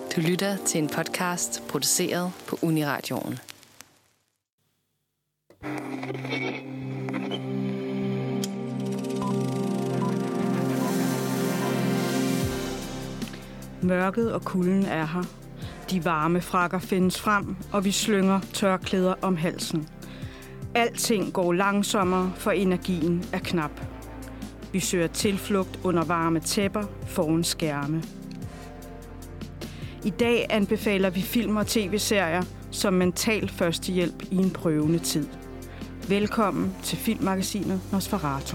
Du lytter til en podcast produceret på Uniradioen. Mørket og kulden er her. De varme frakker findes frem, og vi slynger tørklæder om halsen. Alting går langsommere, for energien er knap. Vi søger tilflugt under varme tæpper foran skærme. I dag anbefaler vi film og tv-serier som mental førstehjælp i en prøvende tid. Velkommen til filmmagasinet Nosferatu.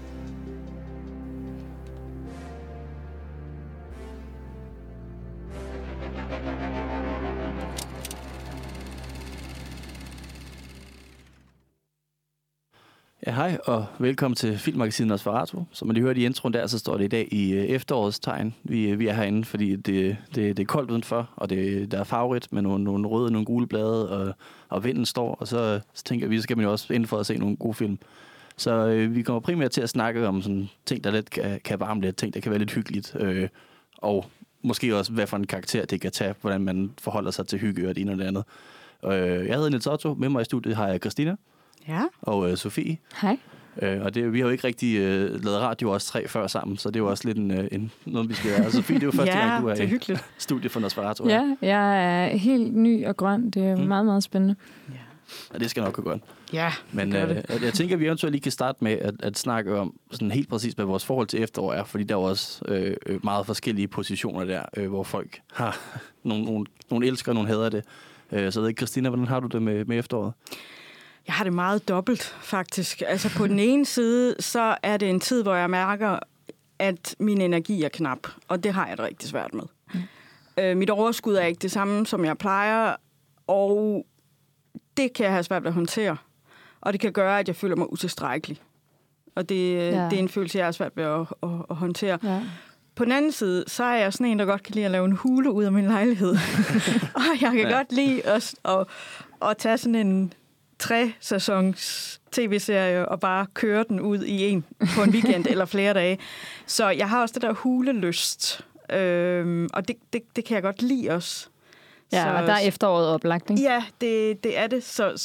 Ja, hej og velkommen til filmmagasinet Nosferatu. Som man lige hørte i introen der, så står det i dag i efterårets tegn. Vi er herinde, fordi det er koldt udenfor, og der er farverigt med nogle røde og nogle gule blade, og vinden står, og så tænker vi, så skal man jo også ind for at se nogle gode film. Så vi kommer primært til at snakke om sådan ting, der lidt kan varme lidt, ting, der kan være lidt hyggeligt, og måske også, hvad for en karakter det kan tage, hvordan man forholder sig til hygge og det ene og det andet. Jeg hedder Niels Otto, med mig i studiet har jeg Christina. Ja. Og Sofie. Hej. Og vi har jo ikke rigtig lavet radio os tre før sammen, så det er jo også lidt noget, vi skal gøre. Sofie, det er jo første gang, du er i studie for Nosferatu. Ja, jeg er helt ny og grøn. Det er meget, meget spændende. Ja. Og det skal nok gå godt. Ja, men jeg tænker, at vi eventuelt lige kan starte med at snakke om sådan helt præcis, hvad vores forhold til efterår er, fordi der er også meget forskellige positioner der, hvor folk har nogle elsker og nogle hader det. Så jeg ved ikke, Christina, hvordan har du det med efteråret? Jeg har det meget dobbelt, faktisk. Altså på den ene side, så er det en tid, hvor jeg mærker, at min energi er knap, og det har jeg det rigtig svært med. Mit overskud er ikke det samme, som jeg plejer, og det kan jeg have svært ved at håndtere. Og det kan gøre, at jeg føler mig utilstrækkelig. Og det er en følelse, jeg har svært ved at håndtere. Ja. På den anden side, så er jeg sådan en, der godt kan lide at lave en hule ud af min lejlighed. Og jeg kan godt lide at tage sådan en 3-sæsons tv-serie og bare køre den ud i en på en weekend eller flere dage. Så jeg har også det der hulelyst. Og det kan jeg godt lide også. Ja, så, og der er efteråret oplagt, ikke? Ja, det er det.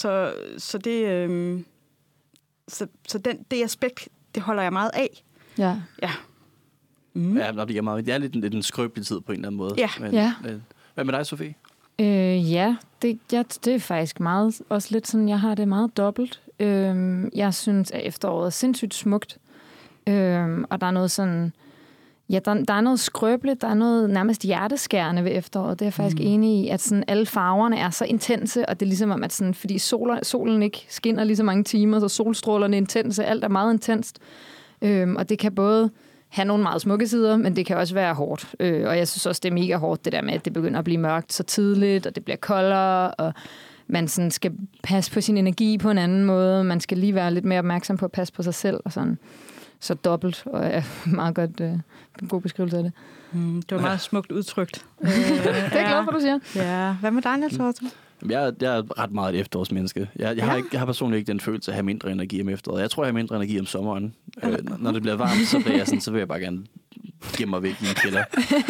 Så det aspekt, det holder jeg meget af. Ja. Ja. Mm. Ja, det er lidt en skrøbelig tid på en eller anden måde. Ja. Hvad med dig, Sofie? Det er faktisk meget, også lidt sådan, jeg har det meget dobbelt. Jeg synes, at efteråret er sindssygt smukt. Og der er noget sådan, der er noget skrøbeligt, der er noget nærmest hjerteskærende ved efteråret. Det er jeg faktisk enig i, at sådan, alle farverne er så intense, og det er ligesom om, at sådan, fordi solen ikke skinner lige så mange timer, så solstrålerne er intense, alt er meget intenst. Og det kan både have nogle meget smukke sider, men det kan også være hårdt. Og jeg synes også, det er mega hårdt, det der med, at det begynder at blive mørkt så tidligt, og det bliver koldere, og man sådan skal passe på sin energi på en anden måde. Man skal lige være lidt mere opmærksom på at passe på sig selv, og sådan. Så dobbelt, og er meget godt en god beskrivelse af det. Det var meget smukt udtrykt. Det er jeg glad for, du siger. Ja. Hvad med dig, Niels Otto? Jeg er ret meget et efterårsmenneske. Jeg har personligt ikke den følelse af at have mindre energi om efteråret. Jeg tror, jeg har mindre energi om sommeren. Når det bliver varmt, så vil jeg bare gerne gemme mig væk i en kælder.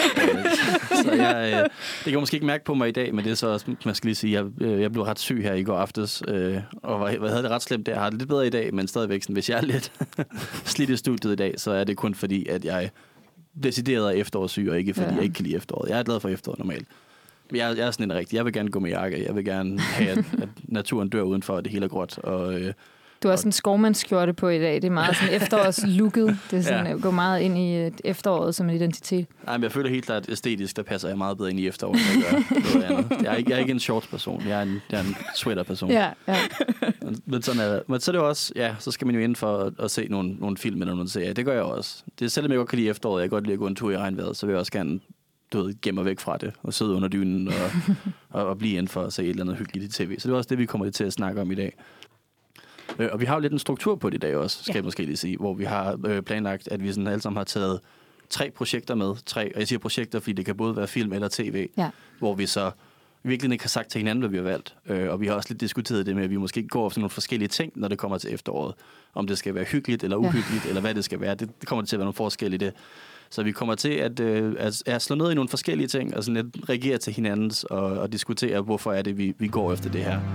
Det kan måske ikke mærke på mig i dag, men det er så også, man skal lige sige, jeg blev ret syg her i går aftes, og havde det ret slemt der. Jeg har det lidt bedre i dag, men stadigvæk, sådan, hvis jeg er lidt slidt i studiet i dag, så er det kun fordi, at jeg decideret er efterårssyg, og ikke fordi jeg ikke kan lide efteråret. Jeg er glad for efteråret normalt. Jeg er sådan en rigtig. Jeg vil gerne gå med jakke. Jeg vil gerne have, at naturen dør udenfor, og det hele er gråt. Du har sådan en skovmandsskjorte på i dag. Det er meget sådan efterårslooket. Det er sådan, går meget ind i efteråret som en identitet. Nej, men jeg føler helt klart æstetisk, der passer jeg meget bedre ind i efteråret, end jeg gør noget andet. Jeg er ikke en shorts-person. Jeg er en sweater-person. Ja. Men sådan er det. Men så er det også, så skal man jo ind for at se nogle film eller nogle serier. Det gør jeg også. Det er selvom jeg godt kan lide efteråret. Jeg kan godt lide at gå en tur i regnvejret, så vil jeg også gerne gemme væk fra det, og sidde under dynen og blive ind for at se et eller andet hyggeligt i tv. Så det er også det, vi kommer til at snakke om i dag. Og vi har jo lidt en struktur på det i dag også, skal jeg måske lige sige, hvor vi har planlagt, at vi sådan alle sammen har taget 3 projekter med. Og jeg siger projekter, fordi det kan både være film eller tv, hvor vi så virkelig ikke har sagt til hinanden, hvad vi har valgt. Og vi har også lidt diskuteret det med, at vi måske går over nogle forskellige ting, når det kommer til efteråret. Om det skal være hyggeligt eller uhyggeligt, eller hvad det skal være. Det kommer til at være nogle forskel i det. Så vi kommer til at slå ned i nogle forskellige ting, og sådan lidt reagere til hinandens, og diskutere, hvorfor er det, vi går efter det her.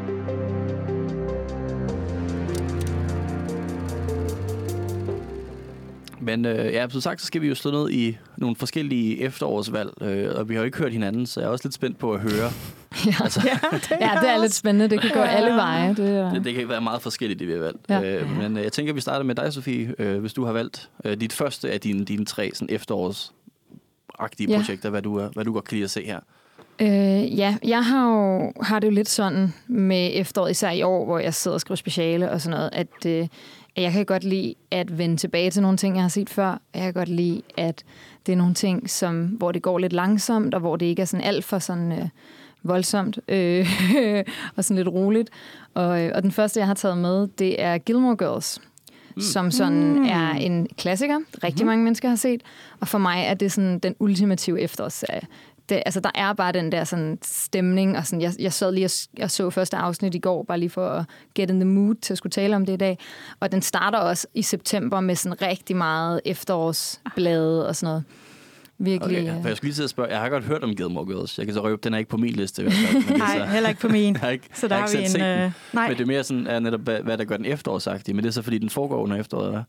Men som sagt, så skal vi jo slå ned i nogle forskellige efterårsvalg, og vi har jo ikke hørt hinanden, så jeg er også lidt spændt på at høre. Det er lidt spændende. Det kan gå alle veje. Det kan være meget forskelligt, det vi har valgt. Ja. Men jeg tænker, vi starter med dig, Sofie, hvis du har valgt dit første af dine 3 sådan efterårsagtige projekter, hvad du godt kan lide at se her. Jeg har det jo lidt sådan med efteråret, især i år, hvor jeg sidder og skriver speciale og sådan noget, at jeg kan godt lide at vende tilbage til nogle ting, jeg har set før. Jeg kan godt lide, at det er nogle ting, hvor det går lidt langsomt, og hvor det ikke er sådan alt for sådan voldsomt og sådan lidt roligt. Og den første, jeg har taget med, det er Gilmore Girls, som sådan er en klassiker, rigtig mange mennesker har set. Og for mig er det sådan den ultimative efterårsserie. Der er bare den der sådan stemning, og sådan, jeg sad lige og så første afsnit i går, bare lige for at get in the mood til at skulle tale om det i dag. Og den starter også i september med sådan rigtig meget efterårsblade og sådan noget. Virkelig. Okay, for jeg skulle lige til at spørge, jeg har godt hørt om Gilmore Girls. Jeg kan så røbe, den er ikke på min liste. Nej, heller ikke på min. Så der har vi en... Nej. Men det er mere sådan, netop, hvad der gør den efterårsagtig. Men det er så, fordi den foregår under efteråret, eller?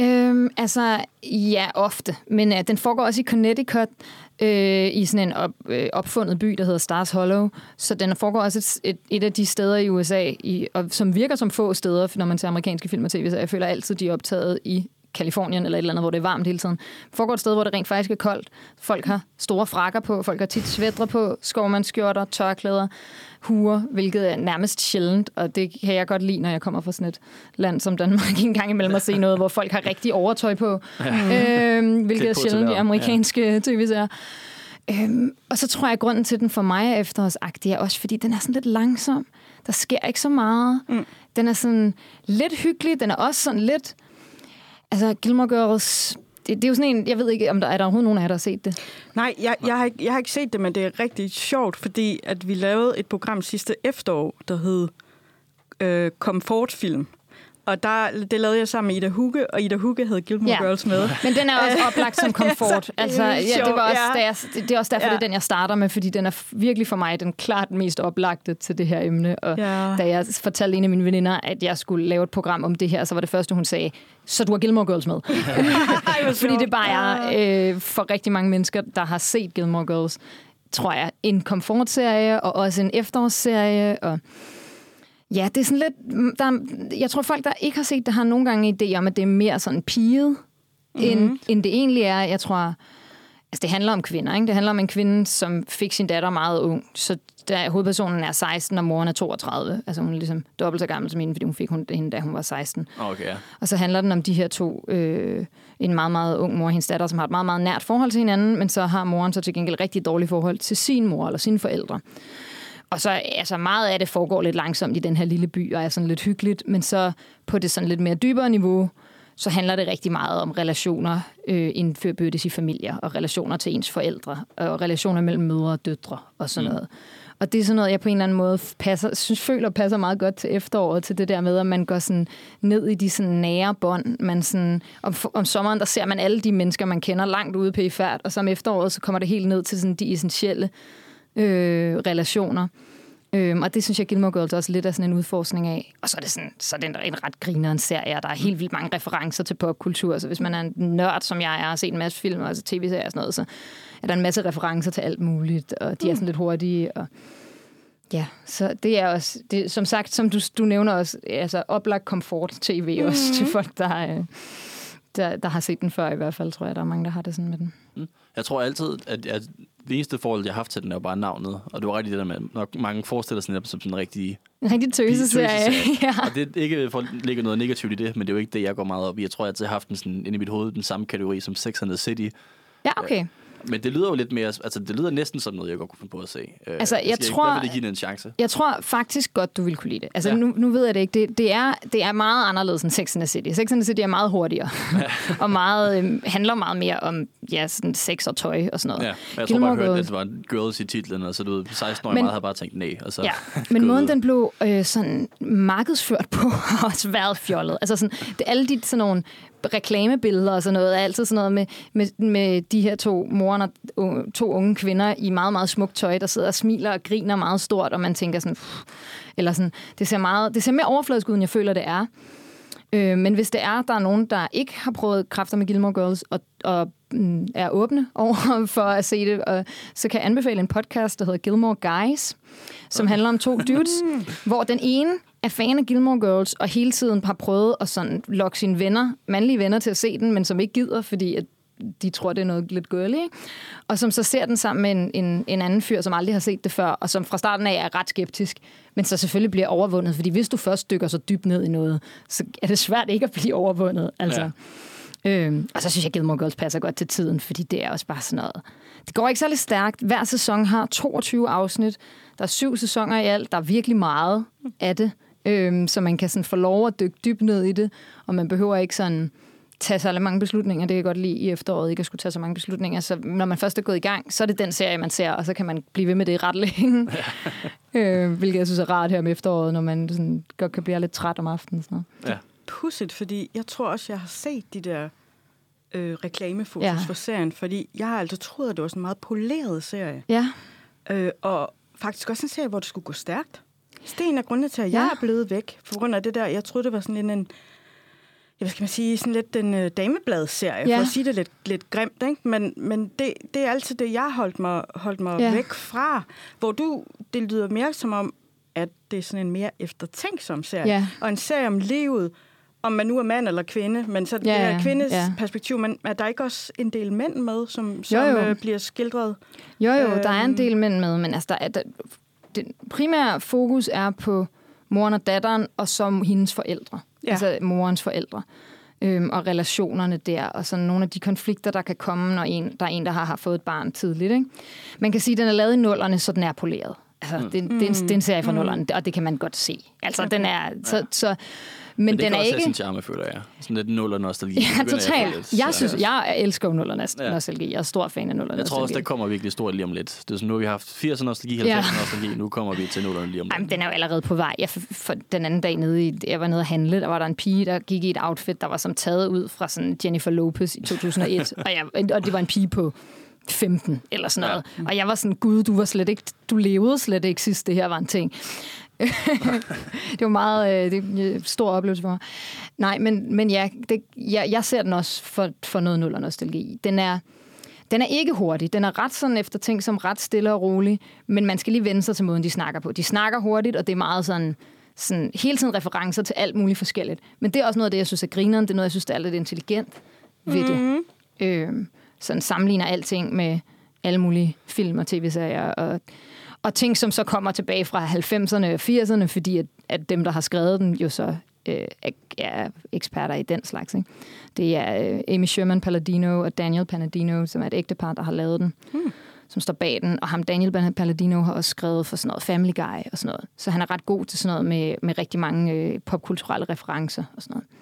Ja, ofte. Men den foregår også i Connecticut, i sådan en opfundet by, der hedder Stars Hollow. Så den foregår også et af de steder i USA, som virker som få steder, når man ser amerikanske film og tv. Så jeg føler altid, de er optaget i Kalifornien eller et eller andet, hvor det er varmt hele tiden. Det foregår et sted, hvor det rent faktisk er koldt. Folk har store frakker på, folk har tit sweatre på, skovmandsskjorter, tørklæder, huer, hvilket er nærmest sjældent, og det kan jeg godt lide, når jeg kommer fra sådan et land som Danmark en gang imellem at se noget, hvor folk har rigtig overtøj på, hvilket er sjældent i amerikanske tv-serier. Og så tror jeg, at grunden til den for mig er efterårsagtig er også, fordi den er sådan lidt langsom. Der sker ikke så meget. Den er sådan lidt hyggelig, den er også sådan lidt... Altså, Gilmore Girls, det er jo sådan en, jeg ved ikke, om der er overhovedet nogen af jer, der har set det. Nej, jeg har ikke set det, men det er rigtig sjovt, fordi at vi lavede et program sidste efterår, der hed Komfortfilm. Og det lavede jeg sammen med Ida Hugge, og Ida Hugge havde Gilmore Girls med. Men den er også oplagt som komfort. Altså, det er også derfor, det er den, jeg starter med, fordi den er virkelig for mig den klart mest oplagte til det her emne. Og da jeg fortalte en af mine veninder, at jeg skulle lave et program om det her, så var det første, hun sagde, så du har Gilmore Girls med. Fordi det bare er for rigtig mange mennesker, der har set Gilmore Girls, tror jeg, en komfortserie, og også en efterårsserie, og ja, det er sådan lidt... jeg tror, folk, der ikke har set det, har nogle gange en idé om, at det er mere sådan piget, end det egentlig er. Jeg tror... Altså, det handler om kvinder, ikke? Det handler om en kvinde, som fik sin datter meget ung. Så hovedpersonen er 16, og moren er 32. Altså, hun er ligesom dobbelt så gammel som hende, fordi hun fik hende, da hun var 16. Okay. Og så handler den om de her to... en meget, meget ung mor og hendes datter, som har et meget, meget nært forhold til hinanden, men så har moren så til gengæld rigtig dårligt forhold til sin mor eller sine forældre. Og så altså meget af det foregår lidt langsomt i den her lille by, og er sådan lidt hyggeligt, men så på det sådan lidt mere dybere niveau, så handler det rigtig meget om relationer indbyrdes i familier, og relationer til ens forældre, og relationer mellem mødre og døtre, og sådan noget. Og det er sådan noget, jeg på en eller anden måde føler passer meget godt til efteråret, til det der med, at man går sådan ned i de sådan nære bånd. Man sådan, om sommeren, der ser man alle de mennesker, man kender langt ude på i færd, og så om efteråret, så kommer det helt ned til sådan de essentielle relationer. Og det synes jeg, Gilmore Girls også lidt er sådan en udforskning af. Og så er det en ret grineren serie, der er helt vildt mange referencer til popkultur. Så hvis man er en nørd, som jeg er, og har set en masse film, altså tv-serier og sådan noget, så er der en masse referencer til alt muligt, og de er sådan lidt hurtige. Og ja, så det er også, som sagt, som du nævner også, altså oplagt komfort-tv også til folk, der har set den før i hvert fald, tror jeg. Der er mange, der har det sådan med den. Jeg tror altid, at det eneste forhold, jeg har haft til den, er jo bare navnet. Og det var rigtig det der med, når mange forestiller sig som sådan en rigtig tøseserie. Ja. Og det er ikke for at lægge noget negativt i det, men det er jo ikke det, jeg går meget op i. Jeg tror, jeg altid har haft den sådan inde i mit hoved, den samme kategori som Sex and the City. Ja, okay. Men det lyder jo lidt mere, altså det lyder næsten som noget, jeg godt kunne finde på at se. Altså, jeg vil det give den en chance? Jeg tror faktisk godt, du vil kunne lide det. Altså, nu ved jeg det ikke. Det er meget anderledes end Sex and the City. Sex and the City er meget hurtigere. Og handler meget mere om sådan sex og tøj og sådan noget. Ja, jeg tror bare, at det var girls i titlen, og så du ved, 16-årige meget havde bare tænkt nej. Og så men måden den blev sådan markedsført på har også været fjollet. Altså sådan, alle de sådan nogle reklamebilleder og sådan noget, er altid sådan noget med de her to moren og to unge kvinder i meget, meget smukt tøj, der sidder og smiler og griner meget stort, og man tænker sådan, eller sådan, det ser mere overfladisk ud, end jeg føler, det er. Men hvis der er nogen, der ikke har prøvet Kræfter med Gilmore Girls, og er åbne over for at se det, så kan jeg anbefale en podcast, der hedder Gilmore Guys, som handler om 2 dudes, hvor den ene er fan af Gilmore Girls, og hele tiden har prøvet at sådan lokke sine venner, mandlige venner, til at se den, men som ikke gider, fordi at de tror, det er noget lidt girly, ikke? Og som så ser den sammen med en anden fyr, som aldrig har set det før, og som fra starten af er ret skeptisk, men så selvfølgelig bliver overvundet, fordi hvis du først dykker så dybt ned i noget, så er det svært ikke at blive overvundet. Altså. Ja. Og så synes jeg, at Gilmore Girls passer godt til tiden, fordi det er også bare sådan noget. Det går ikke særlig stærkt. Hver sæson har 22 afsnit. Der er 7 sæsoner i alt. Der er virkelig meget af det, så man kan sådan få lov at dykke dybt ned i det, og man behøver ikke sådan tage så mange beslutninger. Det kan jeg godt lide i efteråret, ikke at skulle tage så mange beslutninger. Så når man først er gået i gang, så er det den serie, man ser, og så kan man blive ved med det ret længe. Hvilket jeg synes er rart her om efteråret, når man sådan godt kan blive lidt træt om aftenen. Sådan noget. Ja. Pudsigt, fordi jeg tror også, jeg har set de der reklamefotos for serien, fordi jeg har altså troet, at det var sådan en meget poleret serie. Ja. Og faktisk også en serie, hvor det skulle gå stærkt. Sten er grunden til, at jeg er blevet væk, for grund af det der. Jeg troede, det var sådan en hvad skal man sige, sådan lidt en damebladserie, for at sige det lidt grimt, ikke? Men det er altid det, jeg holdt mig væk fra, hvor det lyder mere som om, at det er sådan en mere eftertænksom serie, og en serie om livet, om man nu er mand eller kvinde, men så det er kvindes perspektiv, men er der ikke også en del mænd med, som bliver skildret? Jo, der er en del mænd med, men altså, den primære fokus er på moren og datteren, og som hendes forældre. Ja. Altså morens forældre. Og relationerne der, og sådan nogle af de konflikter, der kan komme, når der er en, der har fået et barn tidligt. Ikke? Man kan sige, at den er lavet i 00'erne, så den er poleret. Altså, det er en serie fra 00'erne, og det kan man godt se. Altså, den er... Men den er ikke... Det kan også have sin charme, føler jeg. Sådan lidt nuller-nostalgi. Ja, totalt. Jeg elsker jo nuller-nostalgi. Jeg er stor fan af nuller-nostalgi. Jeg tror også, der kommer virkelig stort lige om lidt. Det er sådan, nu har vi haft 80'er-nostalgi, 90'er-nostalgi. Nu kommer vi til nullerne lige om lidt. Jamen, den er jo allerede på vej. For den anden dag jeg var nede og handle, der var der en pige, der gik i et outfit, der var som taget ud fra sådan Jennifer Lopez i 2001. og det var en pige på 15 eller sådan noget. Ja. Og jeg var sådan, gud, du levede slet ikke sidst, det her var en ting. Det var meget en stor oplevelse for mig. Nej, men jeg ser den også for noget nuller-nostalgi. Den er ikke hurtig. Den er ret sådan efter ting som ret stille og rolig, men man skal lige vende sig til måden, de snakker på. De snakker hurtigt, og det er meget sådan hele tiden referencer til alt muligt forskelligt. Men det er også noget af det, jeg synes er grineren. Det er noget, jeg synes, der er lidt intelligent ved det. Sådan sammenligner alting med alle mulige film og tv-serier og ting, som så kommer tilbage fra 90'erne og 80'erne, fordi at dem, der har skrevet den, jo så er eksperter i den slags. Ikke? Det er Amy Sherman Palladino og Daniel Palladino, som er et ægtepar, der har lavet den, som står bag den. Og ham, Daniel Palladino, har også skrevet for sådan noget Family Guy og sådan noget. Så han er ret god til sådan noget med rigtig mange popkulturelle referencer og sådan noget.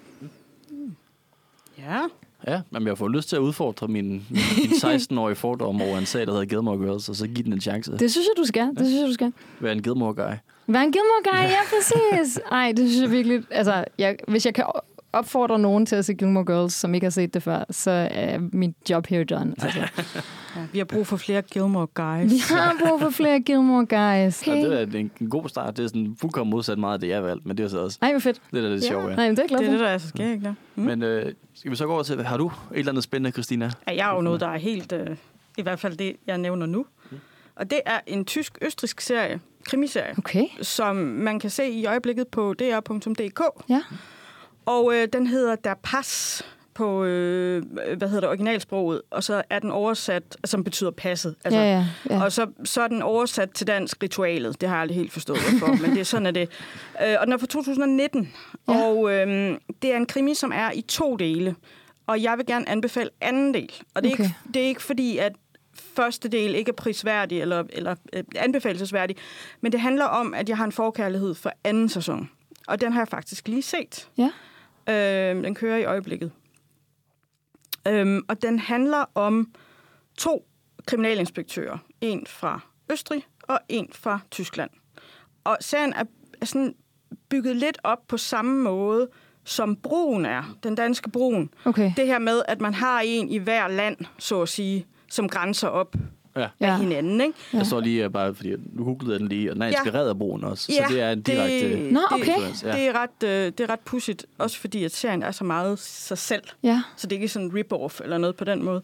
Ja. Ja, men jeg får lyst til at udfordre min 16-årige fordom over en sag, der hedder Gilmore Girls, og så give den en chance. Det synes jeg, du skal. Vær en Gilmore Guy. Vær en Gilmore Guy, ja, præcis. Ej, det synes jeg virkelig... Altså, hvis jeg kan opfordre nogen til at se Gilmore Girls, som ikke har set det før, så er mit job here done. Altså. Ja, vi har brug for flere Gilmore Guys. Vi har brug for flere Gilmore Guys. Okay. Ja, det er en god start. Det er sådan fuldkommen modsat meget af det, jeg valgte, men det er så også... Ej, hvor fedt. Det er lidt sjovt, ja. Nej, det er klart. Det er det, der er så skægt, ja. Men skal vi så gå over til... Har du et eller andet spændende, Christina? Ja, jeg har jo noget, der er helt... I hvert fald det, jeg nævner nu. Og det er en tysk-østrisk serie, krimiserie, som man kan se i øjeblikket på dr.dk. Ja. Og den hedder Der Pass på originalsproget, og så er den oversat, som betyder passet. Altså, ja. Og så er den oversat til dansk Ritualet. Det har jeg aldrig helt forstået, hvorfor, men det er sådan, at det. Og den er fra 2019, og det er en krimi, som er i 2 dele. Og jeg vil gerne anbefale anden del. Og det er ikke fordi, at første del ikke er prisværdig eller anbefalesværdig, men det handler om, at jeg har en forkærlighed for anden sæson. Og den har jeg faktisk lige set. Ja. Den kører i øjeblikket. Og den handler om 2 kriminalinspektører. En fra Østrig og en fra Tyskland. Og serien er sådan bygget lidt op på samme måde, som Broen er. Den danske Broen. Okay. Det her med, at man har en i hver land, så at sige, som grænser op af hinanden. Ikke? Ja. Jeg så lige bare, fordi nu googlede jeg den lige, og den er inspireret af Broen også. Så det er en direkte... Det er ret pudsigt, også fordi at serien er så meget sig selv. Ja. Så det er ikke sådan en rip-off eller noget på den måde.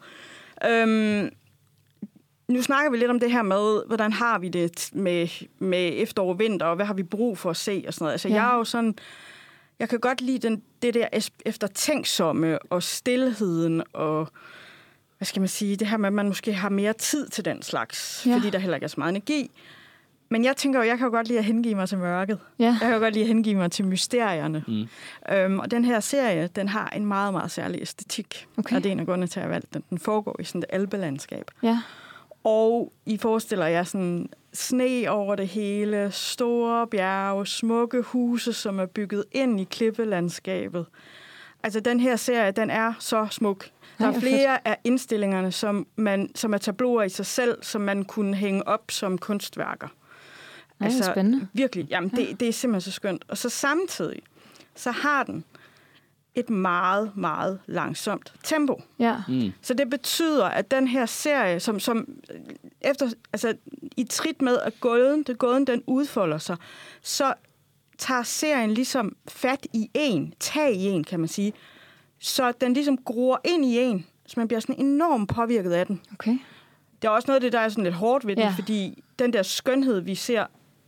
Nu snakker vi lidt om det her med, hvordan har vi det med efterår og vinter, og hvad har vi brug for at se og sådan noget. Altså, jeg er jo sådan... Jeg kan godt lide det der eftertænksomme og stilheden og, hvad skal man sige, det her med, at man måske har mere tid til den slags, fordi der heller ikke er så meget energi. Men jeg tænker jo, jeg kan jo godt lide at hengive mig til mørket. Ja. Jeg kan jo godt lide at hengive mig til mysterierne. Og den her serie, den har en meget, meget særlig æstetik. Okay. Og det er en af grundene til, at jeg valgte den. Den foregår i sådan et alpelandskab. Ja. Og I forestiller jer sådan sne over det hele, store bjerge, smukke huse, som er bygget ind i klippelandskabet. Altså, den her serie, den er så smuk. Der er flere af indstillingerne, som er tableauer i sig selv, som man kunne hænge op som kunstværker. Altså, det er spændende. Virkelig. Jamen, det er simpelthen så skønt. Og så samtidig, så har den et meget, meget langsomt tempo. Ja. Så det betyder, at den her serie, som efter, altså, i trit med, at gåden den udfolder sig, så tager serien ligesom fat i tag i en, kan man sige. Så den ligesom gror ind i en, så man bliver sådan enormt påvirket af den. Okay. Det er også noget af det, der er sådan lidt hårdt ved den, fordi den der skønhed, vi ser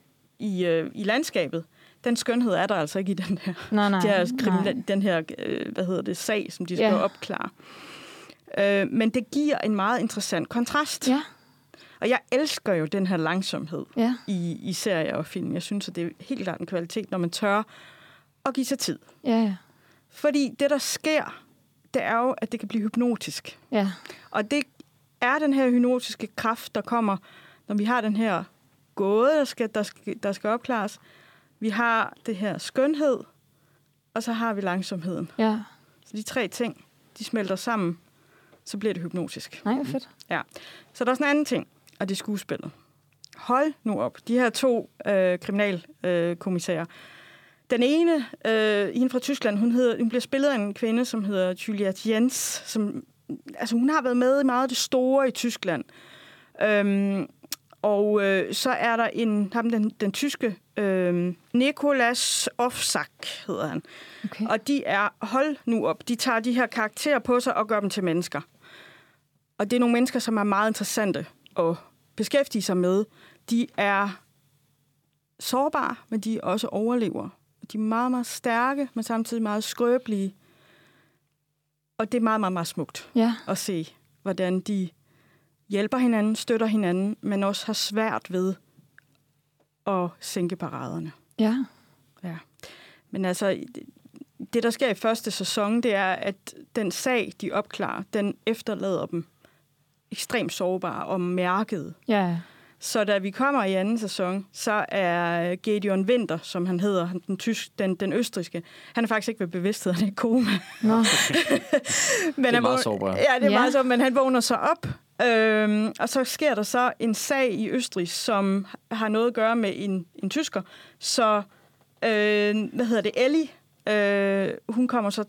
i landskabet, den skønhed er der altså ikke i den her, den her sag, som de skal opklare. Men det giver en meget interessant kontrast. Ja. Og jeg elsker jo den her langsomhed i serier og film. Jeg synes, at det er helt klart en kvalitet, når man tør at give sig tid. Ja. Fordi det, der sker, det er jo, at det kan blive hypnotisk. Ja. Og det er den her hypnotiske kraft, der kommer, når vi har den her gåde, der skal opklares. Vi har det her skønhed, og så har vi langsomheden. Ja. Så de 3 ting, de smelter sammen, så bliver det hypnotisk. Nej, hvor fedt. Ja. Så der er sådan en anden ting, og det er skuespillet. Hold nu op. De her 2 kriminalkommissærer. Den ene, hende fra Tyskland, hun bliver spillet af en kvinde, som hedder Juliette Jens. Hun har været med i meget af det store i Tyskland. Og så er der den tyske Nicolas Ofsak, hedder han. Okay. Og hold nu op, de tager de her karakterer på sig og gør dem til mennesker. Og det er nogle mennesker, som er meget interessante at beskæftige sig med. De er sårbare, men de er også overlever. De er meget, meget stærke, men samtidig meget skrøbelige. Og det er meget, meget, meget smukt at se, hvordan de hjælper hinanden, støtter hinanden, men også har svært ved at sænke paraderne. Ja. Men altså, det der sker i første sæson, det er, at den sag, de opklarer, den efterlader dem ekstremt sårbare og mærkede. Ja. Så da vi kommer i anden sæson, så er Gideon Winter, som han hedder, den østrigske, han er faktisk ikke ved bevidsthed, han er i koma. No. Men det er meget sårbart. Ja, det er meget sårbart, men han vågner så op. Og så sker der så en sag i Østrig, som har noget at gøre med en tysker. Så, Ellie, hun kommer så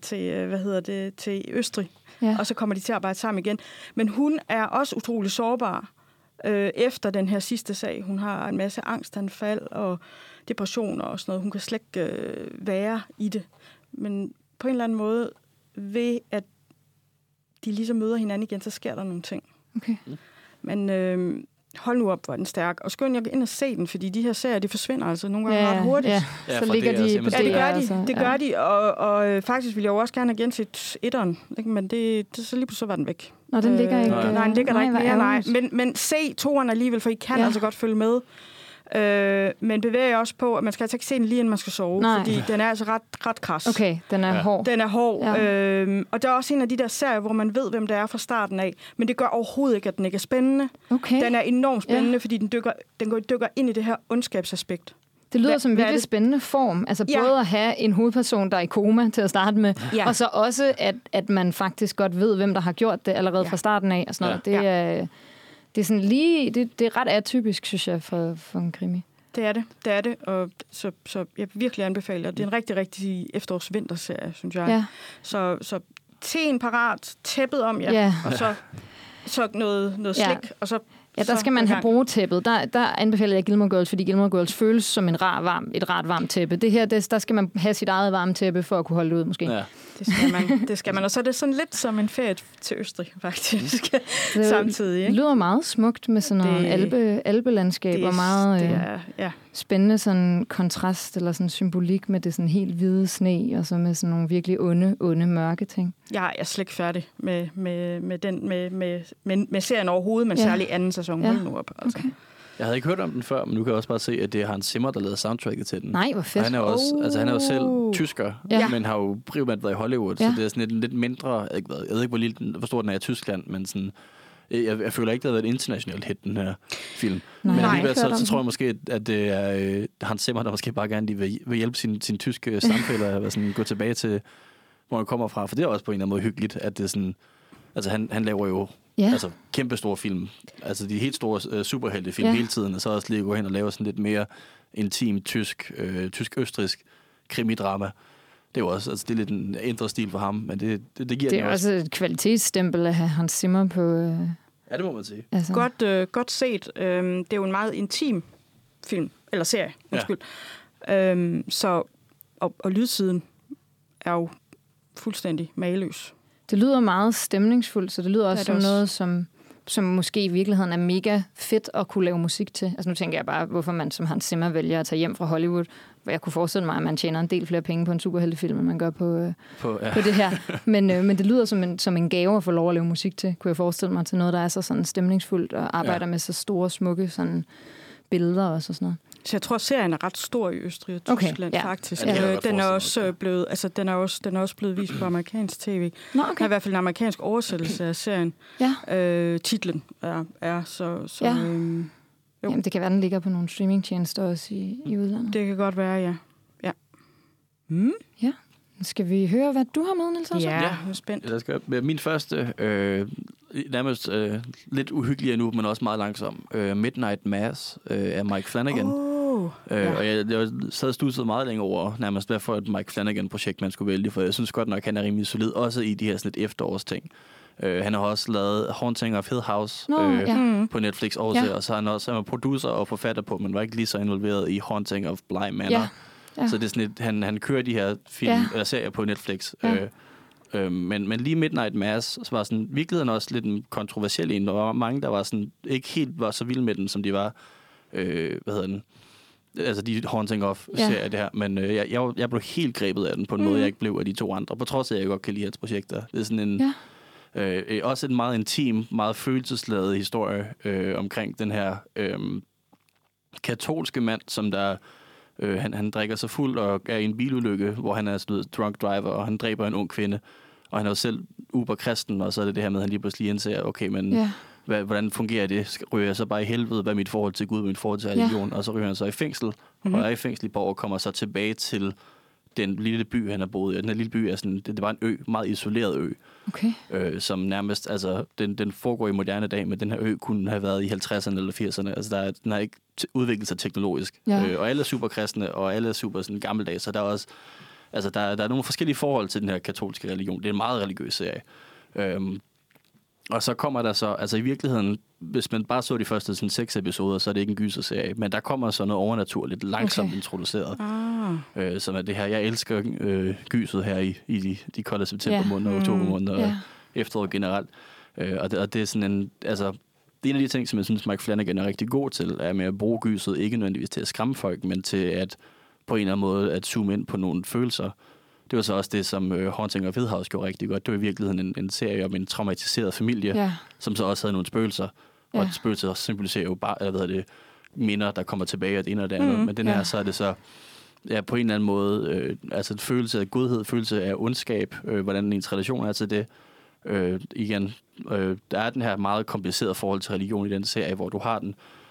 til Østrig, og så kommer de til at arbejde sammen igen. Men hun er også utrolig sårbar efter den her sidste sag. Hun har en masse angstanfald og depressioner og sådan noget. Hun kan slet ikke være i det. Men på en eller anden måde, ved at de ligesom møder hinanden igen, så sker der nogle ting. Okay. Men hold nu op, hvor den stærk. Og skynd jeg ind og se den, fordi de her serier, de forsvinder altså nogle gange ret hurtigt. Ja, så ligger de på det gør de. Og faktisk ville jeg jo også gerne have genset etteren, men så lige pludselig så var den væk. Nå, den ligger ikke. Nej, den ligger der ikke mere, nej. Men se toeren alligevel, for I kan altså godt følge med. Men bevæger jeg også på, at man skal altså ikke se den lige inden man skal sove, fordi den er altså ret kras. Okay, den er hård. Den er hård. Ja. Og der er også en af de der serier, hvor man ved, hvem det er fra starten af. Men det gør overhovedet ikke, at den ikke er spændende. Okay. Den er enormt spændende, fordi den dykker ind i det her ondskabsaspekt. Det lyder som en virkelig spændende form. Altså både at have en hovedperson, der er i koma til at starte med, og så også, at man faktisk godt ved, hvem der har gjort det allerede fra starten af. Og sådan noget. Det er sådan lige, det er ret atypisk, synes jeg, for en krimi. Det er det. Og så jeg vil virkelig anbefale det. Det er en rigtig, rigtig efterårs-vinterserie, synes jeg. Ja. Så teen parat, tæppet om jer, og så noget slik, og så... Ja, der skal man have brugetæppet. Der anbefaler jeg Gilmore Girls, fordi Gilmore Girls føles som et rart varmt tæppe. Det her, der skal man have sit eget varme tæppe for at kunne holde det ud, måske. Ja. Det skal man. Og så er det sådan lidt som en ferie til Østrig, faktisk. Samtidig. Det lyder meget smukt med sådan noget alpelandskab og meget spændende sådan kontrast eller sådan symbolik med det sådan helt hvide sne og så med sådan nogle virkelig onde, mørke ting. Jeg er slet ikke færdig med serien overhovedet, men særligt anden sæson. Hold nu op. Altså. Okay. Jeg havde ikke hørt om den før, men nu kan jeg også bare se, at det er Hans Zimmer, der lavede soundtracket til den. Nej, hvor fedt. Og han er også, han er jo selv tysker, men har jo primært været i Hollywood, så det er sådan lidt mindre, jeg ved ikke, hvor stor den er i Tyskland, men sådan, jeg føler ikke, det har været et internationalt hit, den her film. Nej, men alligevel så tror jeg måske, at det er Hans Zimmer, der måske bare gerne vil hjælpe sin tyske stamfæller at sådan, gå tilbage til, hvor han kommer fra, for det er også på en eller anden måde hyggeligt, at det er sådan, altså han laver jo altså kæmpe store film, altså de helt store superheltefilm hele tiden, og så også lige gå hen og lave sådan lidt mere intim tysk-østrisk krimidrama. Det er jo også, altså det er lidt en ændret stil for ham, men det giver det er også et kvalitetsstempel at have Hans Zimmer på. Ja, det må man sige. Altså. Godt set. Det er jo en meget intim film, eller serie, undskyld. Så og lydsiden er jo fuldstændig mageløs. Det lyder meget stemningsfuldt, så det lyder også som noget, som måske i virkeligheden er mega fedt at kunne lave musik til. Altså nu tænker jeg bare, hvorfor man som Hans Zimmer vælger at tage hjem fra Hollywood, hvor jeg kunne forestille mig, at man tjener en del flere penge på en superheltefilm, end man gør på det her. Men det lyder som en gave at få lov at lave musik til, kunne jeg forestille mig, til noget, der er så sådan stemningsfuldt og arbejder med så store, smukke sådan billeder og sådan noget. Så jeg tror, serien er ret stor i Østrig og Tyskland, faktisk. Den er også blevet vist på amerikansk tv. Der er i hvert fald en amerikansk oversættelse af serien. Titlen er så Jamen, det kan være, den ligger på nogle streamingtjenester også i udlandet. Det kan godt være, ja. Ja. Skal vi høre, hvad du har med, Niels? Ja, jeg er spændt. Min første, nærmest lidt uhyggelig nu, men også meget langsom. Midnight Mass af Mike Flanagan. Og jeg sad og studsede meget længere over, nærmest hvad for et Mike Flanagan-projekt, man skulle vælge, for jeg synes godt nok, han er rimelig solid, også i de her sådan et efterårsting. Han har også lavet Haunting of Hill House på Netflix også, og så er han også producer og forfatter på, men var ikke lige så involveret i Haunting of Bly Manor. Så det er sådan et, han kører de her film eller serier på Netflix. Men lige Midnight Mass var sådan virkeligheden også lidt kontroversiel en. Der var mange, der var sådan ikke helt var så vilde med den, som de var. Hvad hedder den? Altså de Haunting of serier det her. Men jeg blev helt grebet af den på en måde, jeg ikke blev af de to andre. På trods af, at jeg godt kan lide hans projekter. Det er sådan en også en meget intim, meget følelsesladet historie omkring den her katolske mand, som der han drikker sig fuld og er i en bilulykke, hvor han er sådan drunk driver, og han dræber en ung kvinde. Og han er jo selv uber-kristen, og så er det her med, at han lige pludselig indser, okay, men hvordan fungerer det? Ryger jeg så bare i helvede? Hvad er mit forhold til Gud, mit forhold til religion? Og så ryger han så i fængsel, og er i fængsel i Borg, og kommer så tilbage til den lille by, han har boet i. Den her lille by er sådan, det var en ø, meget isoleret ø, som nærmest, altså, den foregår i moderne dag, men den her ø kunne have været i 50'erne eller 80'erne. Altså, den har ikke udviklet sig teknologisk. Og alle er superkristne, og alle er super sådan gammeldags, så der er også, altså, der er nogle forskellige forhold til den her katolske religion. Det er en meget religiøs serie. Og så kommer der så, altså i virkeligheden, hvis man bare så de første sådan 6 episoder, så er det ikke en gyserserie, men der kommer så noget overnaturligt, langsomt introduceret, som er det her, jeg elsker gyset her i de kolde septembermåneder og oktobermåneder og efteråret generelt. Og det er sådan en, altså, det er en af de ting, som jeg synes, Mike Flanagan er rigtig god til, er med at bruge gyset, ikke nødvendigvis til at skræmme folk, men til at på en eller anden måde at zoome ind på nogle følelser. Det var så også det, som Haunting of Hill House gjorde rigtig godt. Det var i virkeligheden en serie om en traumatiseret familie, som så også havde nogle spøgelser. Og spøgelser symboliserer jo bare, minder, der kommer tilbage af det ene og det andet. Men den her, så er det så på en eller anden måde, altså en følelse af godhed, følelse af ondskab, hvordan ens relation er til det. Der er den her meget komplicerede forhold til religion i den serie, hvor du har den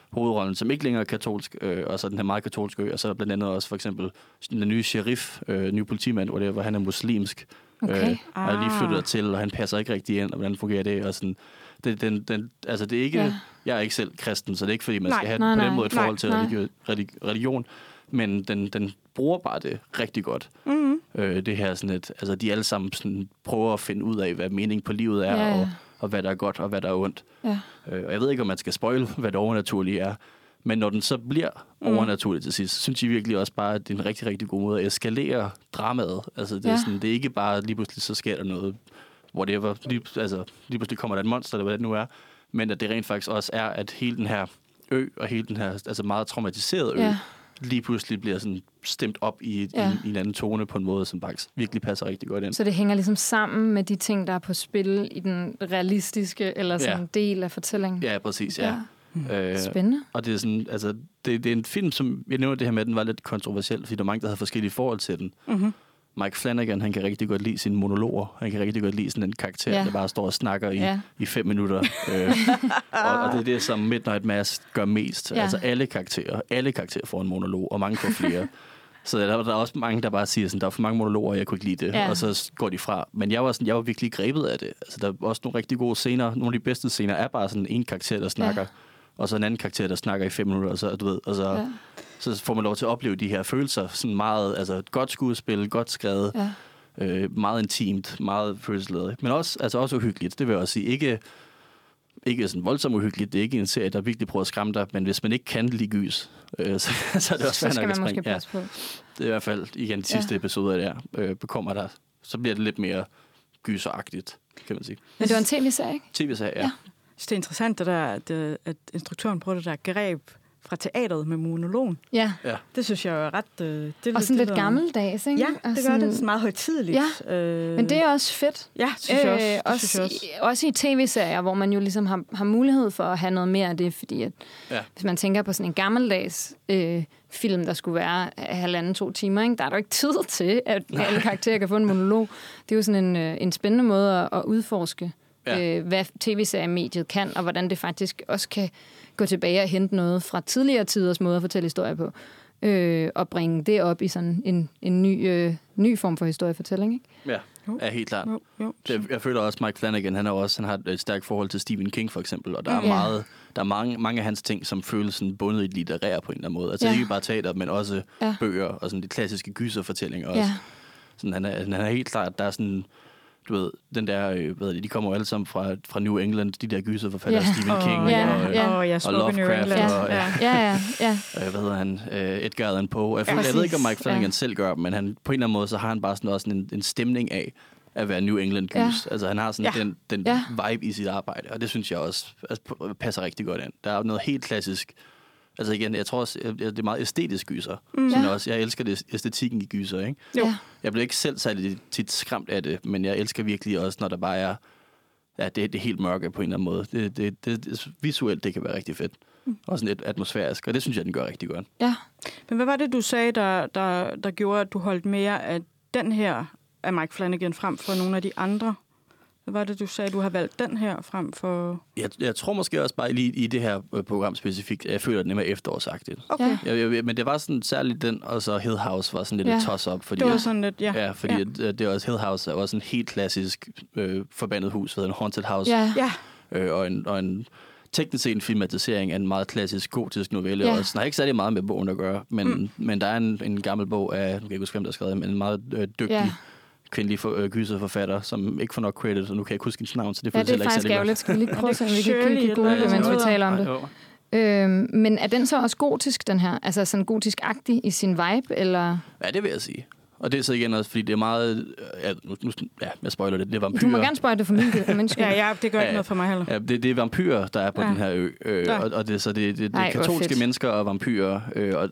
hovedrollen, som ikke længere er katolsk, og så den her meget katolske ø, og så blandt andet også for eksempel den nye sheriff, nye politimand, hvor han er muslimsk, Okay. og er lige flyttet til, og han passer ikke rigtig ind, og hvordan fungerer det, og sådan. Altså det er ikke, jeg er ikke selv kristen, så det er ikke fordi, man skal have på den måde et forhold til religion, men den bruger bare det rigtig godt. Mm-hmm. Det her sådan et, altså de alle sammen sådan prøver at finde ud af, hvad mening på livet er, og hvad der er godt, og hvad der er ondt. Ja. Og jeg ved ikke, om man skal spoile, hvad det overnaturlige er, men når den så bliver overnaturligt til sidst, så synes jeg virkelig også bare, at det er en rigtig, rigtig god måde at eskalere dramaet. Altså det er sådan, det er ikke bare lige pludselig, så sker der noget, whatever, lige pludselig kommer der et monster, eller hvad det nu er, men at det rent faktisk også er, at hele den her ø, og hele den her altså meget traumatiserede ø, lige pludselig bliver sådan stemt op i en anden tone på en måde, som faktisk virkelig passer rigtig godt ind. Så det hænger ligesom sammen med de ting, der er på spil i den realistiske eller sådan del af fortællingen? Ja, præcis, ja. Spændende. Og det er sådan, altså, det er en film, som, jeg nævner det her med, at den var lidt kontroversiel, fordi der var mange, der havde forskellige forhold til den. Mm-hmm. Mike Flanagan, han kan rigtig godt lide sine monologer. Han kan rigtig godt lide sådan en karakter, der bare står og snakker i 5 minutter. Og det er det, som Midnight Mass gør mest. Altså alle karakterer får en monolog, og mange får flere. Så der er også mange, der bare siger, sådan, der er for mange monologer, og jeg kunne ikke lide det. Og så går de fra. Men jeg var virkelig grebet af det. Altså, der er også nogle rigtig gode scener. Nogle af de bedste scener er bare sådan en karakter, der snakker, og så en anden karakter, der snakker i 5 minutter, og så, du ved, og så... Så får man lov til at opleve de her følelser. Sådan meget, altså godt skuespil, godt skrevet, meget intimt, meget følelsesladet. Men også uhyggeligt, det vil jeg også sige. Ikke sådan voldsomt uhyggeligt. Det er ikke en serie, der virkelig prøver at skræmme dig, men hvis man ikke kan lide gys, så er det også så skal man måske passe på. Det er i hvert fald igen de sidste episoder bekommer der. Så bliver det lidt mere gyseragtigt, kan man sige. Men det var en tv-serie, ikke? Tv-serie, ja. Det er interessant, det der, at instruktøren bruger det der greb fra teateret med monologen. Ja. Det synes jeg er ret... det og sådan lidt gammeldags, ikke? Ja, det gør det. Sådan meget højtideligt. Ja, men det er også fedt. Ja, synes jeg også. Også i tv-serier, hvor man jo ligesom har mulighed for at have noget mere af det, fordi at, hvis man tænker på sådan en gammeldags film, der skulle være 1,5-2 timer, ikke? Der er der ikke tid til, at alle karakterer kan få en monolog. Det er jo sådan en spændende måde at udforske, hvad tv-seriemediet kan, og hvordan det faktisk også kan gå tilbage og hente noget fra tidligere tiders måde at fortælle historier på, og bringe det op i sådan en ny form for historiefortælling, ikke? Ja, helt klart. Jo. Jeg føler også, Mike Flanagan, han har et stærkt forhold til Stephen King, for eksempel, og der er mange af hans ting, som føles sådan bundet i et litterære på en eller anden måde. Altså ikke bare teater, men også bøger, og sådan de klassiske gyserfortællinger også. Sådan, han er helt klart, der er sådan... Du ved, den der, de kommer jo alle sammen fra New England, de der gyserforfattere, Stephen King og Lovecraft og hvad hedder han, Edgar Allan Poe. Jeg ved ikke, om Mike Flanagan selv gør, men han, på en eller anden måde, så har han bare sådan også en stemning af at være New England-gys. Altså han har sådan den vibe i sit arbejde, og det synes jeg også passer rigtig godt ind. Der er noget helt klassisk. Altså igen, jeg tror også, det er meget æstetisk gyser. Jeg elsker det æstetikken i gyser, ikke? Jo. Jeg bliver ikke selv særlig tit skræmt af det, men jeg elsker virkelig også, når der bare er... Ja, det er helt mørke på en eller anden måde. Det visuelt, det kan være rigtig fedt. Og sådan lidt atmosfærisk, og det synes jeg, den gør rigtig godt. Ja. Men hvad var det, du sagde, der gjorde, at du holdt mere af den her af Mike Flanagan frem for nogle af de andre? Hvad var det, du sagde, du har valgt den her frem for? Jeg tror måske også bare lige i det her program specifikt, jeg føler, at den er mere efterårsagtigt. Okay. Men det var sådan særligt den, og så Hill House var sådan lidt et toss-up. Fordi, det var sådan lidt, fordi det var også Hill House, var sådan en helt klassisk forbandet hus, en haunted house. Og en teknisk set en filmatisering af en meget klassisk gotisk novelle. Og den har ikke særlig meget med bogen at gøre, men der er en gammel bog af, nu kan jeg ikke huske, hvem der har skrevet, men en meget dygtig kvindelig gyserforfatter, som ikke får nok credit, og nu kan jeg ikke huske hendes navn, så det føles heller ikke særlig godt. Ja, det er faktisk ærgerligt. Skal vi lige prøve at se, om vi kan google det, mens vi taler om det. Men er den så også gotisk, den her? Altså sådan gotisk-agtig i sin vibe, eller? Ja, det vil jeg sige. Og det er så igen også, fordi det er meget... jeg spoiler det. Det er vampyrer. Du må gerne spoile det for min menneske. Ja, det gør ikke noget for mig heller. Ja, det er vampyrer, der er på den her ø. Og det er katolske mennesker og vampyrer.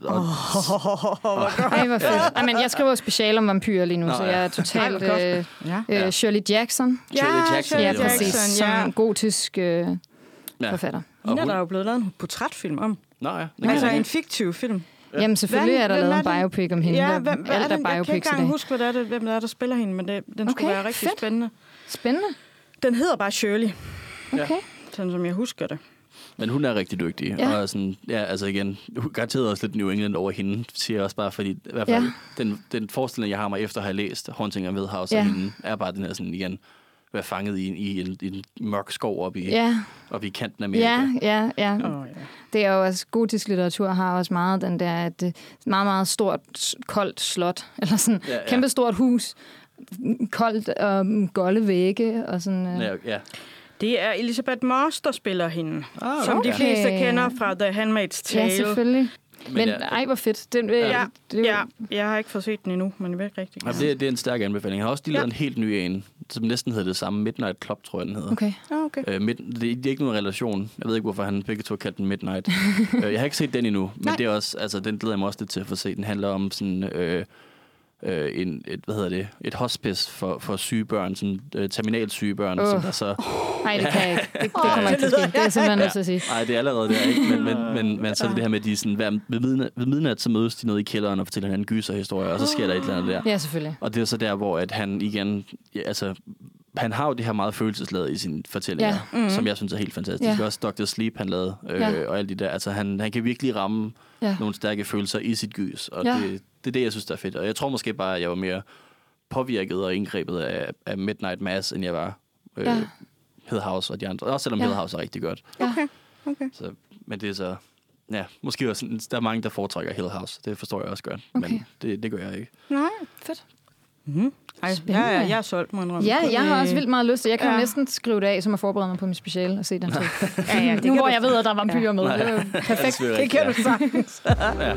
Hvor fedt. Men jeg skriver special om vampyrer lige nu, så jeg er totalt... Shirley Jackson. Ja, præcis. Som gotisk forfatter. Hende er der jo blevet lavet en portrætfilm om. Nå ja. Altså en fiktiv film. Jamen selvfølgelig er der lavet en biopic om hende. Ja, hvem er den? Jeg kan ikke engang huske, hvem det er, der spiller hende, men den skulle være rigtig spændende. Spændende. Den hedder bare Shirley. Okay. Sådan som jeg husker det. Men hun er rigtig dygtig. Ja. Og sådan, ja, altså igen, garanteret også lidt New England over hende, siger jeg også bare, fordi i hvert fald den forestilling, jeg har mig efter at have læst Haunting of Hill House af hende, er bare den her sådan igen, være fanget i en mørk skov oppe i kanten af Amerika. Ja. Det er jo også, gotisk litteratur har også meget den der, at det er meget, meget stort, koldt slot, eller sådan kæmpe stort hus, koldt og golde vægge, og sådan. Ja. Det er Elizabeth Moss, der spiller hende, som de fleste kender fra The Handmaid's Tale. Ja, selvfølgelig. Men ej, hvor fedt. Jeg har ikke fået set den endnu, men jeg ved ikke rigtigt. Ja, det er en stærk anbefaling. Jeg har også lavet en helt ny en, som næsten hedder det samme. Midnight Club, tror jeg, den hedder. Okay. Det er ikke nogen relation. Jeg ved ikke, hvorfor han begge to kaldte den Midnight. Jeg har ikke set den endnu, men det er også, altså, den glæder jeg mig også lidt til at få set. Den handler om sådan... et hospice for syge børn, sådan terminalt syge børn, som der så... Nej, det kan jeg ikke. Det kommer ikke til at ske. Det er simpelthen nødt til at sige. Nej, det er allerede der, ikke? Men så er det her med, de sådan, ved midnat, så mødes de nede i kælderen og fortæller en gyserhistorie, og så sker der et eller andet der. Ja, selvfølgelig. Og det er så der, hvor at han igen... han har jo det her meget følelsesladet i sine fortællinger, som jeg synes er helt fantastisk. Også Dr. Sleep, han lavede, og alt det der. Altså, han kan virkelig ramme nogle stærke følelser i sit gys, og det er det, jeg synes, der er fedt. Og jeg tror måske bare, at jeg var mere påvirket og indgrebet af Midnight Mass, end jeg var Hill House og de andre. Også selvom Hill House er rigtig godt. Okay. Så, men det er så... Ja, måske også... Der er mange, der foretrækker Hill House. Det forstår jeg også godt. Okay. Men det gør jeg ikke. Nej. Fedt. Mm-hmm. Jeg er solgt, må jeg indrømme. Ja, jeg har også vildt meget lyst til. Jeg kan jo næsten skrive det af, som at forberede mig på mit speciale og se den. Det nu hvor jeg ved, at der er vampyrer med. Det er perfekt. Det kan du sagtens. Ja.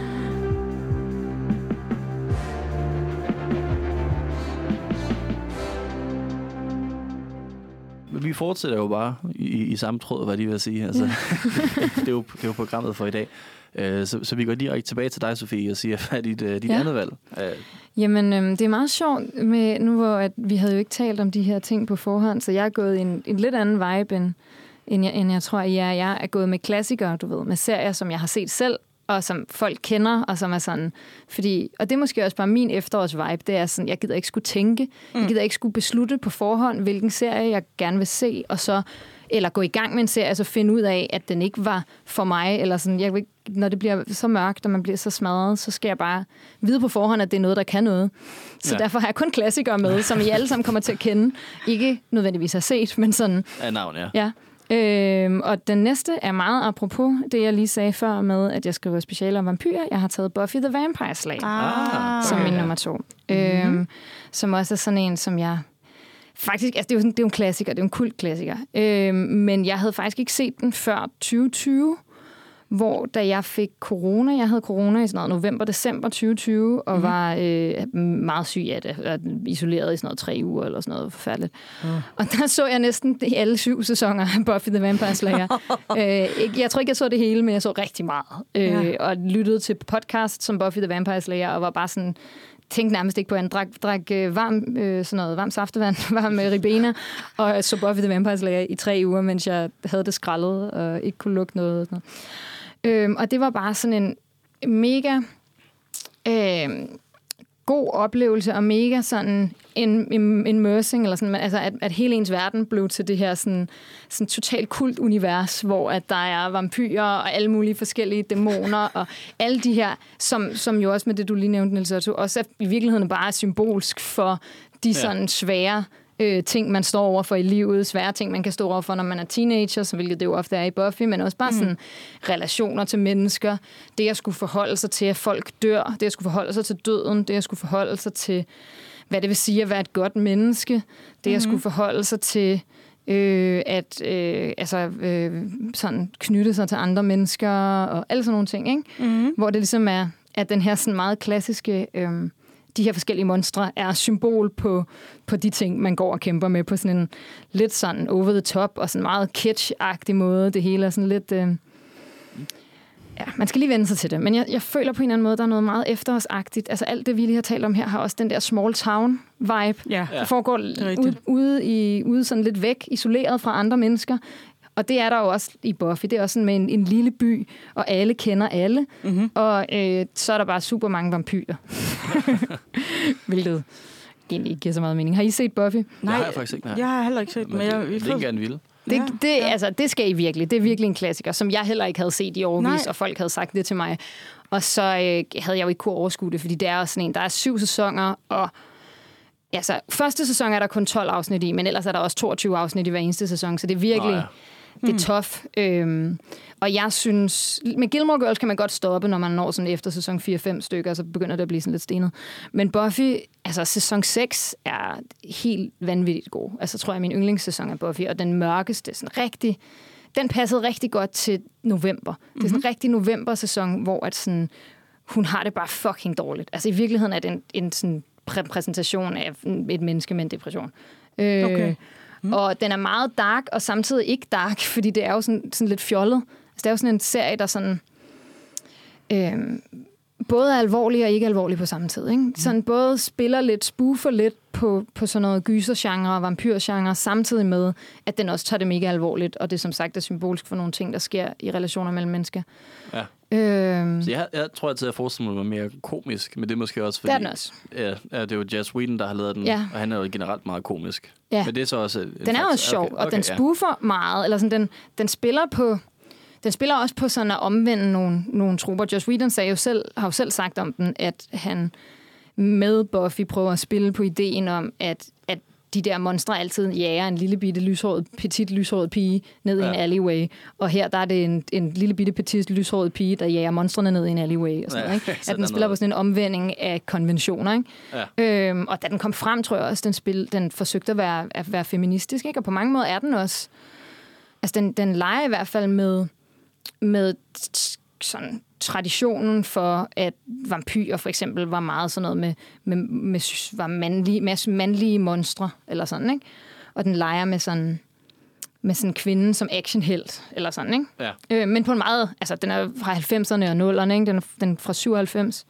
Vi fortsætter jo bare i samme tråd, hvad de vil sige. Altså, det er jo programmet for i dag. Så vi går direkte tilbage til dig, Sofie, og siger, hvad er dit andet valg? Jamen, det er meget sjovt, med, nu hvor at vi havde jo ikke talt om de her ting på forhånd, så jeg er gået i en lidt anden vibe, end jeg tror, jeg er gået med klassikere, du ved, med serier, som jeg har set selv, og som folk kender, og som er sådan, fordi, og det er måske også bare min efterårsvibe, det er sådan, jeg gider ikke skulle tænke, jeg gider ikke skulle beslutte på forhånd, hvilken serie jeg gerne vil se, og så, eller gå i gang med en serie, altså finde ud af, at den ikke var for mig, eller sådan, jeg vil ikke, når det bliver så mørkt, og man bliver så smadret, så skal jeg bare vide på forhånd, at det er noget, der kan noget. Så derfor har jeg kun klassikere med, som I alle sammen kommer til at kende. Ikke nødvendigvis har set, men sådan... Af navn, ja. Og den næste er meget apropos det, jeg lige sagde før med, at jeg skriver speciale om vampyrer. Jeg har taget Buffy the Vampire Slayer som min nummer 2. Som også er sådan en, som jeg... Faktisk, altså det er jo en klassiker, det er jo en kultklassiker. Men jeg havde faktisk ikke set den før 2020, hvor da jeg fik corona, jeg havde corona i sådan noget november-december 2020, og var meget syg af det, og isoleret i sådan noget 3 uger eller sådan noget forfærdeligt. Og der så jeg næsten i alle 7 sæsoner af Buffy the Vampire Slayer. Jeg tror ikke, jeg så det hele, men jeg så rigtig meget. Og lyttede til podcast som Buffy the Vampire Slayer, og var bare sådan... tænkte nærmest ikke på, at han drak varm saftevand, varm ribena, og så Buffy the Vampire Slayer i 3 uger, mens jeg havde det skrællet og ikke kunne lugte noget. Og det var bare sådan en mega god oplevelse, og mega sådan en immersing, eller sådan, altså at hele ens verden blev til det her sådan totalt kult univers, hvor at der er vampyrer og alle mulige forskellige dæmoner, og alle de her, som jo også med det, du lige nævnte, Niels, også i virkeligheden bare er symbolsk for de sådan svære ting, man står over for i livet, svære ting, man kan stå over for, når man er teenager, så hvilket det jo ofte er i Buffy, men også bare sådan relationer til mennesker, det at skulle forholde sig til, at folk dør, det at skulle forholde sig til døden, det at skulle forholde sig til, hvad det vil sige at være et godt menneske, det at skulle forholde sig til sådan knytte sig til andre mennesker, og alle sådan nogle ting, ikke? Hvor det ligesom er, at den her sådan meget klassiske de her forskellige monstre er symbol på de ting, man går og kæmper med på sådan en lidt sådan over the top og sådan meget kitsch-agtig måde. Det hele er sådan lidt... man skal lige vende sig til det. Men jeg føler på en eller anden måde, der er noget meget efterårsagtigt. Altså alt det, vi lige har talt om her, har også den der small town vibe. Ja. Det foregår ude sådan lidt væk, isoleret fra andre mennesker. Og det er der jo også i Buffy. Det er også sådan med en lille by, og alle kender alle. Og så er der bare super mange vampyrer. Hvilket egentlig ikke giver så meget mening. Har I set Buffy? Nej, jeg har faktisk ikke. Nej. Jeg har heller ikke set den. Men jeg vil gerne ville. Det skal I virkelig. Det er virkelig en klassiker, som jeg heller ikke havde set i årevis, og folk havde sagt det til mig. Og så havde jeg jo ikke kunne overskue det, fordi det er også sådan en, der er 7 sæsoner, og altså, første sæson er der kun 12 afsnit i, men ellers er der også 22 afsnit i hver eneste sæson, så det er virkelig, det er tough. Og jeg synes, med Gilmore Girls kan man godt stoppe, når man når sådan efter sæson 4-5 stykker, så begynder det at blive sådan lidt stenet. Men Buffy, altså sæson 6 er helt vanvittigt god. Altså tror jeg, min yndlingssæson af Buffy, og den mørkeste, sådan rigtig, den passede rigtig godt til november. Det er sådan en rigtig november-sæson, hvor at sådan, hun har det bare fucking dårligt. Altså i virkeligheden er det en sådan præsentation af et menneske med en depression. Okay. Og den er meget dark, og samtidig ikke dark, fordi det er jo sådan lidt fjollet. Altså, det er jo sådan en serie, der sådan både er alvorlig og ikke alvorlig på samme tid. Ikke? Sådan både spiller lidt, spoofer lidt på sådan noget gysergenre og vampyrgenre, samtidig med, at den også tager det mega alvorligt, og det som sagt er symbolisk for nogle ting, der sker i relationer mellem mennesker. Ja. Så jeg tror altid, at jeg forestiller mig mere komisk, men det er måske også fordi... Det er den også. Ja, det er jo Joss Whedon, der har lavet den, og han er jo generelt meget komisk. Ja. Men det er så også... Den er også sjov, og den spoofer meget, eller sådan, den spiller på... Den spiller også på sådan at omvende nogle trupper. Joss Whedon har jo selv sagt om den, at han med Buffy prøver at spille på ideen om, at de der monstre altid jager en lille bitte petit lyshåret pige ned i en alleyway. Og her der er det en lille bitte petit lyshåret pige, der jager monstrene ned i en alleyway. Og sådan noget, ikke? At den spiller på sådan en omvending af konventioner. Ikke? Og da den kom frem, tror jeg også, den forsøgte at være feministisk. Ikke? Og på mange måder er den også... Altså den leger i hvert fald med sådan traditionen for, at vampyrer for eksempel var meget sådan noget var mandlige monstre, eller sådan, ikke? Og den leger med sådan kvinden som actionhelt, eller sådan, ikke? Ja. Men på en meget, altså den er fra 90'erne og 0'erne, ikke? Den er fra 97.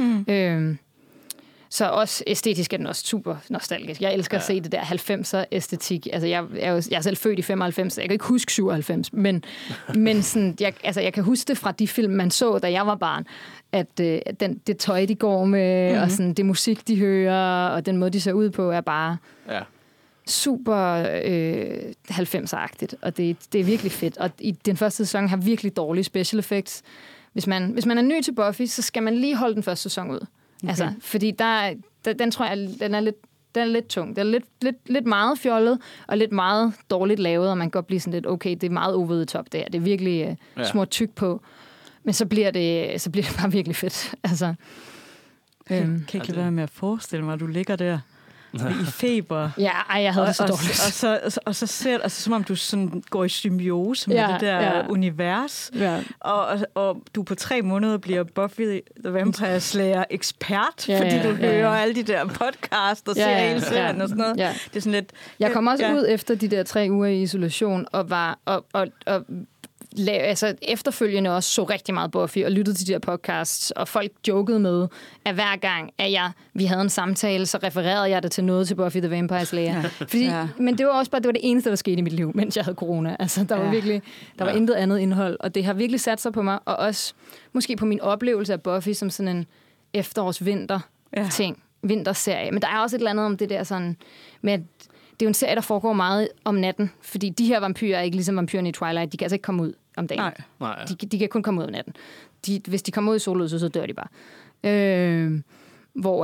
Så også æstetisk er den også super nostalgisk. Jeg elsker at se det der 90'er æstetik. Altså, jeg er selv født i 95, så jeg kan ikke huske 97, men sådan, jeg kan huske det fra de film, man så, da jeg var barn, at det tøj, de går med, og sådan, det musik, de hører, og den måde, de ser ud på, er bare super 90'er-agtigt, og det er virkelig fedt. Og i den første sæson har virkelig dårlige special effects. Hvis man er ny til Buffy, så skal man lige holde den første sæson ud. Okay. Altså, fordi den tror jeg, den er lidt tung. Den er lidt meget fjollet, og lidt meget dårligt lavet, og man kan godt blive sådan lidt, okay, det er meget over the top det her. Det er virkelig smurt tyk på. Men så bliver det bare virkelig fedt. Altså, kan ikke være med at forestille mig, at du ligger der i feber. Ja, jeg havde det så dårligt. Og så ser det, altså, som om du sådan går i symbiose med det der univers. Ja. Og du på 3 måneder bliver Buffy the Vampire Slayer ekspert, fordi du hører alle de der podcasts og ser hele serien og sådan noget. Ja. Det er sådan lidt... Jeg kom også ud efter de der 3 uger i isolation og var... Og altså efterfølgende også så rigtig meget Buffy og lyttede til de her podcasts, og folk jokede med, at hver gang, at vi havde en samtale, så refererede jeg det til noget til Buffy the Vampire Slayer. Men det var også bare det eneste, der skete i mit liv, mens jeg havde corona. Altså, der var virkelig, der var intet andet indhold, og det har virkelig sat sig på mig, og også måske på min oplevelse af Buffy som sådan en efterårs-vinter-ting, vinterserie. Men der er også et eller andet om det der sådan, med det er jo en serie, der foregår meget om natten, fordi de her vampyrer er ikke ligesom vampyrerne i Twilight. De kan altså ikke komme ud om dagen. Nej. De kan kun komme ud om natten. Hvis de kommer ud i sollyset, så dør de bare. Hvor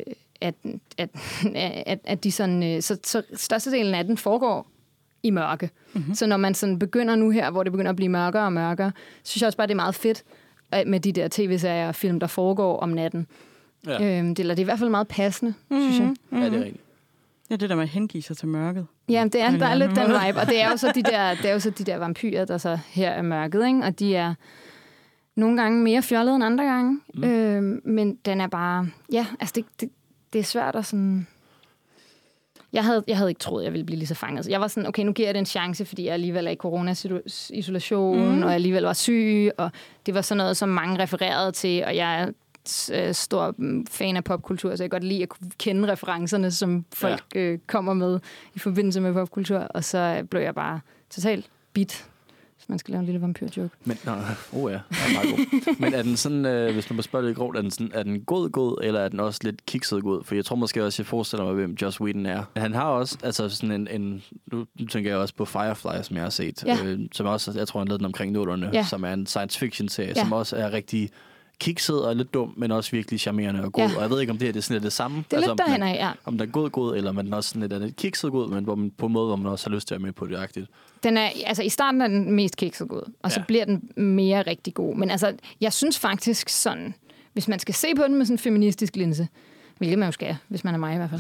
at de sådan... Så størstedelen af den foregår i mørke. Mm-hmm. Så når man sådan begynder nu her, hvor det begynder at blive mørkere og mørkere, så synes jeg også bare, det er meget fedt med de der tv-serier og film, der foregår om natten. Ja. Det er i hvert fald meget passende, synes jeg. Ja, det er rigtigt. Ja, det der med at hengive sig til mørket. Ja, der er lidt den vibe, og det er jo så de der vampyrer, der så her er mørket, ikke? Og de er nogle gange mere fjollede end andre gange, men den er bare, altså det er svært at sådan... Jeg havde ikke troet, jeg ville blive lige så fanget. Så jeg var sådan, okay, nu giver jeg det en chance, fordi jeg alligevel er i corona-isolation, og jeg alligevel var syg, og det var sådan noget, som mange refererede til, og jeg er stor fan af popkultur, så jeg kan godt lide at kunne kende referencerne, som folk kommer med i forbindelse med popkultur, og så blev jeg bare totalt bit. hvis man skal lave en lille vampyr-joke. Men, ja, den er meget god. Men er den sådan, hvis man må spørge lidt grovt, er den god, eller er den også lidt kikset god? For jeg tror måske også, jeg forestiller mig, hvem Joss Whedon er. Han har også, altså sådan en nu tænker jeg også på Firefly, som jeg har set, som også, jeg tror, han lavede den omkring 0'erne, som er en science fiction-serie, som også er rigtig kikset og lidt dum, men også virkelig charmerende og god. Og jeg ved ikke, om det er sådan lidt det samme. Det er lidt derhen af, ja. Om den er god, eller om den også sådan lidt kikset god, men på en måde, hvor man også har lyst til at være med på det agtigt. Den er, altså i starten er den mest kikset god, og så bliver den mere rigtig god. Men altså, jeg synes faktisk sådan, hvis man skal se på den med sådan en feministisk linse, hvilket man jo skal, hvis man er mig i hvert fald,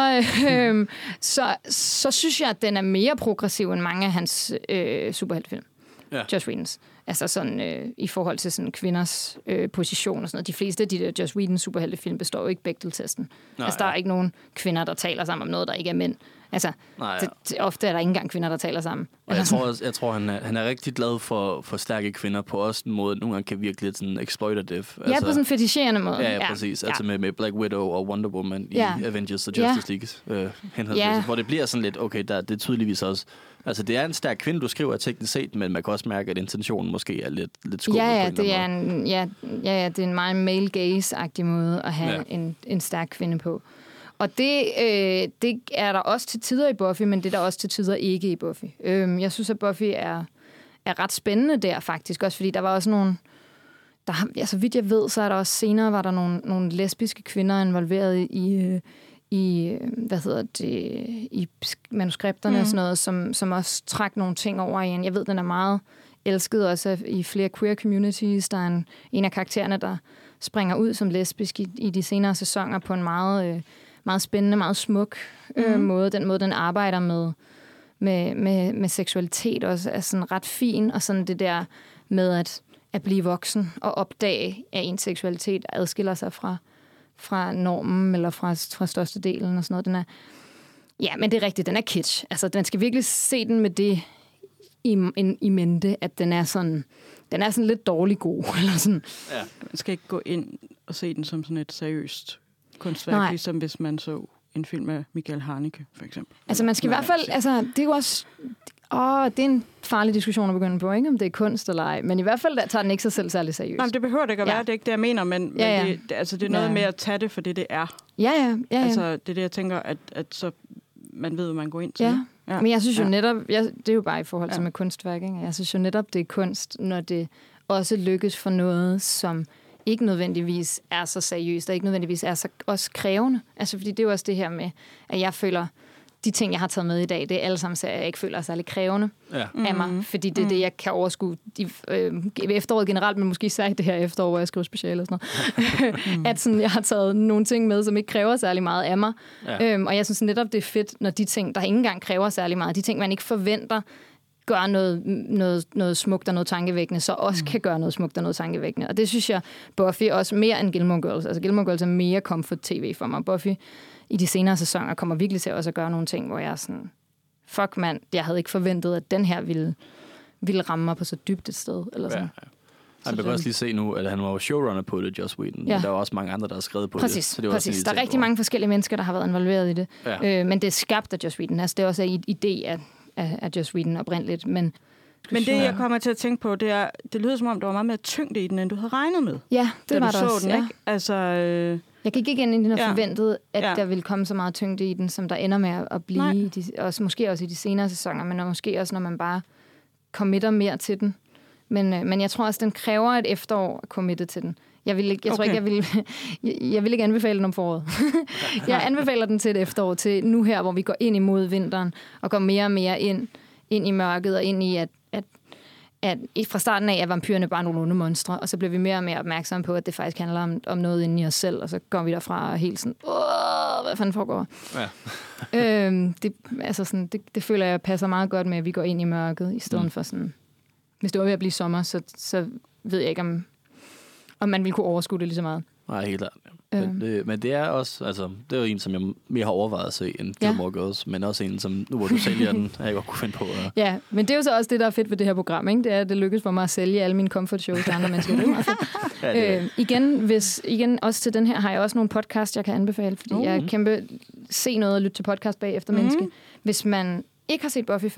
så synes jeg, at den er mere progressiv end mange af hans superheltefilm. Ja. Joss Whedons. Altså sådan i forhold til sådan kvinders position og sådan noget. De fleste af de der Joss Whedon superheltefilm består jo ikke Bechdel-testen. Altså der er ikke nogen kvinder, der taler sammen om noget, der ikke er mænd. Altså ofte er der ikke engang kvinder, der taler sammen. Og jeg tror han er rigtig glad for stærke kvinder på også en måde, nogle gange kan virke lidt sådan exploitative. Altså, på sådan en fetischerende måde. Ja, præcis. Altså med Black Widow og Wonder Woman i Avengers og Justice League. Hvor det bliver sådan lidt, okay, det er tydeligvis også. Altså, det er en stærk kvinde, du skriver teknisk set, men man kan også mærke, at intentionen måske er lidt skubbet på en det er det er en meget male gaze-agtig måde at have en stærk kvinde på. Og det er der også til tider i Buffy, men det er der også til tider ikke i Buffy. Jeg synes, at Buffy er ret spændende der faktisk, også fordi der var også nogle... så vidt jeg ved, så er der også senere var der nogle lesbiske kvinder involveret i manuskripterne og sådan noget, som også trak nogle ting over igen. Jeg ved, den er meget elsket også i flere queer communities. Der er en af karaktererne, der springer ud som lesbisk i de senere sæsoner på en meget, meget spændende, meget smuk måde. Den måde, den arbejder med seksualitet også er sådan ret fin, og sådan det der med at blive voksen og opdage, at ens seksualitet adskiller sig fra normen, eller fra størstedelen og sådan noget. Den er, ja, men det er rigtigt, den er kitsch. Altså, man skal virkelig se den med det i mente, at den er sådan lidt dårlig god. Eller sådan. Ja. Man skal ikke gå ind og se den som sådan et seriøst kunstværk, ligesom hvis man så en film med Michael Haneke, for eksempel. Altså, man skal i hvert fald... Altså, det er jo også... det er en farlig diskussion at begynde på, ikke? Om det er kunst eller ej. Men i hvert fald tager den ikke sig selv særlig seriøst. Nej, det behøver det ikke at være. Det er ikke det, jeg mener, men det er noget med at tage det for det er. Ja. Altså, det er det, jeg tænker, at så man ved, hvad man går ind til. Ja. Men jeg synes jo netop... det er jo bare i forhold til med kunstværk, ikke? Jeg synes jo netop, det er kunst, når det også lykkes for noget, som ikke nødvendigvis er så seriøst, og ikke nødvendigvis er så også krævende. Altså, fordi det er jo også det her med, at jeg føler... De ting, jeg har taget med i dag, det er alle sammen serier, jeg ikke føler er særlig krævende af mig. Fordi det er det, jeg kan overskue efteråret generelt, men måske især det her efterår, hvor jeg skriver speciale og sådan noget. At sådan, jeg har taget nogle ting med, som ikke kræver særlig meget af mig. Ja. Og jeg synes netop, det er fedt, når de ting, der ikke engang kræver særlig meget, de ting, man ikke forventer, gør noget smukt og noget tankevækkende, så også kan gøre noget smukt og noget tankevækkende. Og det synes jeg, Buffy også mere end Gilmore Girls. Altså Gilmore Girls er mere comfort-tv for mig. Buffy i de senere sæsoner kommer virkelig til også at gøre nogle ting, hvor jeg er sådan, fuck mand, jeg havde ikke forventet, at den her ville ramme mig på så dybt et sted. Eller sådan. Ja. Han kan også lige se nu, at han var jo showrunner på det, Joss Whedon, men der er også mange andre, der har skrevet på det. Så det præcis. Der er rigtig mange forskellige mennesker, der har været involveret i det. Ja. Men det er skabt af Joss Whedon. Altså, det er også en idé af Joss Whedon oprindeligt. Men det, jeg kommer til at tænke på, det er, det lyder som om, der var meget mere tyngde i den, end du havde regnet med. Ja, det var der også. Den, ikke? Altså, jeg gik ikke ind i den og forventede, at der ville komme så meget tyngde i den, som der ender med at blive, måske også i de senere sæsoner, men måske også, når man bare committer mere til den. Men jeg tror også, den kræver et efterår at committe til den. Jeg vil ikke anbefale den om foråret. Jeg anbefaler den til et efterår, til nu her, hvor vi går ind imod vinteren, og går mere og mere ind i mørket, og ind i, at fra starten af er vampyrerne bare nogle onde monstre, og så bliver vi mere og mere opmærksomme på, at det faktisk handler om noget inde i os selv, og så går vi derfra helt sådan, hvad fanden foregår? Ja. Det føler jeg passer meget godt med, at vi går ind i mørket, i stedet for sådan, hvis det var ved at blive sommer, så ved jeg ikke, om man ville kunne overskue det lige så meget. Nej, helt klart. Men det er også, altså, det er jo en, som jeg mere har overvejet at se end Gilmore Girls, men også en, som nu hvor du sælger den, har jeg godt kunne finde på. Ja, men det er jo så også det, der er fedt ved det her program, ikke? Det er, at det lykkes for mig at sælge alle mine comfort shows til andre mennesker. Det er igen, også til den her, har jeg også nogle podcast, jeg kan anbefale, fordi jeg er kæmpe se noget og lytte til podcast bagefter menneske. Hvis man ikke har set Buffy før,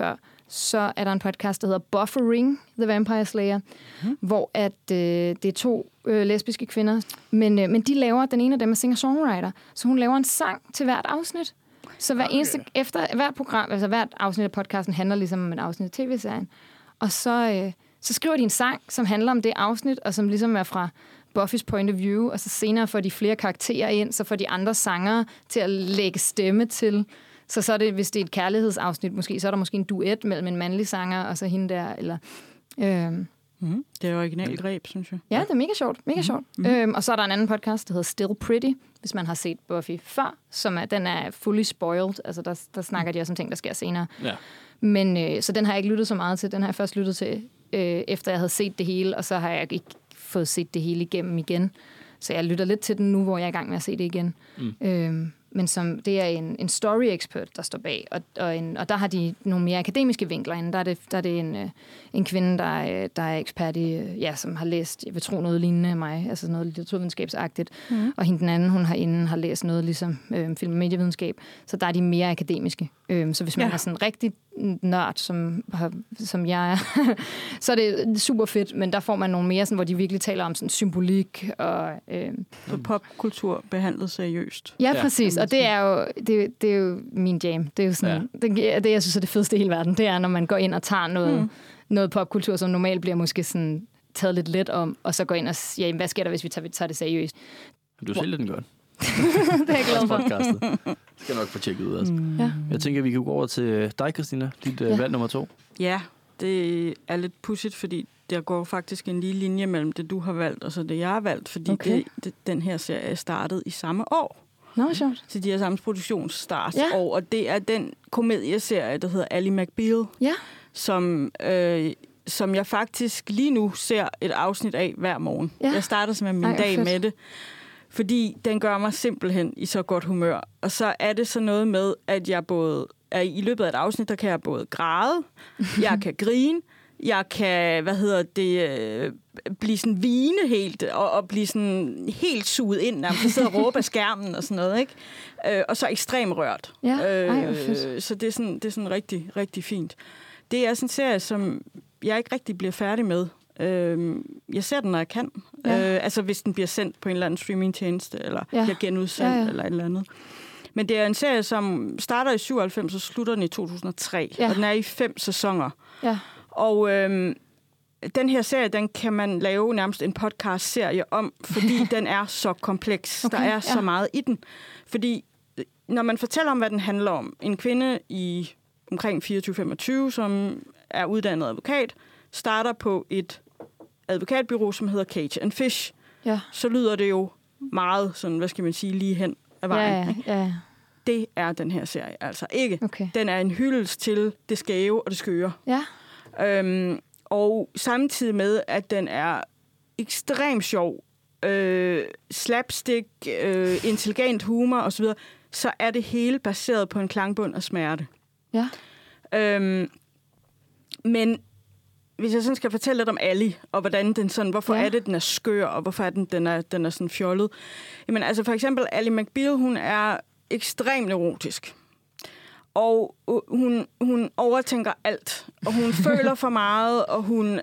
så er der en podcast, der hedder Buffering The Vampire Slayer, hvor at, det er 2 lesbiske kvinder, men de laver, den ene af dem er singer-songwriter, så hun laver en sang til hvert afsnit. Så efter hvert program, altså hvert afsnit af podcasten handler ligesom om et afsnit af tv-serien. Og så skriver de en sang, som handler om det afsnit, og som ligesom er fra Buffys point of view, og så senere får de flere karakterer ind, så får de andre sangere til at lægge stemme til. Så er det, hvis det er et kærlighedsafsnit, måske, så er der måske en duet mellem en mandlig sanger, og så hende der, eller... Det er originalt greb, synes jeg. Ja, det er mega sjovt. Mega sjovt. Og så er der en anden podcast, der hedder Still Pretty, hvis man har set Buffy før, den er fully spoiled. Altså, der snakker de også om ting, der sker senere. Ja. Men så den har jeg ikke lyttet så meget til. Den har jeg først lyttet til, efter jeg havde set det hele, og så har jeg ikke fået set det hele igennem igen. Så jeg lytter lidt til den nu, hvor jeg er i gang med at se det igen. Men det er en story expert, der står bag, og der har de nogle mere akademiske vinkler inde. Der er det en kvinde, der er ekspert i, som har læst, jeg vil tro noget lignende af mig, altså noget litteraturvidenskabsagtigt. Og hende den anden, hun har læst noget ligesom film- og medievidenskab, så der er de mere akademiske. Så hvis man er sådan rigtig nørd, som jeg er, så er det super fedt, men der får man nogle mere, sådan, hvor de virkelig taler om sådan symbolik og... Så popkultur behandlet seriøst. Ja, præcis. Og det er jo min jam. Det er jo sådan, det jeg synes er det fedeste i hele verden, det er, når man går ind og tager noget popkultur, som normalt bliver måske sådan taget lidt let om, og så går ind og siger, hvad sker der, hvis vi tager det seriøst? Du sælger den godt. Det er jeg glad for. Podcastet. Skal nok få tjekket ud, altså. Jeg tænker, vi kan gå over til dig, Christina. Dit valg nummer 2. Ja, det er lidt pudsigt, fordi der går faktisk en lige linje mellem det, du har valgt, og så det, jeg har valgt, fordi den her serie startede i samme år. Nå, sjovt. Så de har samme produktionsstartsår, og det er den komedieserie, der hedder Ally McBeal, som jeg faktisk lige nu ser et afsnit af hver morgen. Ja. Jeg starter simpelthen min dag med det, fordi den gør mig simpelthen i så godt humør. Og så er det så noget med, at jeg både i løbet af et afsnit, der kan jeg både græde, jeg kan grine, jeg kan, blive sådan vine helt, og blive sådan helt suget ind, når man sidder og råber af skærmen og sådan noget, ikke? Og så ekstremt rørt. Ja. Så det er sådan rigtig, rigtig fint. Det er sådan en serie, som jeg ikke rigtig bliver færdig med. Jeg ser den, når jeg kan. Ja. Altså hvis den bliver sendt på en eller anden streamingtjeneste, eller bliver genudsendt, eller et eller andet. Men det er en serie, som starter i 97 og slutter den i 2003. Og den er i 5 sæsoner. Ja. Og den her serie, den kan man lave nærmest en podcast-serie om, fordi den er så kompleks. Okay, der er så meget i den. Fordi når man fortæller om, hvad den handler om, en kvinde i omkring 24-25, som er uddannet advokat, starter på et advokatbureau, som hedder Cage and Fish, så lyder det jo meget sådan, hvad skal man sige, lige hen af vejen. Ja. Det er den her serie altså ikke. Okay. Den er en hyldest til det skæve og det skøre. Ja. Og samtidig med, at den er ekstremt sjov, slapstick, intelligent humor osv., så er det hele baseret på en klangbund af smerte. Ja. Men hvis jeg sådan skal fortælle lidt om Ally, og hvordan den sådan, hvorfor er det, den er skør, og hvorfor er den er sådan fjollet. Jamen altså for eksempel Ally McBeal, hun er ekstremt neurotisk. Og hun overtænker alt. Og hun føler for meget, og hun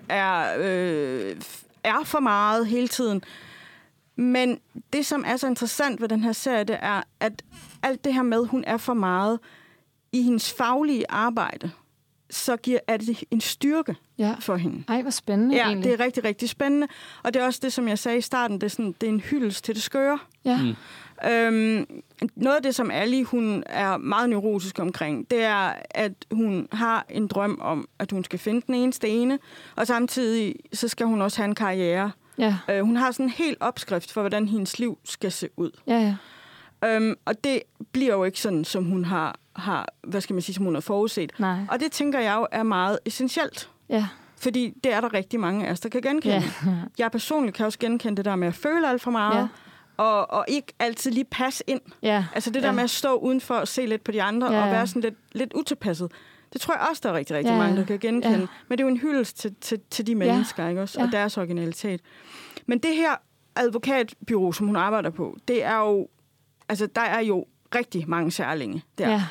er for meget hele tiden. Men det, som er så interessant ved den her serie, det er, at alt det her med, hun er for meget i hendes faglige arbejde, så er det en styrke for hende. Ej, hvor spændende egentlig. Det er rigtig, rigtig spændende. Og det er også det, som jeg sagde i starten, det er en hyldest til det skøre. Ja. Noget af det, som Ally, hun er meget neurotisk omkring, det er, at hun har en drøm om, at hun skal finde den ene, og samtidig så skal hun også have en karriere. Ja. Hun har sådan en helt opskrift for, hvordan hendes liv skal se ud. Ja. Og det bliver jo ikke sådan, som hun har hvad skal man sige, som hun har forudset. Nej. Og det tænker jeg jo er meget essentielt. Ja. Fordi det er der rigtig mange af os, der kan genkende. Ja. Jeg personligt kan også genkende det der med at føle alt for meget, og ikke altid lige passe ind. Ja. Altså det der med at stå udenfor og se lidt på de andre, og være sådan lidt utilpasset. Det tror jeg også, der er rigtig, rigtig mange, der kan genkende. Ja. Men det er jo en hyldest til de mennesker, ikke også? Og deres originalitet. Men det her advokatbureau, som hun arbejder på, det er jo, altså der er jo rigtig mange særlinge der. Ja.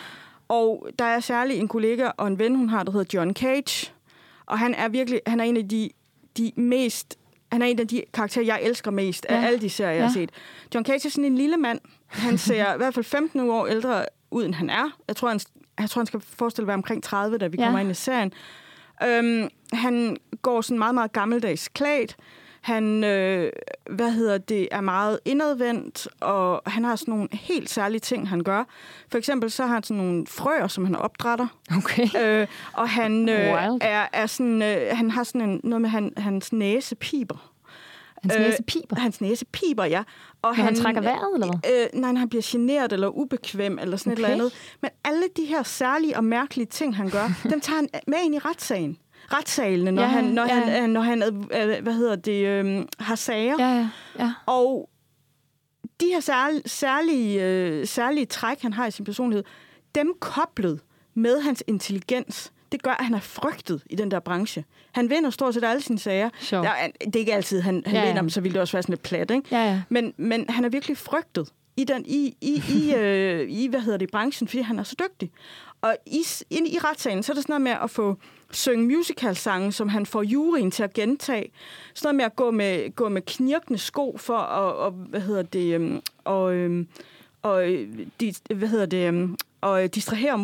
Og der er særlig en kollega og en ven, hun har, der hedder John Cage. Og han er en af de mest... Han er en af de karakterer, jeg elsker mest af alle de serier, jeg har set. John Cage er sådan en lille mand. Han ser i hvert fald 15 år ældre ud, end han er. Jeg tror, han skal forestille at være omkring 30, da vi kommer ind i serien. Han går sådan meget, meget gammeldags klædt. Han er meget indadvendt, og han har sådan nogle helt særlige ting, han gør. For eksempel så har han sådan nogle frøer, som han opdrætter. Okay. Og han er sådan, han har sådan noget med hans næse piber. Hans næse piber? Hans næse piber, ja. Og han trækker vejret, eller hvad? Nej, han bliver generet eller ubekvem, eller sådan et eller andet. Men alle de her særlige og mærkelige ting, han gør, dem tager han med ind i retssalene, når han har sager. Ja. Og de her særlige træk, han har i sin personlighed, dem koblet med hans intelligens, det gør, at han er frygtet i den der branche. Han vinder stort set alle sine sager. Det er ikke altid, han vinder dem, så ville det også være sådan lidt plat, ikke? Ja. Men han er virkelig frygtet i branchen, fordi han er så dygtig. Og i retssagen, så er det sådan noget med at få synge musicalsange, som han får juryen til at gentage. Sådan noget med at gå med knirkende sko for at distrahere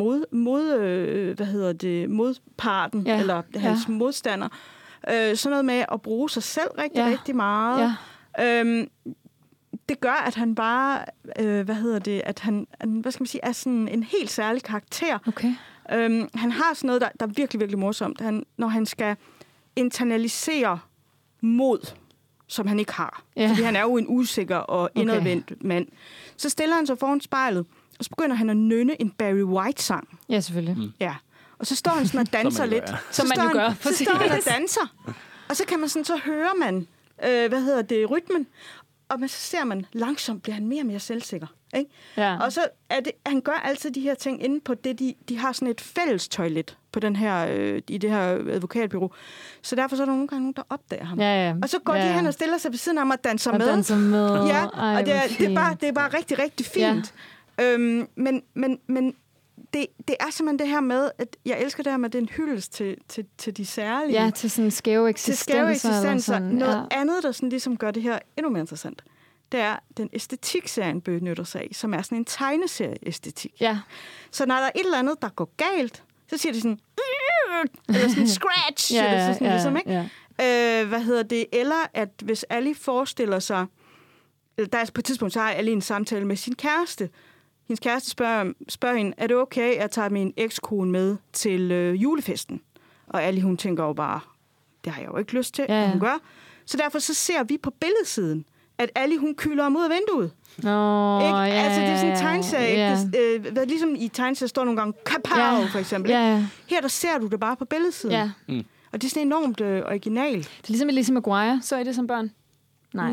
modparten eller hans modstander. Sådan noget med at bruge sig selv rigtig meget. Ja. Det gør, at han bare, at han er sådan en helt særlig karakter. Okay. Han har sådan noget, der er virkelig, virkelig morsomt. Når han skal internalisere mod, som han ikke har. Ja. Fordi han er jo en usikker og indadvendt mand. Så stiller han sig foran spejlet, og så begynder han at nynne en Barry White-sang. Ja, selvfølgelig. Ja. Og så står han sådan og danser lidt. Som man jo gør. Så står han og danser. Og så kan man sådan, så hører man, rytmen. Og så ser man, langsomt bliver han mere og mere selvsikker. Ikke? Ja. Og så han gør altid de her ting inde på det, de har sådan et fælles toilet på den her, i det her advokatbureau. Så derfor så er der nogle gange nogen, der opdager ham. Ja. Og så går de hen og stiller sig ved siden af ham og danser med. Ja, og det er bare rigtig, rigtig fint. Ja. Men det er simpelthen det her med, at jeg elsker det her med, at det er en hyldest til de særlige. Ja, til sådan skæve eksistenser. Noget andet, der sådan ligesom gør det her endnu mere interessant, det er den æstetik-serien benytter sig af, som er sådan en tegneserie-æstetik. Ja. Så når der er et eller andet, der går galt, så siger de sådan, eller sådan scratch, ligesom, ikke? Ja. Eller at hvis Ali forestiller sig, der er på et tidspunkt, så har Ali en samtale med sin kæreste. Hendes kæreste spørger hende, er det okay, at jeg tager min ekskone med til julefesten? Og Ali, hun tænker jo bare, det har jeg jo ikke lyst til, at hun gør. Så derfor så ser vi på billedsiden, at Ali, hun kylder ham ud af vinduet. Altså, det er sådan en tegneserie. Ligesom i tegneserie står nogle gange, kapow, for eksempel. Her, der ser du det bare på billedsiden. Og det er sådan enormt originalt. Det er ligesom Lizzie McGuire, så er det som børn? Nej.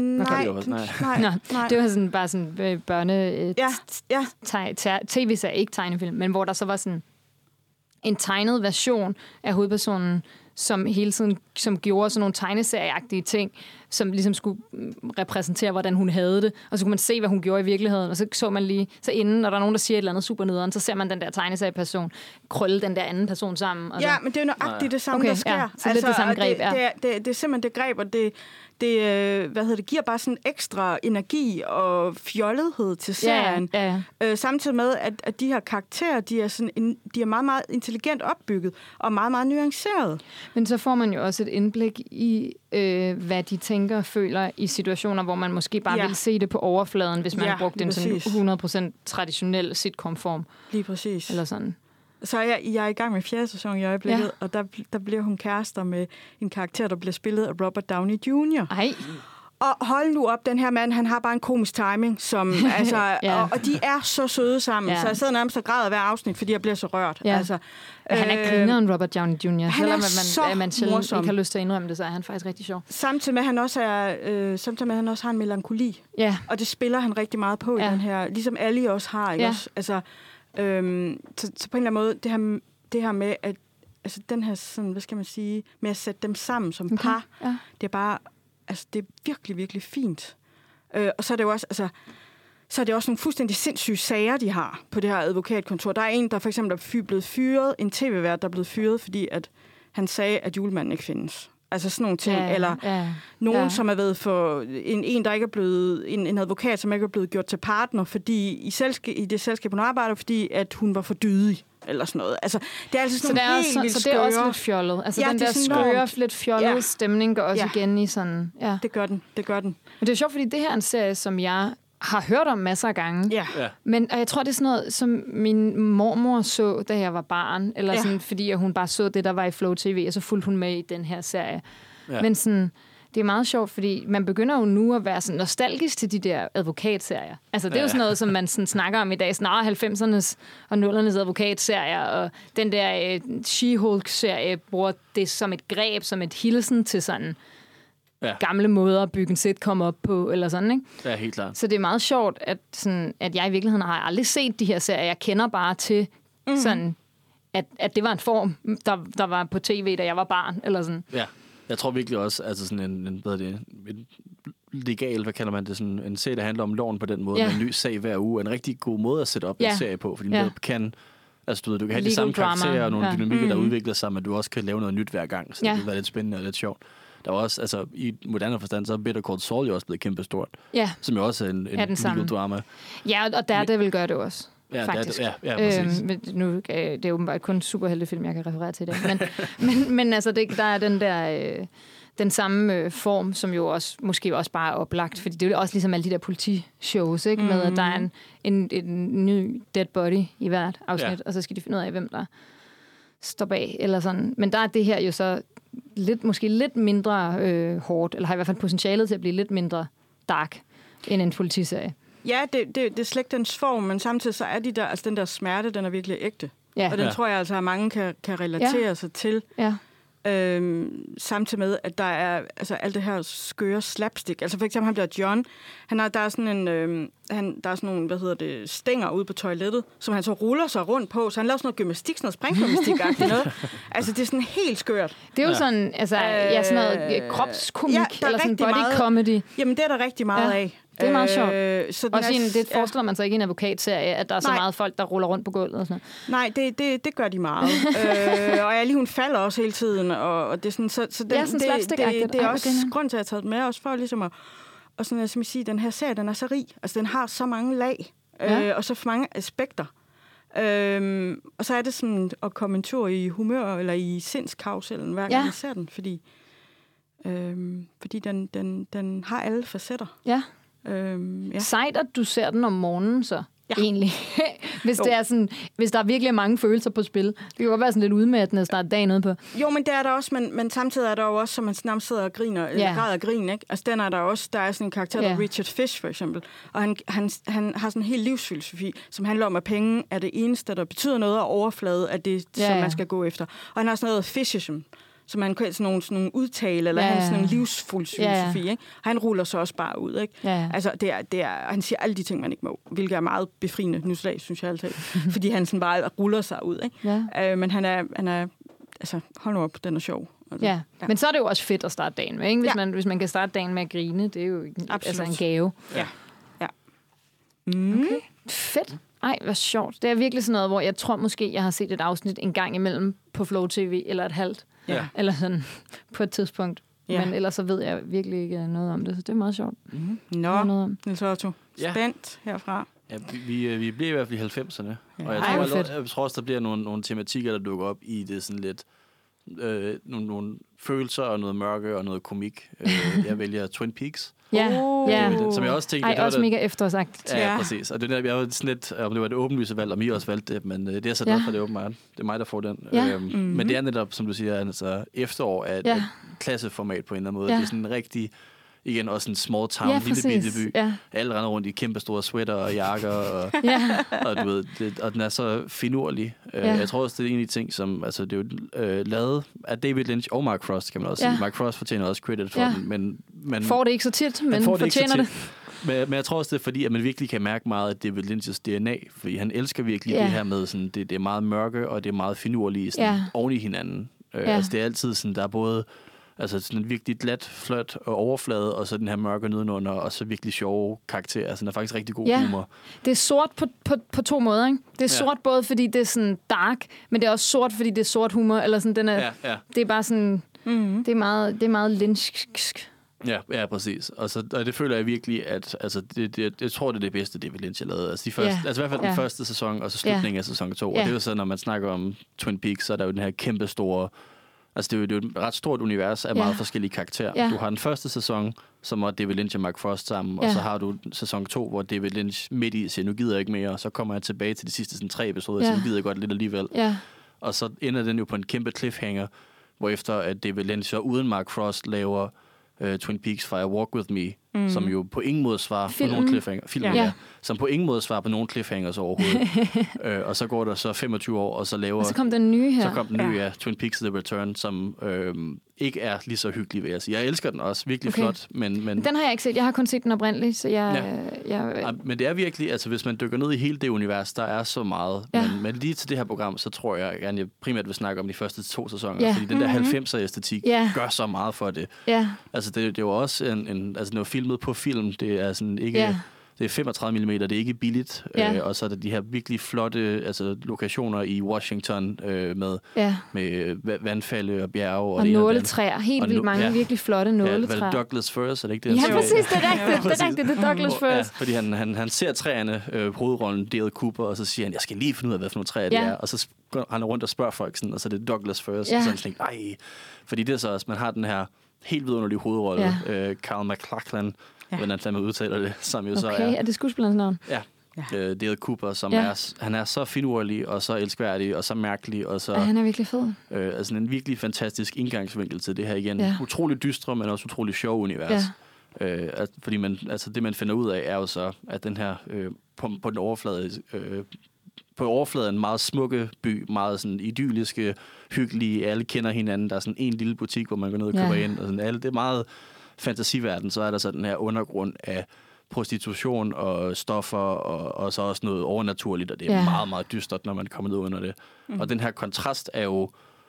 Det var sådan bare sådan børne tv-serie, ikke tegnefilm, men hvor der så var sådan en tegnet version af hovedpersonen, som hele tiden gjorde sådan nogle tegneserieagtige ting, som ligesom skulle repræsentere, hvordan hun havde det. Og så kunne man se, hvad hun gjorde i virkeligheden. Og så man lige, så inden, når der er nogen, der siger et eller andet super nederen, så ser man den der tegneserieperson krølle den der anden person sammen. Og så. Ja, men det er jo nøjagtigt det samme, der sker. Ja, så lidt det samme greb, det er simpelthen det greb, og det giver bare sådan ekstra energi og fjollethed til serien. Samtidig med, at de her karakterer, de er meget, meget intelligent opbygget og meget, meget nuancerede. Men så får man jo også et indblik i, hvad de tænker og føler i situationer, hvor man måske bare vil se det på overfladen, hvis man brugte en sådan 100% traditionel sitcom-form. Lige præcis. Eller sådan. Så jeg er i gang med 4. sæson i øjeblikket, og der bliver hun kærester med en karakter, der bliver spillet af Robert Downey Jr. Ej. Og hold nu op, den her mand, han har bare en komisk timing, som, og de er så søde sammen, så jeg sidder nærmest og græder hver afsnit, fordi jeg bliver så rørt. Ja. Altså, han er grineren, Robert Downey Jr. Han selvom man sjældent ikke har lyst til at indrømme det, så er han faktisk rigtig sjov. Samtidig med, at han også har en melankoli. Ja. Og det spiller han rigtig meget på i den her, ligesom Ali også har, ikke også? Altså, så på en eller anden måde, det her med, at altså den her sådan, hvad skal man sige, med at sætte dem sammen som par, det er bare, altså det er virkelig, virkelig fint. Og så er det jo også, altså, så er det også nogle fuldstændig sindssyge sager, de har på det her advokatkontor. Der er en, der for eksempel er blevet fyret, en tv-vært, der er blevet fyret, fordi at han sagde, at julemanden ikke findes. Altså sådan nogle ting. Eller nogen, som er ved for en, der ikke er blevet, en advokat, som ikke er blevet gjort til partner, fordi i det selskab, hun arbejder, fordi at hun var for dydig. Eller sådan noget. Altså, det er altså sådan nogle helt vildt skøre. Så det er også lidt fjollet. Altså den der skøre, lidt fjollede stemning går også igen i sådan... Ja. Det gør den. Men det er sjovt, fordi det her er en serie, som jeg har hørt om masser af gange. Ja. Og jeg tror, det er sådan noget, som min mormor så, da jeg var barn. Eller sådan, fordi hun bare så det, der var i Flow TV, og så fulgte hun med i den her serie. Ja. Men sådan... Det er meget sjovt, fordi man begynder jo nu at være sådan nostalgisk til de der advokatserier. Altså, det er jo sådan noget, som man sådan snakker om i dag. Sådan 90'ernes og 0'ernes advokatserier, og den der She-Hulk-serie bruger det som et greb, som et hilsen til sådan gamle måder at bygge en sitcom op på, eller sådan, ikke? Ja, helt klart. Så det er meget sjovt, at jeg i virkeligheden har aldrig set de her serier. Jeg kender bare til sådan, at det var en form, der var på tv, da jeg var barn, eller sådan. Ja. Jeg tror virkelig også, altså sådan en legal, hvad kalder man det, sådan en serie, der handler om loven på den måde, med en ny sag hver uge, en rigtig god måde at sætte op en serie på, fordi man kan, altså du kan have de samme karakterer og nogle dynamikker, der udvikler sig, men du også kan lave noget nyt hver gang, så det vil være lidt spændende og lidt sjovt. Der var også, altså i moderne forstand, så er Better Call Saul jo også blevet kæmpestort, som jo også er en legal drama. Ja, og Daredevil gør det også. Ja, faktisk. Ja, præcis. Nu, det er åbenbart kun superheltefilm, jeg kan referere til det. Men altså, der er den der... den samme form, som jo også måske også bare er oplagt, fordi det er jo også ligesom alle de der politishows, ikke? Med at der er en ny dead body i hvert afsnit, og så skal de finde ud af, hvem der står bag, eller sådan. Men der er det her jo så måske lidt mindre hårdt, eller har i hvert fald potentialet til at blive lidt mindre dark, end en politiserie. Ja, det er slet ikke dens form, men samtidig så er altså den der smerte, den er virkelig ægte. Ja. Og den tror jeg altså, at mange kan relatere sig til. Ja. Samtidig med, at der er altså alt det her skøre slapstick. Altså for eksempel ham der John, der er sådan nogle, stænger ude på toilettet, som han så ruller sig rundt på, så han laver sådan noget gymnastik, sådan noget springgymnastik-agtigt noget. Altså det er sådan helt skørt. Det er jo sådan, altså, sådan noget kropskomik, eller sådan body comedy. Jamen det er der rigtig meget af. Det er meget sjovt. Også det forestiller man sig ikke i en advokatserie, at der er så meget folk, der ruller rundt på gulvet og sådan noget. Nej, det gør de meget. Og Ali, hun falder også hele tiden, og det er sådan, så det er også grund til, at jeg har taget med, også for ligesom at sådan, som jeg siger, den her serie, den er så rig. Altså, den har så mange lag, og så mange aspekter. Og så er det sådan at komme en tur i humør, eller i sindskausellen, hver gang jeg ser den, fordi den har alle facetter. Ja. Sejt, at du ser den om morgenen, så egentlig. Hvis der er virkelig mange følelser på spil. Det kan godt være sådan lidt udmattende at starte dagen ude på. Jo, men det er der også, men samtidig er der jo også, som man nærmest sidder og griner, eller græder og griner, ikke? Altså den er der også, der er sådan en karakter, der Richard Fish for eksempel, og han har sådan en helt livsfilosofi, som handler om, at penge er det eneste, der betyder noget, og overflade er det, som man skal gå efter. Og han har sådan noget fishism, som han kan sådan nogle udtale, eller han sådan en livsfilosofi, ikke? Og han ruller så også bare ud, ikke? Altså, det er, han siger alle de ting, man ikke må, hvilket er meget befriende nu slag, synes jeg altid. Fordi han sådan bare ruller sig ud, ikke? Men han er, altså, hold nu op, den er sjov. Altså, men så er det jo også fedt at starte dagen med, ikke? Hvis man kan starte dagen med at grine, det er jo altså en gave. Ja. Okay. Fedt. Ej, hvor sjovt. Det er virkelig sådan noget, hvor jeg tror måske, jeg har set et afsnit en gang imellem på Flow TV, eller et halvt. Ja. Eller sådan på et tidspunkt. Ja. Men ellers så ved jeg virkelig ikke noget om det, så det er meget sjovt. Nå, Niels Otto. Spændt herfra. Ja, vi bliver i hvert fald i 90'erne. Og jeg tror også, der bliver nogle tematikker, der dukker op i det sådan lidt nogle følelser og noget mørke og noget komik. Jeg vælger Twin Peaks. Som jeg også tænkte... også mega efterårsagt. Ja, præcis. Og det der, jeg var sådan lidt, om det var et åbenlyse valg, og I også valgte det, men det er så derfor, det er åbenbart. Det er mig, der får den. Men det er netop, som du siger, altså efterår er et klasseformat på en eller anden måde. Det er sådan en rigtig... Igen også en small town, lille bitte by. Ja. Alle render rundt i kæmpe store sweater og jakker, og du ved, og den er så finurlig. Jeg tror også, det er en af de ting, som, altså det er jo lavet af David Lynch og Mark Frost, kan man også sige. Mark Frost fortjener også credit for den, men får det ikke så tit, men fortjener det. Men jeg tror også, det er fordi, at man virkelig kan mærke meget af David Lynch's DNA, fordi han elsker virkelig det her med, sådan, det er meget mørke, og det er meget finurlige sådan, oven i hinanden. Altså det er altid sådan, der er både... Altså sådan en virkelig glat, flot og overflade, og så den her mørke nedenunder, og så virkelig sjove karakterer. Altså den er faktisk rigtig god humor. Det er sort på to måder, ikke? Det er sort både, fordi det er sådan dark, men det er også sort, fordi det er sort humor, eller sådan, den er, det er bare sådan, det er meget lynchsk. Ja, præcis. Og det føler jeg virkelig, at altså, jeg tror, det er det bedste, David Lynch har lavet. Altså, altså i hvert fald den første sæson, og så slutningen af sæson 2. Og det er jo så, når man snakker om Twin Peaks, så er der jo den her kæmpe store... Altså, det er jo et ret stort univers af meget forskellige karakterer. Ja. Du har den første sæson, som var David Lynch og Mark Frost sammen, og så har du sæson 2, hvor David Lynch midt i siger, nu gider jeg ikke mere, og så kommer jeg tilbage til de sidste sådan, 3 episoder, så nu gider jeg godt lidt alligevel. Ja. Og så ender den jo på en kæmpe cliffhanger, hvorefter at David Lynch så uden Mark Frost laver Twin Peaks Fire Walk With Me, som jo på ingen måde svarer på nogen cliffhanger. Som på ingen måde svarer på nogen cliffhangers overhovedet. Og så går der så 25 år, og så laver... Og så kom den nye her. Så kom den nye, Twin Peaks The Return, som ikke er lige så hyggelig, vil jeg sige. Jeg elsker den også, virkelig flot, men... Den har jeg ikke set. Jeg har kun set den oprindeligt, så Men det er virkelig, altså hvis man dykker ned i hele det univers, der er så meget. Men lige til det her program, så tror jeg gerne, jeg primært vil snakke om de første 2 sæsoner, fordi den der 90'er-æstetik gør så meget for det. Altså det er jo også altså det var filmet på film, det er sådan ikke... Det er 35 mm, det er ikke billigt. Og så er der de her virkelig flotte lokationer i Washington med vandfalde og bjerge. Og nåletræer. Helt vildt mange virkelig flotte nåletræer. Var det Douglas Firs? Er det ikke det? Ja, præcis. Det er rigtigt. Det er rigtigt. Det er Douglas Firs. Fordi han ser træerne, hovedrollen Dale Cooper, og så siger han, jeg skal lige finde ud af, hvad for nogle træer det er. Og så går han rundt og spørger folk sådan, og så er det Douglas Firs. Og så han tænker, nej. Fordi det er så også, man har den her helt vidunderlige hovedrolle, Carl MacLachlan, hvordan man udtaler det, som jo så er det skuespillerens navn? Ja. Dale Cooper, som han er så finurlig, og så elskværdig, og så mærkelig, og så... han er virkelig fed. Altså en virkelig fantastisk indgangsvinkel til det her igen. Utrolig dystre, men også utrolig sjov univers. Fordi det, man finder ud af, er jo så, at den her på den overflade... på overfladen meget smukke by, meget sådan idylliske, hyggelige, alle kender hinanden. Der er sådan en lille butik, hvor man går ned og køber ind, og sådan alle. Det er meget fantasiverden. Så er der så den her undergrund af prostitution og stoffer, og så også noget overnaturligt, og det er meget, meget dystert, når man kommer ned under det. Og den her kontrast er jo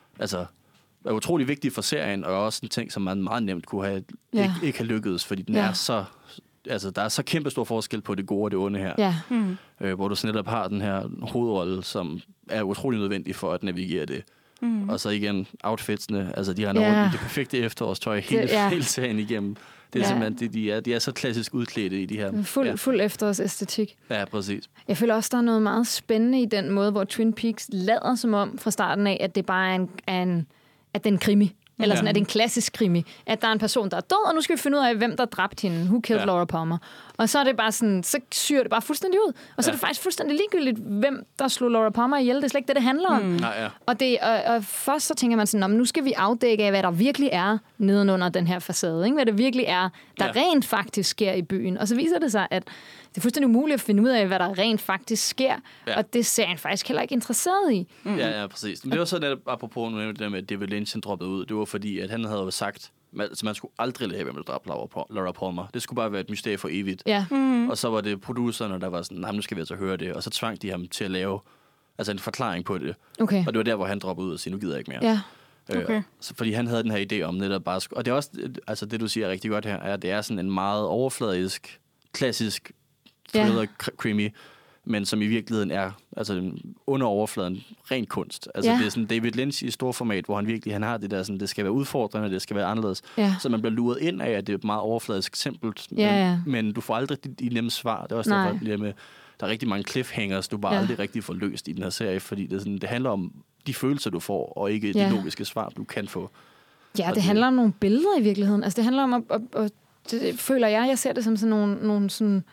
er utrolig vigtig for serien, og også en ting, som man meget nemt kunne have ikke have lykkedes, fordi den er så... Altså, der er så kæmpe stor forskel på det gode og det onde her. Hvor du så netop har den her hovedrolle, som er utrolig nødvendig for at navigere det. Og så igen, outfitsene, altså de har rundt i det perfekte efterårstøj hele serien igennem. Det er simpelthen, de er så klassisk udklædte i de her... Fuld efterårsæstetik. Ja, præcis. Jeg føler også, der er noget meget spændende i den måde, hvor Twin Peaks lader som om fra starten af, at det bare er at det er en krimi. Eller sådan, at det er en klassisk krimi. At der er en person, der er død, og nu skal vi finde ud af, hvem der dræbte hende. Who killed Laura Palmer? Og så er det bare sådan, så syrer det bare fuldstændig ud. Og så er det faktisk fuldstændig ligegyldigt, hvem der slog Laura Palmer ihjel. Det er slet ikke det handler om. Og først så tænker man sådan, nu skal vi afdække, hvad der virkelig er nedenunder den her facade. Ikke? Hvad det virkelig er, der rent faktisk sker i byen. Og så viser det sig, at det er fuldstændig umuligt at finde ud af, hvad der rent faktisk sker. Og det ser han faktisk heller ikke interesseret i. Ja, præcis. Men det var så netop, apropos det der med, at David Lynch droppede ud. Det var fordi, at han havde jo sagt, at man skulle aldrig lade være med at dræbe Laura Palmer. Det skulle bare være et mysterie for evigt. Og så var det producerne, der var sådan, nej, nu skal vi altså høre det. Og så tvang de ham til at lave en forklaring på det. Og det var der, hvor han droppede ud og sagde, nu gider jeg ikke mere. Fordi han havde den her idé om netop bare... Og det er også, altså det du siger rigtig godt her, er, at det er sådan en meget overfladisk, klassisk thriller-krimi, men som i virkeligheden er under overfladen ren kunst. Altså det er sådan David Lynch i stor format, hvor han har det der sådan, det skal være udfordrende, det skal være anderledes. Så man bliver luret ind af, at det er meget overfladisk simpelt, men du får aldrig de nemme svar. Det er også derfor, med, der er rigtig mange cliffhangers, du bare aldrig rigtig får løst i den her serie, fordi det handler om de følelser, du får, og ikke de logiske svar, du kan få. Ja, det handler om nogle billeder i virkeligheden. Altså det handler om at det føler jeg ser det som sådan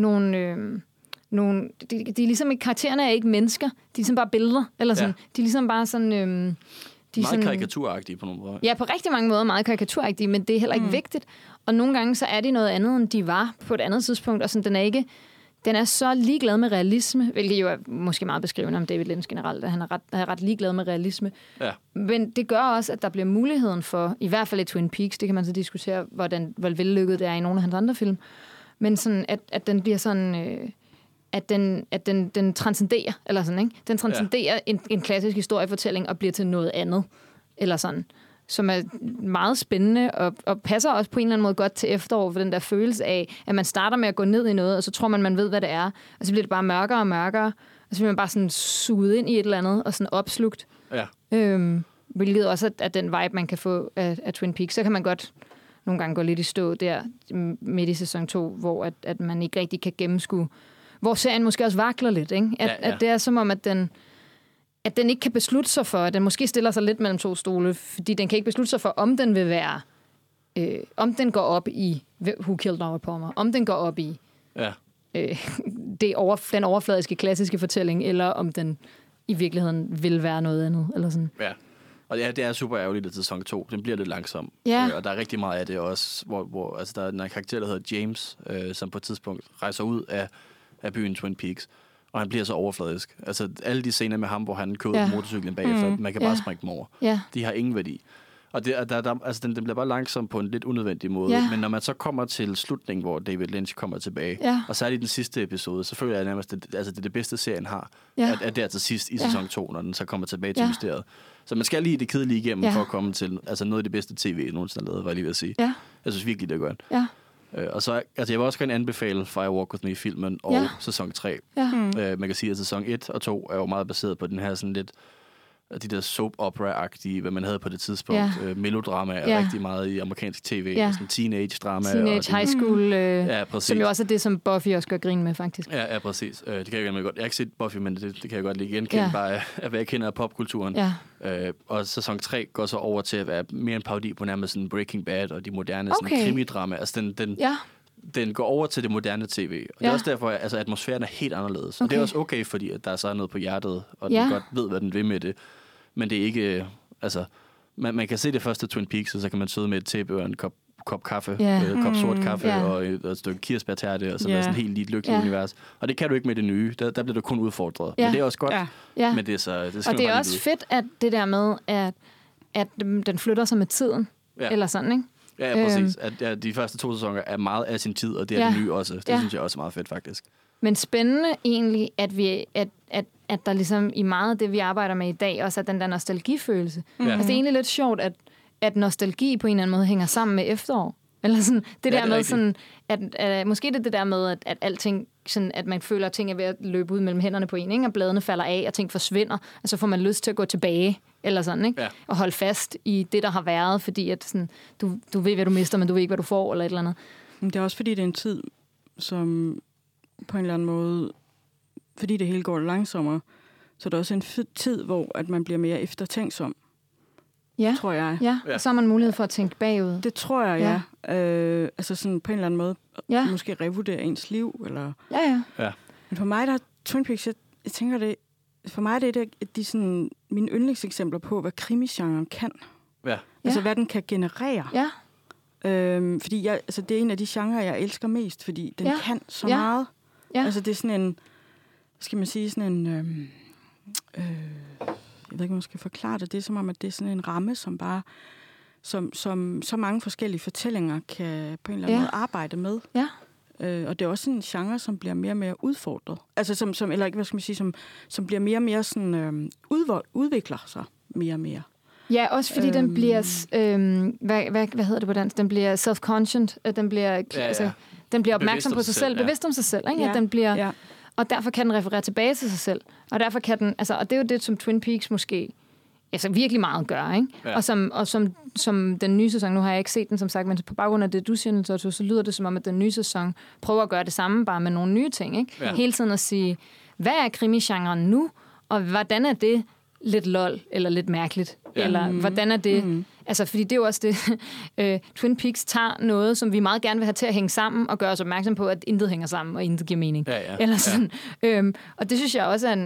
nogle de er ligesom ikke, karaktererne er ikke mennesker, de er ligesom bare billeder, eller sådan. De er ligesom bare sådan... meget karikaturagtige på nogle måder. Ja, på rigtig mange måder meget karikaturagtige, men det er heller ikke vigtigt. Og nogle gange så er de noget andet, end de var på et andet tidspunkt, og sådan, den er så ligeglad med realisme, hvilket jo er måske meget beskrivende om David Lynch generelt, at han er ret ligeglad med realisme. Men det gør også, at der bliver muligheden for, i hvert fald i Twin Peaks, det kan man så diskutere, hvor vellykket det er i nogle af hans andre film, men sådan, at den bliver sådan... at den transcenderer, eller sådan, ikke? Den transcenderer en klassisk historiefortælling og bliver til noget andet, eller sådan. som er meget spændende, og passer også på en eller anden måde godt til efterår, for den der følelse af, at man starter med at gå ned i noget, og så tror man ved, hvad det er, og så bliver det bare mørkere og mørkere, og så bliver man bare sådan suget ind i et eller andet, og sådan opslugt. Ja. Hvilket også er den vibe, man kan få af Twin Peaks. Så kan man godt nogle gange gå lidt i stå der midt i sæson 2, hvor at man ikke rigtig kan gennemskue, hvor serien måske også vakler lidt, ikke? At det er som om, at den ikke kan beslutte sig for, at den måske stiller sig lidt mellem to stole, fordi den kan ikke beslutte sig for, om den vil være, om den går op i Who Killed Laura Palmer, om den går op i den overfladiske, klassiske fortælling, eller om den i virkeligheden vil være noget andet, eller sådan. Ja. Og ja, det er super ærgerligt, at sæson 2, den bliver lidt langsom. Ja. Og der er rigtig meget af det også, hvor altså, der er en karakter, der hedder James, som på et tidspunkt rejser ud af byen Twin Peaks, og han bliver så overfladisk. Altså alle de scener med ham, hvor han kører på motorcyklen bagefter, man kan bare springe dem over. Ja. De har ingen værdi. Og altså, den bliver bare langsom på en lidt unødvendig måde. Men når man så kommer til slutningen, hvor David Lynch kommer tilbage, og så er det den sidste episode, så føler jeg nærmest, at det er det bedste serien har, at det er til sidst i sæson 2, når den så kommer tilbage til mysteriet. Så man skal lige det kedelige igennem for at komme til noget af det bedste tv, nogensinde har lavet, var jeg lige ved at sige. Ja. Jeg synes virkelig, det er godt. Ja. Og så, altså jeg vil også gerne anbefale Fire Walk With Me-filmen og sæson 3. Ja. Man kan sige, at sæson 1 og 2 er jo meget baseret på den her sådan lidt de der soap opera-agtige, hvad man havde på det tidspunkt. Melodrama er rigtig meget i amerikansk tv. Sådan teenage-drama. Teenage, high school, som jo også er det, som Buffy også gør grin med, faktisk. Ja, præcis. Det kan jeg godt. Jeg har ikke set Buffy, men det kan jeg godt lige genkende bare af, hvad jeg kender af popkulturen. Ja. Og sæson 3 går så over til at være mere en parodi på nærmest sådan Breaking Bad og de moderne sådan krimidrama. Altså den går over til det moderne tv. Og det er også derfor, at atmosfæren er helt anderledes. Og det er også okay, fordi at der er så noget på hjertet, og den godt ved, hvad den vil med det. Men det er ikke, altså, man kan se det første Twin Peaks, og så kan man sidde med et tæppe og en kop kaffe, kop sort kaffe og et stykke kirsebærterte, og så være sådan helt lidt lykkelig univers. Og det kan du ikke med det nye. Der bliver du kun udfordret. Men det er også godt. Men det er så, det skal og det er også fedt, at det der med, at den flytter sig med tiden. Eller sådan, ikke? Ja, præcis. At de første 2 sæsoner er meget af sin tid, og det er det nye også. Det synes jeg også er meget fedt, faktisk. Men spændende egentlig, at der ligesom i meget af det, vi arbejder med i dag, også er den der nostalgifølelse. Altså, det er egentlig lidt sjovt, at nostalgi på en eller anden måde hænger sammen med efterår. Eller sådan, det der med sådan, at måske det der med, at alting, sådan, at man føler, at ting er ved at løbe ud mellem hænderne på en, ikke? Og bladene falder af, og ting forsvinder, og så får man lyst til at gå tilbage, eller sådan, ikke? Og holde fast i det, der har været, fordi at sådan, du ved, hvad du mister, men du ved ikke, hvad du får, eller et eller andet. Det er også fordi, det er en tid, som på en eller anden måde, fordi det hele går langsommere, så er det også en tid, hvor at man bliver mere eftertænksom. Ja, tror jeg. Ja, og så har man mulighed for at tænke bagud. Det tror jeg, altså sådan på en eller anden måde, måske revurdere ens liv, eller... Ja. Men for mig, der er Twin Peaks, jeg tænker det, for mig det er de sådan, mine yndlingseksempler på, hvad krimisgenren kan. Ja. Altså, hvad den kan generere. Ja. Fordi det er en af de genrer, jeg elsker mest, fordi den kan så meget. Ja. Altså, det er sådan en, skal man sige, sådan en... jeg ved ikke, om man skal forklare det. Det er som om, at det er sådan en ramme, som bare... Som så mange forskellige fortællinger kan på en eller anden måde arbejde med. Ja. Og det er også en genre, som bliver mere og mere udfordret. Altså, eller ikke, hvad skal man sige, som bliver mere og mere sådan... udvikler sig mere og mere. Ja, også fordi den bliver... hvad hedder det på dansk? Den bliver self-conscious. Den bliver, den bliver opmærksom på sig selv. Bevidst om sig selv. Ikke? At den bliver... Og derfor kan den referere tilbage til sig selv. Og derfor kan den... Altså, og det er jo det, som Twin Peaks måske virkelig meget gør, ikke? Ja. Og som den nye sæson, nu har jeg ikke set den, som sagt, men på baggrund af det, du siger, så lyder det som om, at den nye sæson prøver at gøre det samme, bare med nogle nye ting, ikke? Ja. Hele tiden at sige, hvad er krimigenren nu, og hvordan er det lidt lol, eller lidt mærkeligt? Ja. Eller hvordan er det... Altså, fordi det er jo også det... Twin Peaks tager noget, som vi meget gerne vil have til at hænge sammen, og gøre os opmærksom på, at intet hænger sammen, og intet giver mening. Ja. Eller sådan. Ja. Og det synes jeg også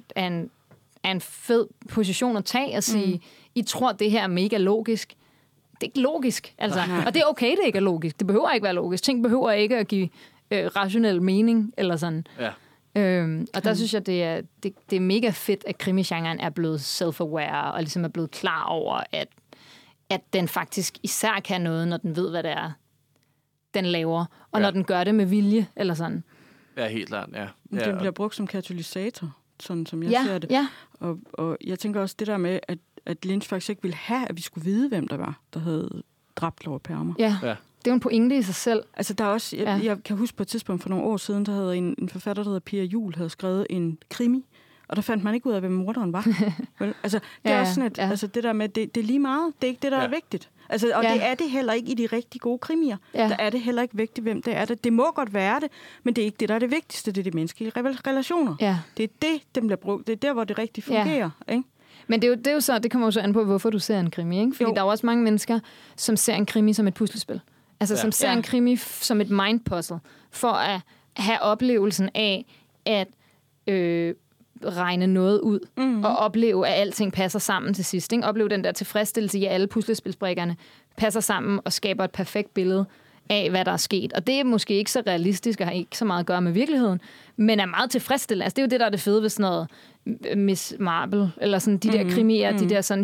er en fed position at tage, at sige, I tror, det her er mega logisk. Det er ikke logisk, altså. Og det er okay, det ikke er logisk. Det behøver ikke være logisk. Ting behøver ikke at give rationel mening, eller sådan. Ja. Og der synes jeg, det er mega fedt, at krimigenren er blevet self-aware, og ligesom er blevet klar over, at den faktisk især kan noget, når den ved, hvad det er, den laver. Og når den gør det med vilje, eller sådan. Ja, helt klart, ja. Den bliver brugt som katalysator, sådan som jeg ser det. Ja. Og jeg tænker også det der med, at Lynch faktisk ikke ville have, at vi skulle vide, hvem der var, der havde dræbt Lord Palmer. Ja. Det er jo en pointe i sig selv. Altså, der er også, jeg kan huske på et tidspunkt for nogle år siden, der havde en forfatter, der hedder Pia Juhl, havde skrevet en krimi, og der fandt man ikke ud af, hvem morderen var. Vel? Altså, det er også sådan, at altså, det der med, det er lige meget. Det er ikke det, der er vigtigt. Altså, og det er det heller ikke i de rigtig gode krimier. Der er det heller ikke vigtigt, hvem det er. Det må godt være det, men det er ikke det, der er det vigtigste. Det er de menneskelige relationer. Ja. Det er det, dem bliver brugt. Det er der, hvor det rigtig fungerer. Ikke? Men det er jo så, det kommer jo så an på, hvorfor du ser en krimi. Ikke? Fordi der er jo også mange mennesker, som ser en krimi som et puslespil. Altså, som ser en krimi som et mindpuzzle. For at have oplevelsen af, at regne noget ud, og opleve, at alting passer sammen til sidst. Ikke? Opleve den der tilfredsstillelse i, at alle puslespilsbrikkerne passer sammen og skaber et perfekt billede af, hvad der er sket. Og det er måske ikke så realistisk, og har ikke så meget at gøre med virkeligheden, men er meget tilfredsstillende. Altså, det er jo det, der er det fede ved sådan noget Miss Marple, eller sådan de der krimier, de der sådan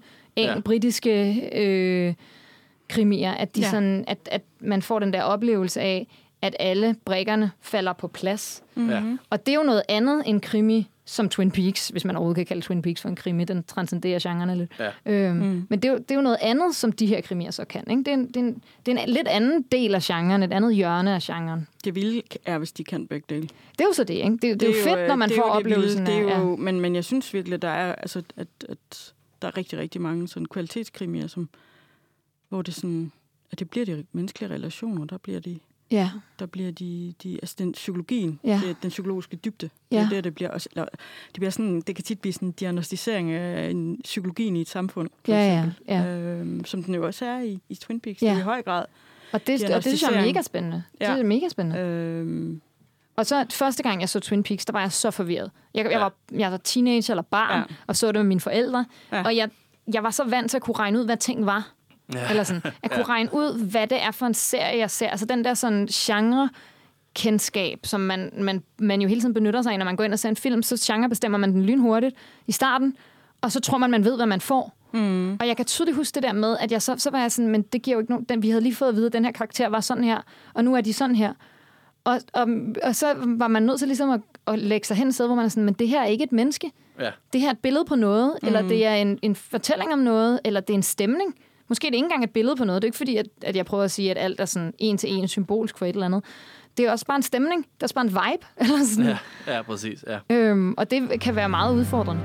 britiske krimier, at, de sådan, at man får den der oplevelse af, at alle brikkerne falder på plads. Og det er jo noget andet end krimi som Twin Peaks, hvis man overhovedet kan kalde Twin Peaks for en krimi. Den transcenderer genrerne lidt. Men det er jo noget andet, som de her krimier så kan. Ikke? Det er en lidt anden del af genren, et andet hjørne af genren. Det vilde er, hvis de kan begge dele. Det er jo så det, ikke? Det er jo fedt, når man får oplevelsen af... Men jeg synes virkelig, der er, altså, at der er rigtig, rigtig mange sådan kvalitetskrimier, hvor det sådan, at det bliver de menneskelige relationer, der bliver de... Ja. Der bliver altså den psykologien, den psykologiske dybde. Det bliver også, det bliver sådan, det kan tit blive sådan en diagnostisering af en psykologien i et samfund, for eksempel, som den jo også er i Twin Peaks. Det er i høj grad. Og det synes jeg er mega spændende. Det er mega spændende. Og så første gang jeg så Twin Peaks, der var jeg så forvirret. Jeg var teenager eller barn, og så det med mine forældre, og jeg var så vant til at kunne regne ud, hvad ting var. Ja. Eller sådan, at kunne regne ud, hvad det er for en serie, jeg ser. Altså den der sådan genre-kendskab, som man jo hele tiden benytter sig af, når man går ind og ser en film, så genrebestemmer man den lynhurtigt i starten, og så tror man ved, hvad man får. Og jeg kan tydeligt huske det der med, at jeg så var jeg sådan, men det giver jo ikke nogen... Vi havde lige fået at vide, at den her karakter var sådan her, og nu er de sådan her. Og så var man nødt til ligesom at lægge sig hen et sted, hvor man er sådan, men det her er ikke et menneske. Ja. Det her er et billede på noget, eller det er en fortælling om noget, eller det er en stemning. Måske er det ikke engang et billede på noget. Det er ikke fordi, at jeg prøver at sige, at alt er sådan en til en symbolsk for et eller andet. Det er også bare en stemning. Det er også bare en vibe. Eller sådan. Ja, præcis. Ja. Og det kan være meget udfordrende.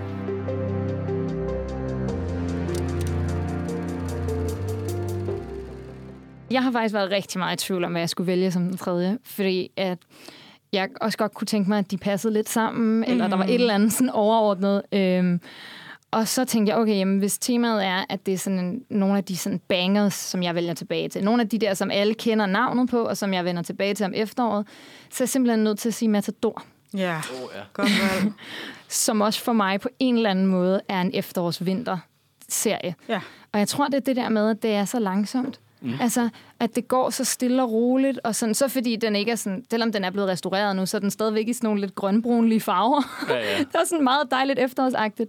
Jeg har faktisk været rigtig meget i tvivl om, hvad jeg skulle vælge som den tredje. Fordi at jeg også godt kunne tænke mig, at de passede lidt sammen, eller der var et eller andet sådan overordnet. Og så tænkte jeg, okay, jamen, hvis temaet er, at det er sådan nogle af de sådan bangers, som jeg vælger tilbage til. Nogle af de der, som alle kender navnet på, og som jeg vender tilbage til om efteråret, så er jeg simpelthen nødt til at sige Matador. Ja, godt valg. Som også for mig på en eller anden måde er en efterårs-vinter-serie. Ja. Og jeg tror, det er det der med, at det er så langsomt. Altså, at det går så stille og roligt, og sådan, så fordi den ikke er sådan, selvom den er blevet restaureret nu, så er den stadigvæk i sådan nogle lidt grønbrunlige farver. Ja. Det er sådan meget dejligt efterårsagtigt.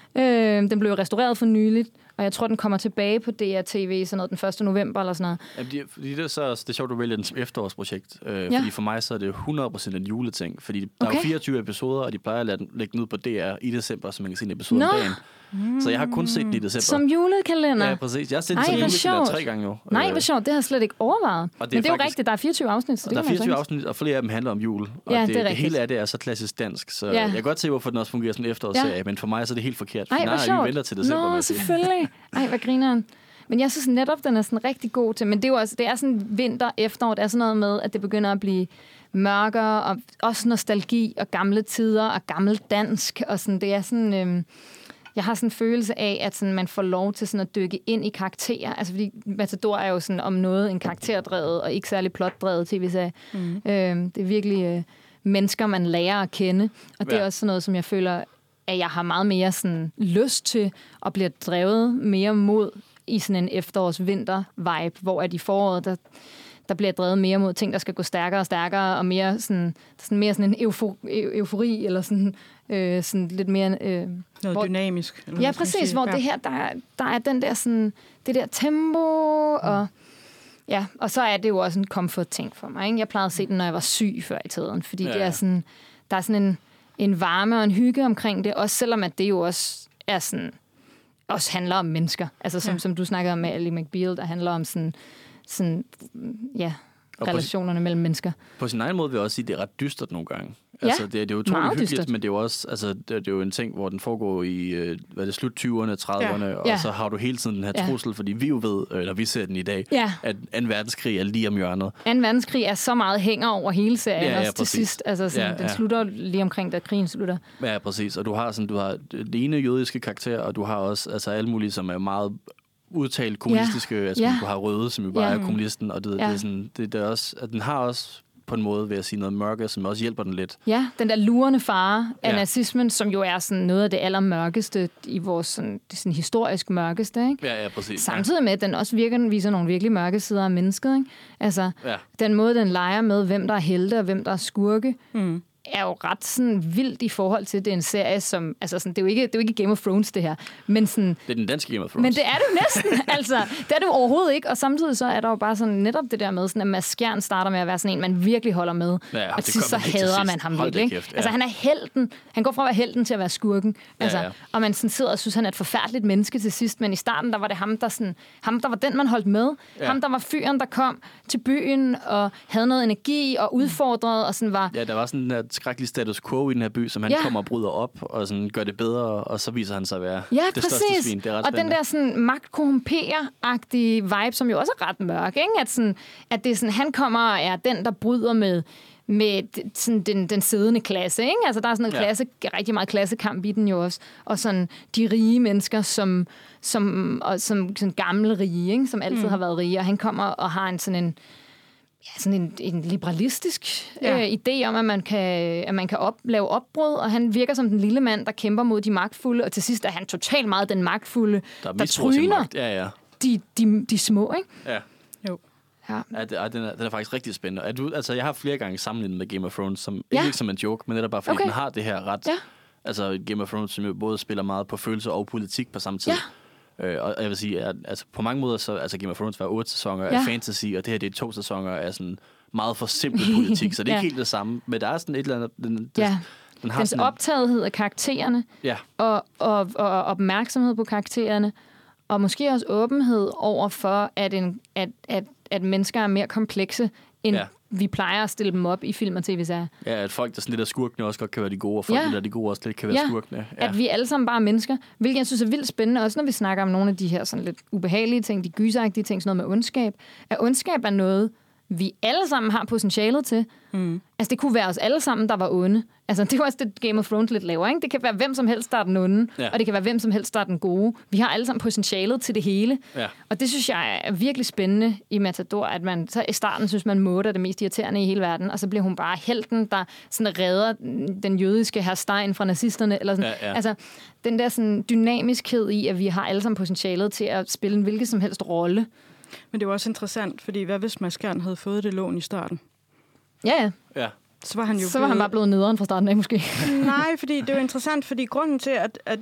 Den blev restaureret for nyligt, og jeg tror, den kommer tilbage på DR-TV sådan noget, den 1. november eller sådan noget. Ja, fordi det er sjovt, du vælger den som efterårsprojekt. Fordi for mig så er det 100% en juleting. Fordi der er jo 24 episoder, og de plejer at lægge den ud på DR i december, så man kan se en episode om dagen. Så jeg har kun set den i december. Som julekalender? Ja, præcis. Jeg har set den som julekalender 3 gange nu. Nej, hvor sjovt. Det har jeg slet ikke overvejet. Men det er jo rigtigt, der er 24 afsnit. Så det der er 24 afsnit, og flere af dem handler om jul. Og det hele af det er så klassisk dansk. Så jeg kan godt se, hvorfor den også fungerer som en efterårsserie, men for mig så er det helt forkert. Vi venter til december. Selvfølgelig. Ej, hvad grineren. Men jeg synes netop, den er sådan rigtig god til. Men det er jo også, det er sådan vinter, efterår. Det er sådan noget med, at det begynder at blive mørkere, og også nostalgi, og gamle tider, og gammel dansk. Og sådan, det er sådan... Jeg har sådan en følelse af, at sådan, man får lov til sådan at dykke ind i karakterer. Altså, fordi Matador er jo sådan om noget en karakterdrevet, og ikke særlig plotdrevet tv-serie. Det er virkelig mennesker, man lærer at kende. Og det er også sådan noget, som jeg føler, at jeg har meget mere sådan lyst til, og bliver drevet mere mod i sådan en efterårs-vinter-vibe, hvor at i foråret, der bliver drevet mere mod ting, der skal gå stærkere og stærkere, og mere sådan en eufori, eller sådan lidt mere... noget dynamisk. Ja, præcis, hvor det her, der er den der sådan, det der tempo, og ja, og så er det jo også en comfort-ting for mig. Ikke? Jeg plejede at se den, når jeg var syg før i tiden, fordi det er sådan, der er sådan en varme og en hygge omkring det, også selvom at det jo også er sådan også handler om mennesker. Altså som du snakkede om med Ally McBeal, der handler om sådan relationerne mellem mennesker. På sin egen måde vil jeg også sige, at det er ret dystert nogle gange. Altså, det er jo utroligt hyggeligt, dystert. Men det er jo også det er jo en ting, hvor den foregår i slut 20'erne, 30'erne, og så har du hele tiden den her trussel, fordi vi jo ved, eller vi ser den i dag, at 2. verdenskrig er lige om hjørnet. 2. verdenskrig er så meget hænger over hele serien også til sidst. Altså, sådan, den slutter lige omkring, da krigen slutter. Ja, præcis. Og du har den ene jødiske karakter, og du har også alle mulige, som er meget udtalt kommunistiske, du har Røde, som jo bare er kommunisten, og det er også, at den har også på en måde, vil jeg sige, noget mørke, som også hjælper den lidt. Ja, den der lurende fare af nazismen, som jo er sådan noget af det allermørkeste i vores sådan historisk mørkeste, ikke? Ja, præcis. Samtidig med, at den også viser nogle virkelig mørke sider af mennesket, ikke? Altså, den måde, den leger med, hvem der er helte og hvem der er skurke, er jo ret sådan vildt i forhold til, det er en serie, som... Altså sådan, det er jo ikke Game of Thrones, det her. Men sådan, det er den danske Game of Thrones. Men det er det jo næsten. Altså, det er det jo overhovedet ikke. Og samtidig så er der jo bare sådan netop det der med, sådan, at Mads Skjern starter med at være sådan en, man virkelig holder med. Og til sidst så hader man ham virkelig. Ikke? Altså, han er helten. Han går fra at være helten til at være skurken. Altså, og man sådan sidder og synes, han er et forfærdeligt menneske til sidst. Men i starten, der var det ham, der var den, man holdt med. Ham, der var fyren, der kom til byen og havde noget energi og udfordrede og sådan var... Ja, der var sådan en skrækkelig status quo i den her by, som han kommer og bryder op og sådan gør det bedre, og så viser han sig at være det største svin. Det er ret spændende. Den der sådan magtkorrumperer-agtige vibe, som jo også er ret mørk, ikke? At det er sådan, han kommer og er den, der bryder med sådan den siddende klasse, ikke? Altså, der er sådan noget rigtig meget klassekamp i den jo også. Og sådan de rige mennesker, som sådan gamle rige, ikke? Som altid har været rige, og han kommer og har en liberalistisk idé om, at man kan lave opbrud, og han virker som den lille mand, der kæmper mod de magtfulde, og til sidst er han totalt meget den magtfulde, der tryner de små, ikke? Ja. Jo. Ja, den er faktisk rigtig spændende. Jeg har flere gange sammenlignet med Game of Thrones, som ikke som en joke, men det er bare fordi, den har det her ret... Ja. Altså Game of Thrones, som jo både spiller meget på følelser og politik på samme tid. Ja. Og jeg vil sige, at på mange måder, så Game of Thrones var 8 sæsoner af fantasy, og det her det er 2 sæsoner af sådan meget forsimplet politik, så det er ikke helt det samme. Men der er sådan et eller andet... Den har dens optagethed af karaktererne, og opmærksomhed på karaktererne, og måske også åbenhed over for, at mennesker er mere komplekse, end vi plejer at stille dem op i film og tv-serier. Ja, at folk, der sådan lidt er skurkene, også godt kan være de gode, og folk, der er de gode, også lidt kan være skurkene. Ja. At vi alle sammen bare er mennesker, hvilket jeg synes er vildt spændende, også når vi snakker om nogle af de her sådan lidt ubehagelige ting, de gyseragtige ting, sådan noget med ondskab. At ondskab er noget, vi alle sammen har potentialet til. Altså, det kunne være os alle sammen, der var onde. Altså, det er også det, Game of Thrones lidt laver, ikke? Det kan være hvem som helst, der er den onde, og det kan være hvem som helst, der er den gode. Vi har alle sammen potentialet til det hele. Ja. Og det synes jeg er virkelig spændende i Matador, at man så i starten synes, man Maud er det mest irriterende i hele verden, og så bliver hun bare helten, der sådan redder den jødiske herr Stein fra nazisterne. Eller sådan. Ja. Altså, den der sådan dynamiskhed i, at vi har alle sammen potentialet til at spille en hvilken som helst rolle. Men det var også interessant, fordi hvad hvis Mads Skjern havde fået det lån i starten? Ja. Så var han jo han bare blevet nederen fra starten af, måske. Nej, fordi det er jo interessant, fordi grunden til,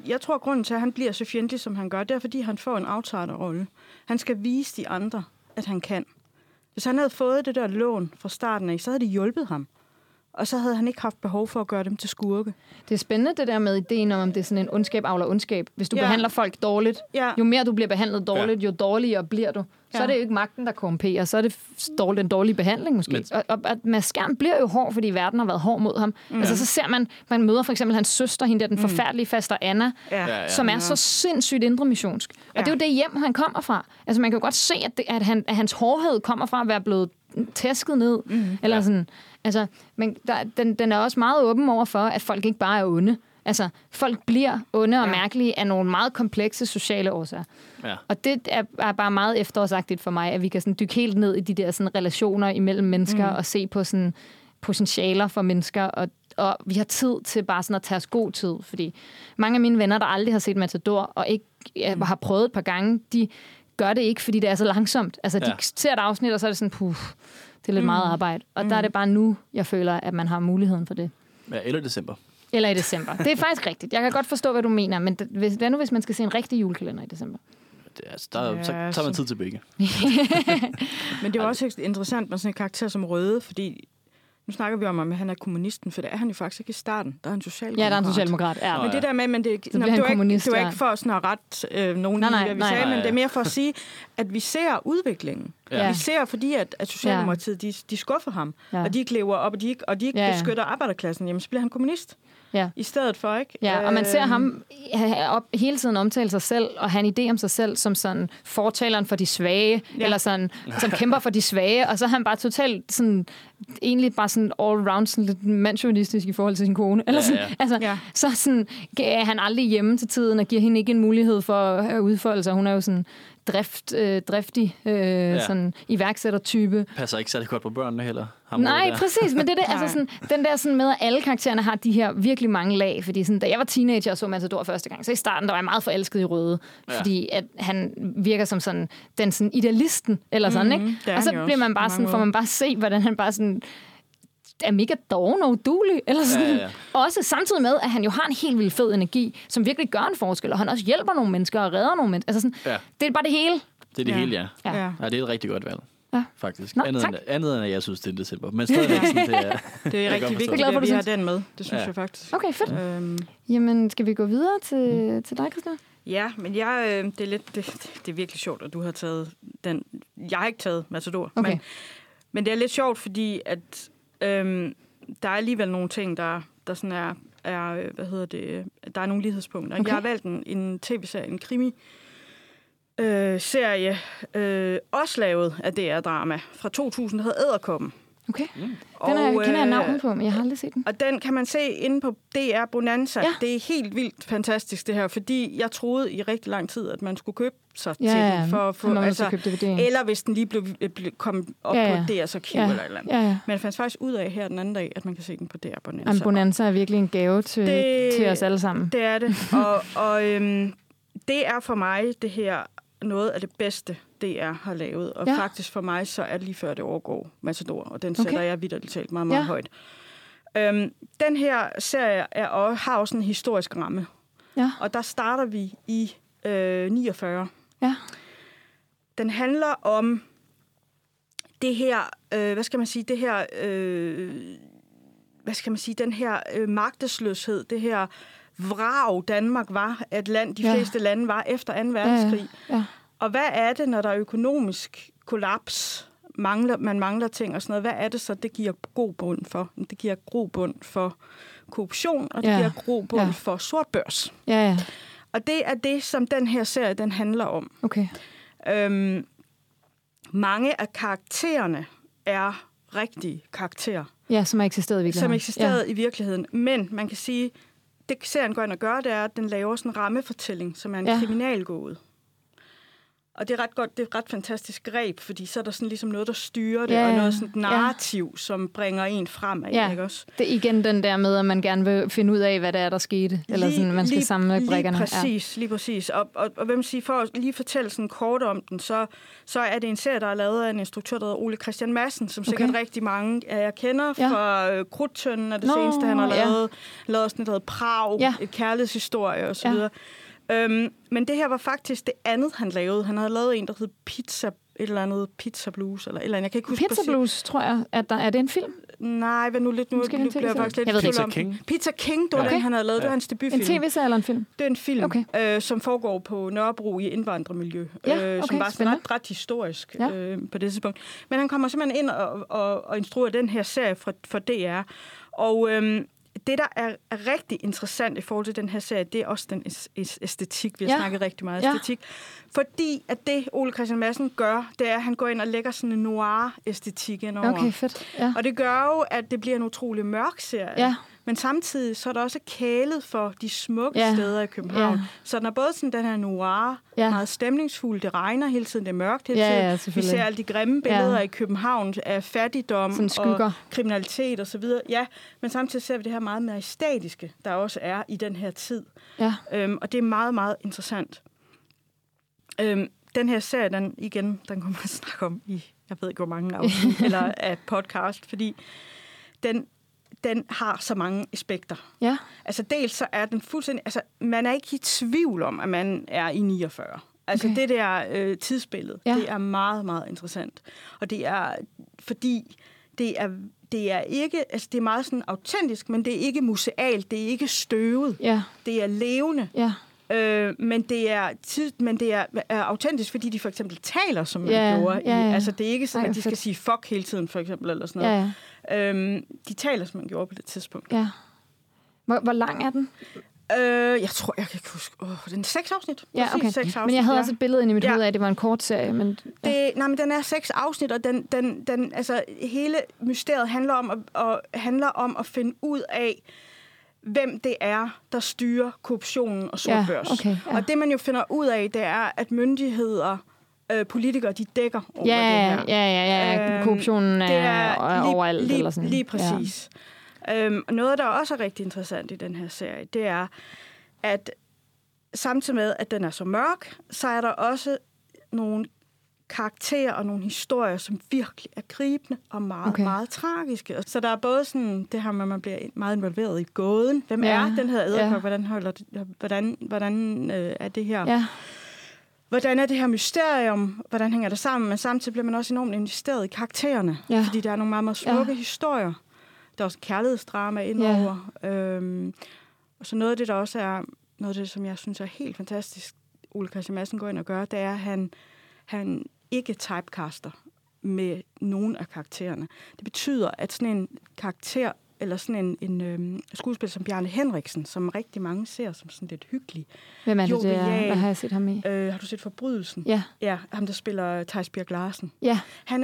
at han bliver så fjendtlig, som han gør, det er, fordi han får en outsider-rolle. Han skal vise de andre, at han kan. Hvis han havde fået det der lån fra starten af, så havde det hjulpet ham. Og så havde han ikke haft behov for at gøre dem til skurke. Det er spændende, det der med ideen om det er sådan en ondskab avler ondskab. Hvis du behandler folk dårligt, jo mere du bliver behandlet dårligt, jo dårligere bliver du. Så er det jo ikke magten, der korrumperer. Så er det den dårlige behandling måske. Og Mads Skjern bliver jo hård, fordi verden har været hård mod ham. Altså så ser man møder for eksempel hans søster, hende der, den forfærdelige faster Anna, som er så sindssygt indremissionsk. Og det er jo det hjem, han kommer fra. Altså man kan jo godt se, at hans hårdhed kommer fra at være blevet tæsket ned. Eller sådan. Altså, men den er også meget åben over for, at folk ikke bare er onde. Altså, folk bliver onde og mærkelige af nogle meget komplekse sociale årsager. Ja. Og det er bare meget efterårsagtigt for mig, at vi kan sådan dykke helt ned i de der sådan relationer imellem mennesker og se på sådan potentialer for mennesker, og vi har tid til bare sådan at tage os god tid, fordi mange af mine venner, der aldrig har set Matador og ikke har prøvet et par gange, de gør det ikke, fordi det er så langsomt. Altså, de ser et afsnit, og så er det sådan, det er lidt meget arbejde. Og der er det bare nu, jeg føler, at man har muligheden for det. Ja, eller december. Eller i december. Det er faktisk rigtigt. Jeg kan godt forstå, hvad du mener, men hvad nu, hvis man skal se en rigtig julekalender i december? Så tager man tid til begge. Men det er også interessant med sådan en karakter som Røde, fordi nu snakker vi om, at han er kommunisten, for det er han jo faktisk ikke i starten. Der er han socialdemokrat. Ja, der er en socialdemokrat. Ja. Men det der med, men det det var ikke for sådan at rette nogen i, hvad vi sagde, men det er mere for at sige, at vi ser udviklingen. Ja. Vi ser, fordi at Socialdemokratiet, de skuffer ham, og de ikke lever op, og de ikke beskytter arbejderklassen, jamen så bliver han kommunist. Ja. I stedet for, ikke? Ja, og man ser ham hele tiden omtale sig selv, og have en idé om sig selv som sådan fortaleren for de svage, eller sådan, som kæmper for de svage, og så er han bare totalt sådan, egentlig bare sådan all-round, sådan lidt mandsjournalistisk i forhold til sin kone. Eller sådan, altså, så sådan, er han aldrig hjemme til tiden, og giver hende ikke en mulighed for at udfolde sig. Hun er jo sådan driftig, sådan iværksættertype. Passer ikke særlig godt på børnene heller. Nej, præcis, men det er det, altså sådan, den der sådan med, at alle karaktererne har de her virkelig mange lag, fordi sådan, da jeg var teenager og så Matador første gang, så i starten, der var jeg meget forelsket i Røde, fordi at han virker som sådan, den sådan idealisten, eller sådan, ikke? Og så bliver man bare sådan, får man bare se, hvordan han bare sådan er mega doven og uduelig, eller sådan. Ja. Også samtidig med, at han jo har en helt vildt fed energi, som virkelig gør en forskel, og han også hjælper nogle mennesker og redder nogle mennesker. Altså sådan, det er bare det hele. Det er det hele, ja. Det er et rigtig godt valg. Ja. Faktisk. Andet end at jeg synes, det er december. Men stadigvæk sådan, det er rigtig vigtigt, at vi har den med. Det synes jeg faktisk. Okay, fedt. Jamen, skal vi gå videre til dig, Christina? Ja, men det er virkelig sjovt, at du har taget den. Jeg har ikke taget Matador, men det er lidt sjovt, fordi at der er alligevel nogle ting, der sådan er hvad hedder det, der er nogle lighedspunkter. Okay. Jeg har valgt en tv-serie, en krimi, serie, også lavet af DR-drama fra 2000, der hedder Edderkoppen. Okay. Den kender jeg navnet på, men jeg har aldrig set den. Og den kan man se inde på DR Bonanza. Ja. Det er helt vildt fantastisk, det her, fordi jeg troede i rigtig lang tid, at man skulle købe sig til den, for at få, eller hvis den lige kom op på DR's arkiv eller et eller andet. Men jeg fandt faktisk ud af her den anden dag, at man kan se den på DR Bonanza. Jamen, Bonanza er virkelig en gave til os alle sammen. Det er det. Og det er for mig det her noget af det bedste, DR har lavet. Og faktisk for mig, så er det lige før det overgår Matador, og den sætter jeg vitterligt talt meget, meget højt. Den her serie har også en historisk ramme. Ja. Og der starter vi i 49. Ja. Den handler om det her, den her magtesløshed, det her vrag Danmark var, at de fleste lande var efter 2. verdenskrig. Ja. Og hvad er det, når der er økonomisk kollaps, man mangler ting og sådan noget, hvad er det så, det giver grobund for? Det giver grobund for korruption, og det giver grobund for sortbørs. Ja. Og det er det, som den her serie, den handler om. Okay. Mange af karaktererne er rigtige karakterer. Ja, som har eksisteret i virkeligheden. Som eksisterede i virkeligheden. Men man kan sige, det serien går ind og gør, det er, at den laver sådan en rammefortælling, som er en kriminalgåde. Og det er ret godt, det er et ret fantastisk greb, fordi så er der sådan ligesom noget, der styrer det, og noget sådan et narrativ, som bringer en fremad, ikke også? Det er igen den der med, at man gerne vil finde ud af, hvad det er, der skete, eller sådan, man skal samle brikkerne. Lige præcis. Og hvem siger, for at lige fortælle sådan kort om den, så er det en serie, der er lavet af en instruktør, der hedder Ole Christian Madsen, som sikkert rigtig mange af jer kender fra Krudtønden, er det seneste, han har lavet sådan noget Prag, et kærlighedshistorie og så videre. Men det her var faktisk det andet, han lavede. Han havde lavet en, der hed Pizza Blues, eller et eller andet. Jeg kan ikke huske Pizza Blues, tror jeg. Er det en film? Nej, nu bliver jeg faktisk lidt i tvivl om. Pizza King, det var den, han havde lavet. Det var hans debutfilm. En tv-serie eller en film? Det er en film, som foregår på Nørrebro i indvandrermiljø, som var sådan ret historisk på det tidspunkt. Men han kommer simpelthen ind og instruerer den her serie for DR. Og det, der er rigtig interessant i forhold til den her serie, det er også den æstetik. Vi har snakket rigtig meget æstetik. Fordi at det, Ole Christian Madsen gør, det er, at han går ind og lægger sådan en noir-æstetik ind over. Okay, fedt. Ja. Og det gør jo, at det bliver en utrolig mørk serie. Ja. Men samtidig så er der også kælet for de smukke steder i København. Ja. Så den er både sådan den her noir, meget stemningsfuld, det regner hele tiden, det er mørkt hele tiden. Ja, vi ser alle de grimme billeder i København af fattigdom og kriminalitet og så videre. Ja, men samtidig ser vi det her meget mere æstetiske, der også er i den her tid. Ja. Og det er meget, meget interessant. Den her serie, den kommer man at snakke om i, jeg ved ikke hvor mange afsnit, eller af podcast, fordi den har så mange aspekter. Ja. Altså dels så er den fuldstændig, altså man er ikke i tvivl om, at man er i 49. Altså det der tidsbillede, det er meget, meget interessant. Og det er fordi, det er ikke, altså det er meget sådan autentisk, men det er ikke musealt, det er ikke støvet. Ja. Det er levende. Ja. Men det er autentisk, fordi de for eksempel taler, som man gjorde. Altså det er ikke sådan, at de skal sige fuck hele tiden, for eksempel, eller sådan noget. Ja. De taler, som man gjorde på det tidspunkt. Ja. Hvor lang er den? Jeg tror, jeg kan ikke huske. Den er 6 afsnit. Ja, okay. 6 afsnit. Men jeg havde også et billede inde i mit hoved af, at det var en kort serie. Men, men den er 6 afsnit, og den altså, hele mysteriet handler om at finde ud af, hvem det er, der styrer korruptionen og sortbørs. Okay, ja. Og det, man jo finder ud af, det er, at myndigheder, politikere, de dækker over det her. Ja. Korruptionen er overalt. Eller sådan. Lige præcis. Ja. Noget, der også er rigtig interessant i den her serie, det er, at samtidig med, at den er så mørk, så er der også nogle karakterer og nogle historier, som virkelig er gribende og meget tragiske. Så der er både sådan det her med, at man bliver meget involveret i gåden. Hvem er den her edderkop? Hvordan er det her? Ja. Hvordan er det her mysterium? Hvordan hænger det sammen? Men samtidig bliver man også enormt investeret i karaktererne, fordi der er nogle meget, meget smukke historier. Der er også kærlighedsdrama indover. Og så noget af det, der også er noget af det, som jeg synes er helt fantastisk, Ole Christian Madsen går ind og gør, det er, at han ikke typecaster med nogen af karaktererne. Det betyder, at sådan en karakter, eller sådan en skuespiller som Bjarne Henriksen, som rigtig mange ser som sådan lidt hyggelig. Hvem er det, hvad har jeg set ham i? Har du set Forbrydelsen? Ja. Ja, ham der spiller Theis Birk Larsen. Ja.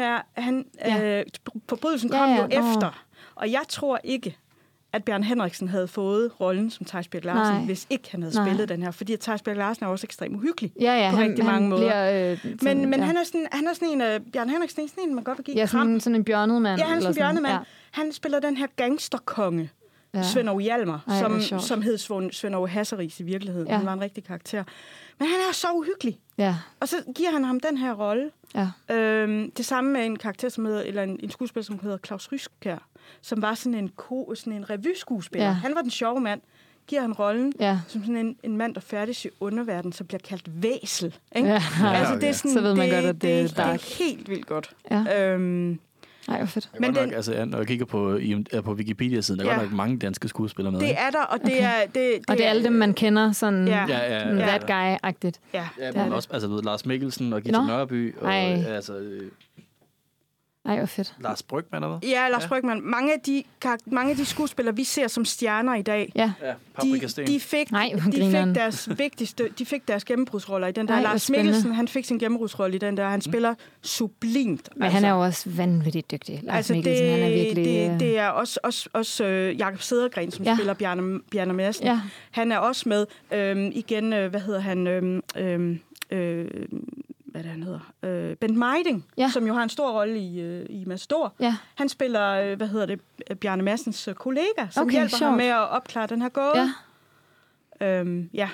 Forbrydelsen kom jo efter, og jeg tror ikke, at Bjarne Henriksen havde fået rollen som Theis Birk Larsen, hvis ikke han havde spillet den her. Fordi at Theis Birk Larsen er også ekstremt uhyggelig på rigtig mange måder. Men han er sådan en, Bjarne Henriksen er sådan en, man godt vil give kram. Sådan en bjørnet mand. Ja, han er sådan en bjørnet mand. Ja. Han spiller den her gangsterkonge, Svend Aage Hjalmar, som hed Svend Aage Hasseris i virkeligheden. Han var en rigtig karakter. Men han er så uhyggelig. Ja. Og så giver han ham den her rolle. Ja. Det samme med en karakter, som hedder, eller en skuespiller, som hedder Claus Ryskjær, som var sådan en revyskuespiller. Ja. Han var den sjove mand. Giver han rollen som sådan en mand, der færdes i underverden, som bliver kaldt væsel. Ikke? Ja. Altså, det er sådan, så ved man godt, at det er helt vildt godt. Ja. Ej, hvor fedt. Men når jeg kigger på Wikipedia-siden, der er godt nok mange danske skuespillere med. Det er der, og det er... Og det er alle dem, man kender, sådan that guy-agtigt. Ja, men også Lars Mikkelsen og Gita Nørby. Ej, hvor fedt. Lars Brygmann er med? Ja, Lars Brygmann. Mange af de skuespillere, vi ser som stjerner i dag, de fik deres gennembrudsroller i den der. Lars Mikkelsen, han fik sin gennembrudsrolle i den der. Han spiller sublimt. Men han er jo også vanvittigt dygtig. Lars Mikkelsen, han er virkelig... Det er også Jakob Cedergren, som spiller Bjarne Madsen. Ja. Han er også med igen, hvad hedder han... hvad det han hedder, Bent Mejding, som jo har en stor rolle i Matador. Ja. Han spiller, Bjarne Madsens kollega, som hjælper ham med at opklare den her gåde. Ja.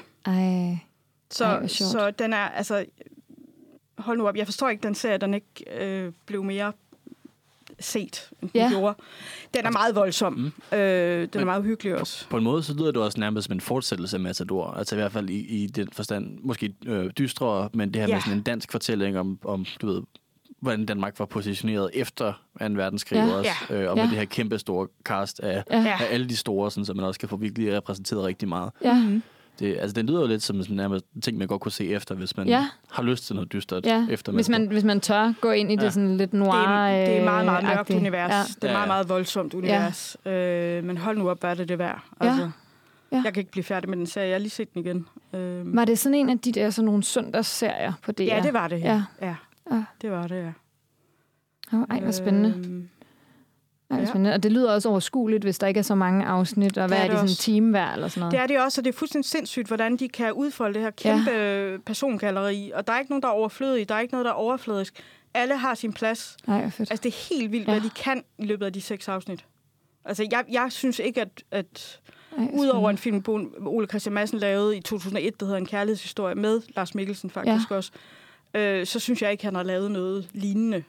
Så den er, altså, hold nu op, jeg forstår ikke den serie, den ikke blev mere set, end den gjorde. Den er meget voldsom. Den er meget uhyggelig også. På en måde, så lyder det også nærmest som en fortsættelse af Matador. Altså i hvert fald i den forstand, måske dystre, men det her med sådan en dansk fortælling om du ved, hvordan Danmark var positioneret efter 2. verdenskrig også. Og med det her kæmpe store cast af alle de store, sådan, så man også kan få virkelig repræsenteret rigtig meget. Ja. Den lyder jo lidt som en ting, man godt kunne se efter, hvis man har lyst til noget dystert efter. Hvis man tør gå ind i det sådan lidt noir. Det er meget, meget mørkt univers. Ja. Det er meget, meget voldsomt univers. Men hold nu op, hvad er det værd? Altså, jeg kan ikke blive færdig med den serie. Jeg har lige set den igen. Var det sådan en af de der sådan nogle søndagsserier på DR? Ja, det var det. Ja. Det var det, Ej, hvor spændende. Ja. Og det lyder også overskueligt, hvis der ikke er så mange afsnit, og hvad er det sådan en time hver eller sådan noget? Det er det også, og det er fuldstændig sindssygt, hvordan de kan udfolde det her kæmpe persongalleri, og der er ikke nogen, der er overflødige, der er ikke noget, der er overfladisk. Alle har sin plads. Ej, fedt. Altså, det er helt vildt, hvad de kan i løbet af de 6 afsnit. Altså, jeg synes ikke, at udover en film, Ole Christian Madsen lavede i 2001, der hedder En kærlighedshistorie, med Lars Mikkelsen faktisk også, så synes jeg ikke, han har lavet noget lignende.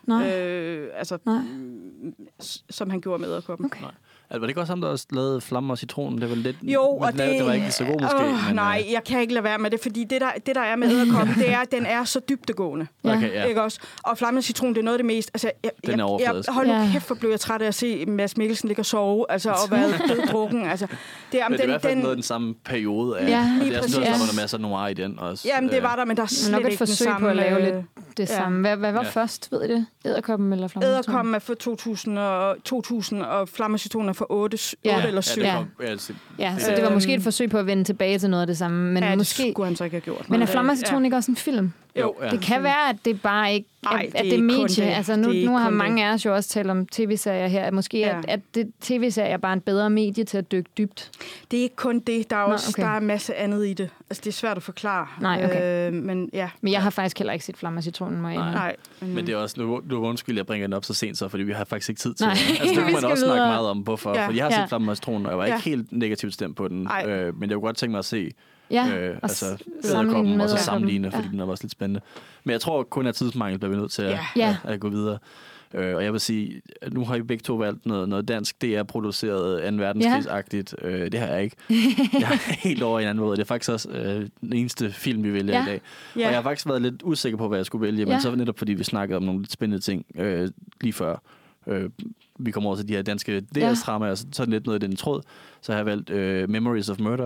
Som han gjorde med Edderkoppen. Okay. Var det ikke også ham, der også lavede Flamme og Citronen? Det var lidt, jo, og det var ikke så god måske. Men, nej, jeg kan ikke lade være med det, fordi det der er med Edderkoppen, det er, at den er så dybdegående. Okay, ja. Ikke også? Og Flamme og Citron, det er noget af det mest... Altså, hold nu kæft, hvor blev jeg træt af at se Mads Mikkelsen ligge og sove, og være døddrukken. Altså, det er i hvert fald noget af den samme periode af. Ja, lige præcis. Det er sådan noget masser af noir i den også. Jamen, det var der, men der er slet ikke den samme... Nok et forsøg på at lave lidt det samme. Hvad var først, ved I det? Edderkoppen eller Flamme og Citron? Edderkoppen er for 2000, og Flamme og Citron er for 8 eller 7. Ja, så det var måske et forsøg på at vende tilbage til noget af det samme. Men det måske skulle han så ikke have gjort. Men er Flamme og Citron ikke også en film? Jo, det kan være, at det bare ikke at det medie. Altså nu har mange af os jo også talt om tv-serier her. Måske at det tv-serier er bare en bedre medie til at dykke dybt. Det er ikke kun det. Der er også der er en masse andet i det. Altså det er svært at forklare. Nej, okay. Men jeg har faktisk heller ikke set Flamme og Citronen. Nej. Men det er også nu undskyld, jeg bringer den op så sent så, fordi vi har faktisk ikke tid til det. Altså det kan man også snakke meget om, hvorfor. Fordi jeg har set Flamme og Citronen, og jeg var ikke helt negativt stemt på den. Men jeg kunne godt tænke mig at se Edderkoppen og så sammenligne, fordi den er også lidt spændende. Men jeg tror kun, at tidsmangel bliver vi nødt til at gå videre. Og jeg vil sige, at nu har I begge to valgt noget dansk. Det er produceret 2. verdenskrigsagtigt. Det har jeg ikke. Jeg er helt over i en anden måde. Det er faktisk også den eneste film, vi vælger i dag. Og jeg har faktisk været lidt usikker på, hvad jeg skulle vælge. Men så netop fordi vi snakkede om nogle lidt spændende ting lige før. Vi kommer over til de her danske DS-dramaer, så er det lidt noget i den tråd. Så har jeg valgt Memories of Murder.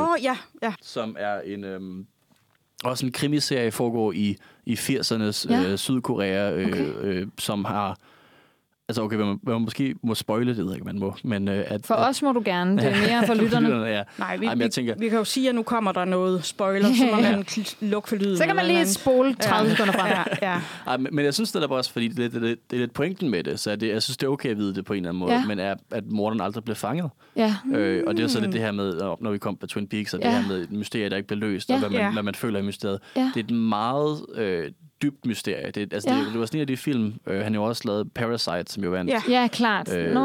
Som er en... også en krimiserie foregår i 80'ernes Sydkorea, som har... Altså okay, man måske må spoile det, ved jeg ikke, man må. Men, for os må du gerne, det er mere for lytterne. Nej, vi kan jo sige, at nu kommer der noget spoiler, så må man lukke for lyden. Så kan man lige spole 30 sekunder frem. Men jeg synes det er bare også, fordi det er lidt pointen med det, så jeg synes, det er okay at vide det på en eller anden måde, men at morderen aldrig blev fanget. Ja. Og det er så lidt det her med, når vi kom på Twin Peaks, og det her med mysterier, der ikke bliver løst, og hvad man føler i mysteriet. Det er et meget... dybt mysterie. Det var sådan en af de film, han jo også lavet Parasite, som jo vandt. Ja, klart.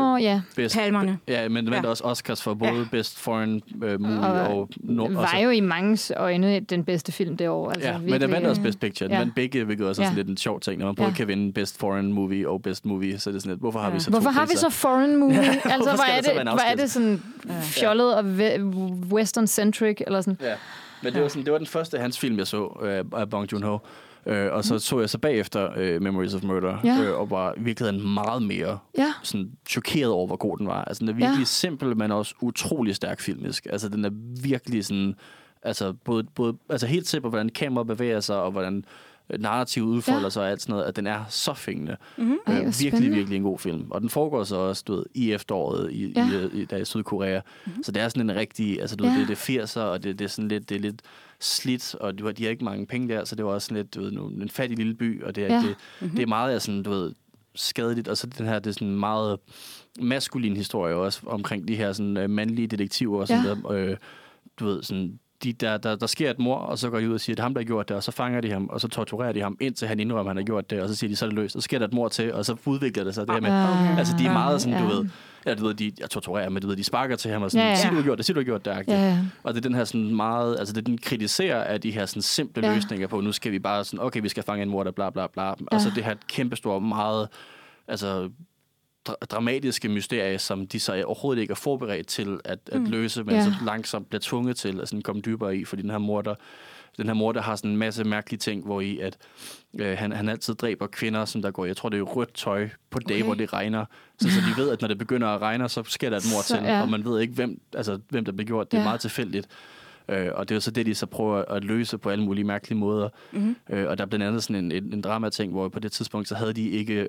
Palmerne. Ja, men vandt også Oscars for både Best Foreign Movie og... var jo i manges øjne den bedste film det år. Altså, men den vandt også Best Picture. Den vandt begge, hvilket også er sådan lidt en sjov ting, når man både kan vinde Best Foreign Movie og Best Movie, så er det sådan lidt, hvorfor har vi så Hvorfor har vi så Foreign Movie? Altså, hvor er det sådan fjollet og western-centric, eller sådan? Ja, men det var den første hans film, jeg så af Bong Joon-ho. Og så jeg så bagefter Memories of Murder, og var i virkeligheden meget mere sådan, chokeret over, hvor god den var. Altså, den er virkelig simpel, men også utrolig stærk filmisk. Altså, den er virkelig sådan... Altså, både altså helt simpel, hvordan kameraet bevæger sig, og hvordan narrativet udfolder sig og alt sådan noget, at den er så fængende. Virkelig en god film. Og den foregår så også, i efteråret i Sydkorea. Så det er sådan en rigtig... Altså, det er 80'er, og det er sådan lidt... Det er lidt slidt, og de har ikke mange penge der, så det var også lidt, en fattig lille by, og det er meget sådan, skadeligt, og så den her, det er sådan en meget maskulin historie også, omkring de her sådan mandlige detektiver, og sådan der, sådan, der sker et mord, og så går de ud og siger, at ham, der har gjort det, og så fanger de ham, og så torturerer de ham, indtil han indrømmer, at han har gjort det, og så siger de, så er det løst, og så sker der et mord til, og så udvikler det sig det her med, altså de er meget sådan, jeg torturerer, men de sparker til ham og sådan, sig du har gjort det, og det er den her sådan meget, altså det den kritiserer af de her sådan simple løsninger på, nu skal vi bare sådan, okay, vi skal fange en morder, bla bla bla, og så det her kæmpestore, meget, altså dramatiske mysterie, som de så overhovedet ikke er forberedt til at løse, men så langsomt bliver tvunget til at sådan komme dybere i, fordi den her morder har sådan en masse mærkelige ting, hvor i at han altid dræber kvinder, som der går, jeg tror det er rødt tøj på dage, hvor det regner, så de ved, at når det begynder at regne, så sker der et mord til, og man ved ikke, hvem der bliver gjort. Det er meget tilfældigt. Og det er jo så det, de så prøver at løse på alle mulige mærkelige måder. Og der er blandt andet sådan en dramating, hvor på det tidspunkt, så havde de ikke...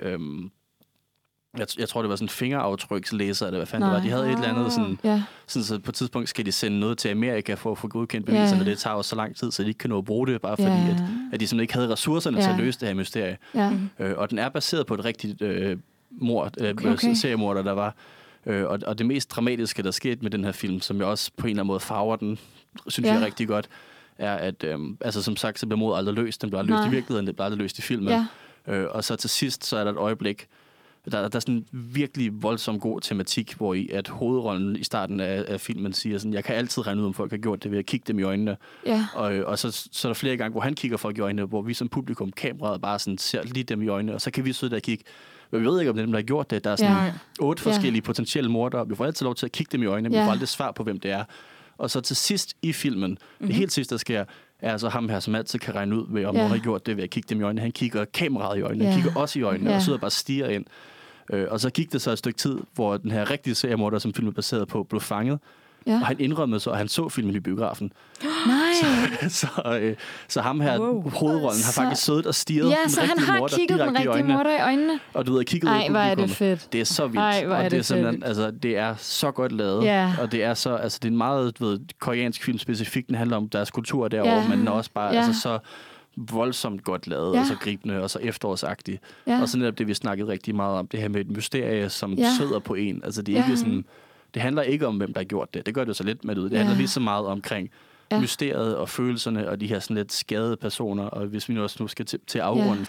Jeg tror, det var sådan en fingeraftrykslæser, eller hvad fanden det var. De havde et eller andet sådan så på et tidspunkt skal de sende noget til Amerika for at få godkendt beviser, men det tager jo så lang tid, så de ikke kan nå at bruge det, bare fordi, at de simpelthen ikke havde ressourcerne til at løse det her mysterie. Og den er baseret på et rigtigt seriemorder, der var. Og det mest dramatiske, der skete med den her film, som jeg også på en eller anden måde farver den, synes jeg rigtig godt, er, at altså som sagt, så bliver mordet aldrig løst. Den bliver aldrig løst i virkeligheden, det bliver aldrig løst i filmen. Og så til sidst, så er der et øjeblik, Der er sådan en virkelig voldsom god tematik, hvor i at hovedrollen i starten af filmen siger sådan, jeg kan altid regne ud, om folk har gjort det ved at kigge dem i øjnene. Ja. Og så er der flere gange, hvor han kigger folk i øjnene, hvor vi som publikum, kameraet bare sådan ser lige dem i øjnene, og så kan vi sidde der og kigge. Men vi ved ikke, om det er dem, der har gjort det. Der er sådan 8 forskellige potentielle mordere. Vi får altid lov til at kigge dem i øjnene, men vi får aldrig svar på, hvem det er. Og så til sidst i filmen, det helt sidste, der sker, er altså ham her, som altid kan regne ud ved, om nogen har gjort det ved at kigge dem i øjnene. Han kigger kameraet i øjnene, han kigger os i øjnene, og sidder bare og stiger ind. Og så gik det så et stykke tid, hvor den her rigtige seriemorder, som filmen er baseret på, blev fanget. Ja. Og han indrømmede så, at han så filmen i biografen. Nej! Så ham her, hovedrollen, har faktisk siddet og stirret den så han har kigget den rigtige morder i øjnene. Og du ved, kigget ud i publikum. Er det fedt. Det er så vildt. Og det er simpelthen, altså, det er så godt lavet. Yeah. Og det er så, altså, det er en meget, du ved, koreansk film specifikt. Den handler om deres kultur derovre, men den er også bare altså, så voldsomt godt lavet, og så gribende, og så efterårsagtigt. Og så netop det, vi snakkede rigtig meget om, det her med et mysterie, som sidder på en. Altså, det er ikke sådan... Det handler ikke om, hvem der har gjort det. Det gør det så lidt med ud. Det handler lige så meget omkring mysteriet og følelserne og de her sådan lidt skadede personer. Og hvis vi nu også skal til afrunden,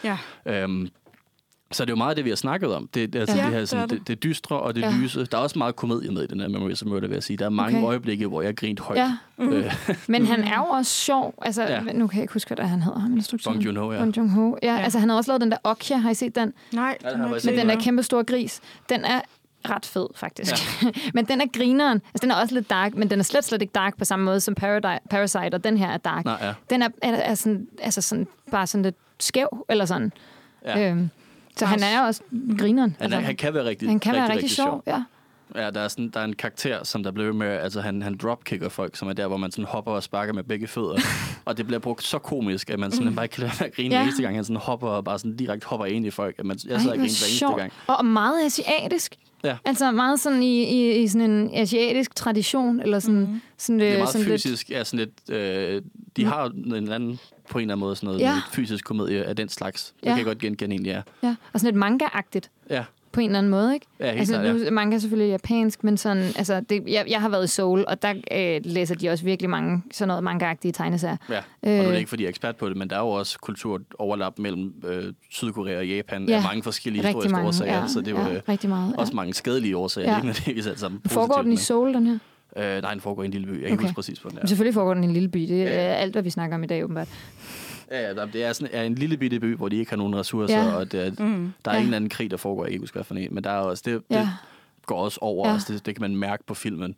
så er det jo meget det, vi har snakket om. Det her sådan, det dystre og det lyse. Der er også meget komedie med i den her Memories of Murder, vil jeg sige. Der er mange øjeblikke, hvor jeg grint højt. Men han er jo også sjov. Altså, nu kan jeg ikke huske, hvad han hedder. Bong Joon-ho, Bong Joon-ho. Ja, altså han har også lavet den der Okja. Har I set den? Nej, med den der kæmpe store gris. Den er ret fed, faktisk. Ja. Men den er grineren. Altså, den er også lidt dark, men den er slet ikke dark på samme måde som Parasite, og den her er dark. Nej, ja. Den er sådan, altså sådan, bare sådan lidt skæv, eller sådan. Ja. Så han er også grineren. Han kan være rigtig sjov. Ja. Ja, der er en karakter, som der blev med, altså han dropkicker folk, som er der, hvor man sådan hopper og sparker med begge fødder. Og det bliver brugt så komisk, at man sådan bare ikke kan lade være at grine næste gang. Han sådan hopper og bare sådan direkte hopper ind i folk. At jeg sidder og griner hver eneste gang. Og meget asiatisk. Ja. Altså meget sådan i sådan en asiatisk tradition, eller sådan... sådan det er meget sådan fysisk, lidt... de har en eller anden, på en eller anden måde, sådan noget fysisk komedie af den slags. Det kan jeg godt genkende egentlig, Ja, og sådan lidt manga-agtigt. Ja. På en eller anden måde, ikke? Ja, helt klart, manga er selvfølgelig japansk, men sådan, altså, jeg har været i Seoul, og der læser de også virkelig mange sådan noget manga-agtige tegneserier. Ja, og nu er det ikke, fordi jeg er ekspert på det, men der er jo også kulturoverlap mellem Sydkorea og Japan af mange forskellige historiske årsager, så det er jo også mange skadelige årsager. Det er ikke nødvendigvis alt sammen positivt. Foregår den i Seoul, den her? Nej, den foregår i en lille by. Jeg kan ikke huske præcis, hvor den er. Men selvfølgelig foregår den i en lille by. Det er alt, hvad vi snakker om i dag, åbenbart. Ja, det er sådan en lille bitte by, hvor de ikke har nogen ressourcer, og der er ingen anden krig, der foregår. Jeg ikke husker, hvad for en. Men der er også, det går også over os. Det kan man mærke på filmen.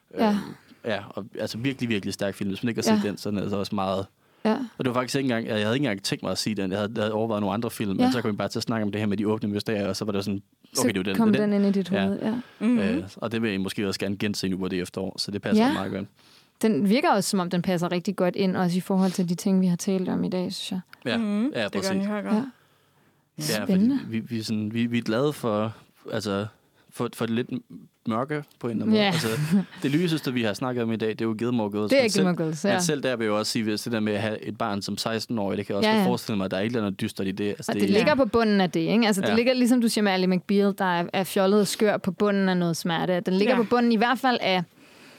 Og altså virkelig, virkelig stærk film. Hvis man ikke har set den, så er den altså også meget... Ja. Og det var faktisk ikke engang... Jeg havde ikke engang tænkt mig at sige den. Jeg havde overvejet nogle andre film, men så kom vi bare til at snakke om det her med de åbne mysterier, og så var det sådan... Okay, det er så kom den ind i dit hoved, og det vil jeg måske også gerne gense nu på det efterår, så det passer meget godt. Den virker også, som om den passer rigtig godt ind, også i forhold til de ting, vi har talt om i dag, synes jeg. Ja, præcis. Det gør den godt. Ja, fordi vi er glade for, altså, for det lidt mørke på en eller anden måde. Altså, det lyseste, vi har snakket om i dag, det er jo Gilmore Girls. Det er Gilmore Girls, Men selv der vil jeg også sige, hvis det der med at have et barn som 16-årig, det kan jeg også forestille mig, at der er et eller andet dystert i det. Altså, og det ligger på bunden af det, ikke? Altså, det ligger, ligesom du siger med Ally McBeal, der er fjollet og skør på bunden af noget smerte. Den ligger på bunden i hvert fald af...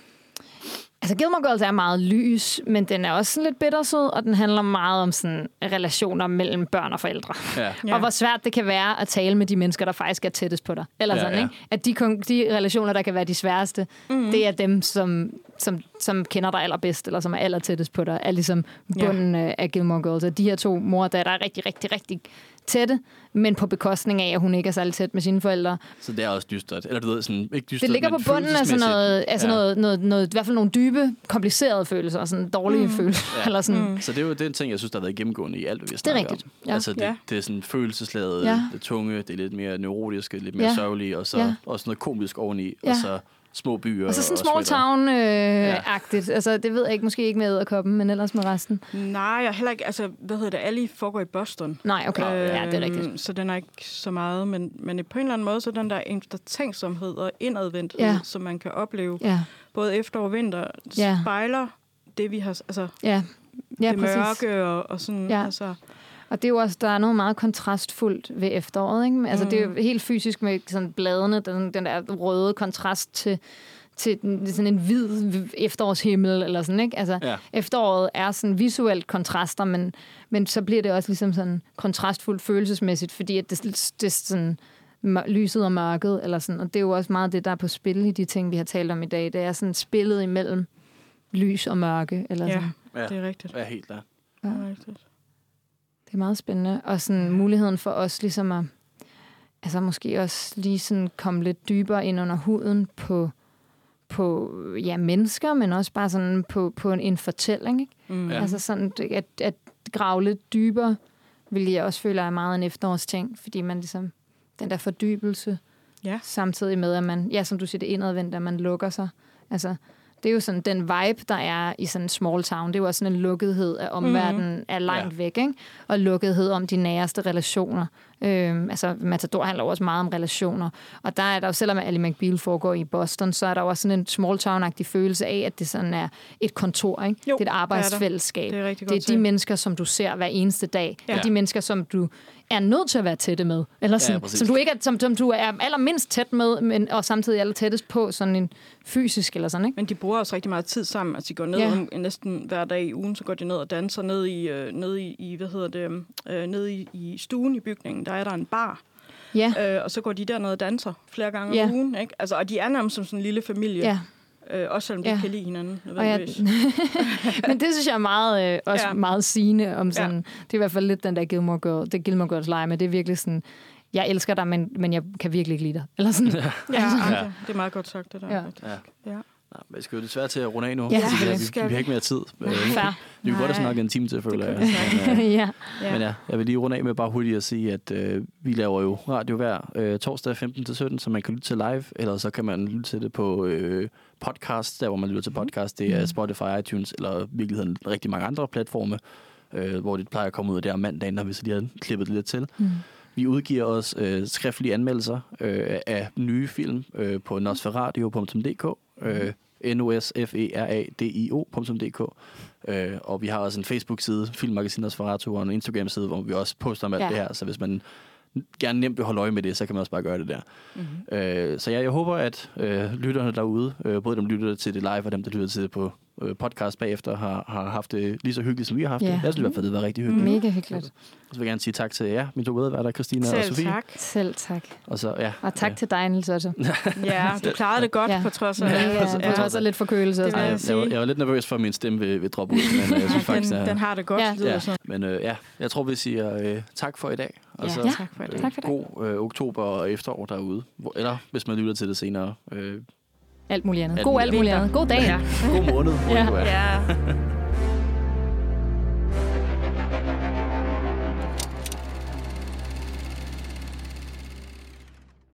Altså, Gilmore Girls er meget lys, men den er også sådan lidt bittersød, og den handler meget om sådan relationer mellem børn og forældre. Ja. Og hvor svært det kan være at tale med de mennesker, der faktisk er tættest på dig. Eller sådan, ikke? At de relationer, der kan være de sværeste, det er dem, som kender dig allerbedst, eller som er allertættest på dig, er ligesom bunden af Gilmore Girls. Og de her to mor, der er rigtig, rigtig, rigtig tætte, men på bekostning af, at hun ikke er særlig tæt med sine forældre. Så det er også dystert. Eller du ved, sådan, ikke dystert, det ligger på bunden af sådan noget, i hvert fald nogle dybe, komplicerede følelser, og sådan dårlige følelser. Eller sådan. Så det er jo den ting, jeg synes, der har været gennemgående i alt, hvad vi snakker om. Det er rigtigt. Ja. Altså, det er sådan følelsesladet, det tunge, det er lidt mere neurotiske, lidt mere sørgelige, og så også noget komisk oveni, og så små byer. Og så sådan small town-agtigt. Altså, det ved jeg ikke, måske ikke med Edderkoppen, men ellers med resten. Nej, jeg heller ikke. Altså, Ali foregår i Boston. Nej, okay. Ja, det er rigtigt. Så den er ikke så meget, men på en eller anden måde, så den der eftertænksomhed og indadvendthed, som man kan opleve, både efter og vinter, spejler det, vi har, altså, det mørke og sådan, altså... Og det er jo også, der er noget meget kontrastfuldt ved efteråret, ikke? Altså, det er jo helt fysisk med sådan bladene, den der røde kontrast til sådan en hvid efterårshimmel, eller sådan, ikke? Altså, efteråret er sådan visuelt kontraster, men så bliver det også ligesom sådan kontrastfuldt følelsesmæssigt, fordi at det sådan lyset og mørket, eller sådan. Og det er jo også meget det, der er på spil i de ting, vi har talt om i dag. Det er sådan spillet imellem lys og mørke, eller sådan. Ja, det er rigtigt. Ja, helt der. Ja. Det er rigtigt. Det er meget spændende. Og sådan muligheden for os ligesom at altså måske også lige sådan komme lidt dybere ind under huden på mennesker, men også bare sådan på en fortælling, ikke? Mm. Ja. Altså sådan at grave lidt dybere, hvilket jeg også føler er meget en efterårsting, fordi man ligesom, den der fordybelse, samtidig med, at man, ja, som du siger, det indadvendt, at man lukker sig. Altså, det er jo sådan, den vibe, der er i sådan en small town, det er jo også sådan en lukkethed af omverdenen er langt væk, ikke? Og lukkethed om de næreste relationer. Altså, Matador handler også meget om relationer. Og der er der jo, selvom Ally McBeal foregår i Boston, så er der jo også sådan en small town-agtig følelse af, at det sådan er et kontor, ikke? Jo, det er et arbejdsfælskab. Det er rigtig godt det er de mennesker, som du ser hver eneste dag. Ja. Det er de mennesker, som du er nødt til at være tætte med. Eller sådan, som du ikke er, som du er allermindst tæt med, men, og samtidig aller tættest på, sådan en fysisk eller sådan, ikke? Men de bruger også rigtig meget tid sammen. Altså, de går ned næsten hver dag i ugen, så går de ned og danser ned i stuen i bygningen. Der er der en bar. Ja. Og så går de derned og danser flere gange om ugen, ikke? Altså, og de er nærmest som sådan en lille familie. Ja. Også selvom de ikke kan lide hinanden. Men det synes jeg er meget, meget sigende om sådan. Det er i hvert fald lidt den der Gilmore Girls leje med. Det er virkelig sådan, jeg elsker dig, men jeg kan virkelig ikke lide dig. Eller sådan. Det er meget godt sagt, det der. Ja. Nej, men jeg skal jo desværre til at runde af nu. Ja, vi har ikke mere tid. Vi kan godt have snakket en time til, føler jeg. Men jeg vil lige runde af med bare hurtigt at sige, at vi laver jo radio hver torsdag 15-17, så man kan lytte til live, eller så kan man lytte til det på podcast, der hvor man lytter til podcast. Det er Spotify, iTunes, eller i virkeligheden rigtig mange andre platforme, hvor det plejer at komme ud af der mandagen, når vi så lige har klippet det lidt til. Vi udgiver også skriftlige anmeldelser af nye film på nosferadio.dk, nosferadio.dk, og vi har også en Facebook-side, Filmmagasin Nosferatu, og en Instagram-side, hvor vi også poster om alt det her, så hvis man gerne nemt vil holde øje med det, så kan man også bare gøre det der. Så jeg håber, at lytterne derude, både dem, der lytter til det live, og dem, der lytter til det på podcast bagefter, har haft det lige så hyggeligt, som vi har haft det. Jeg synes i hvert fald, det var rigtig hyggeligt. Mega hyggeligt. Og så vil jeg gerne sige tak til jer, mine to medværter, Christina og Sofie. Selv tak. Og så, og tak til dig, Niels også. Ja, du klarede det godt på trods af... på trods af lidt forkølelse. Jeg var lidt nervøs for, at min stemme vil droppe ud, men jeg synes faktisk, den har det godt. Men jeg tror, vi siger tak for i dag. Og så tak for i dag. God oktober og efterår derude. Eller hvis man lytter til det senere. Alt muligt andet. God alt muligt andet. God dag. God måned. Ja.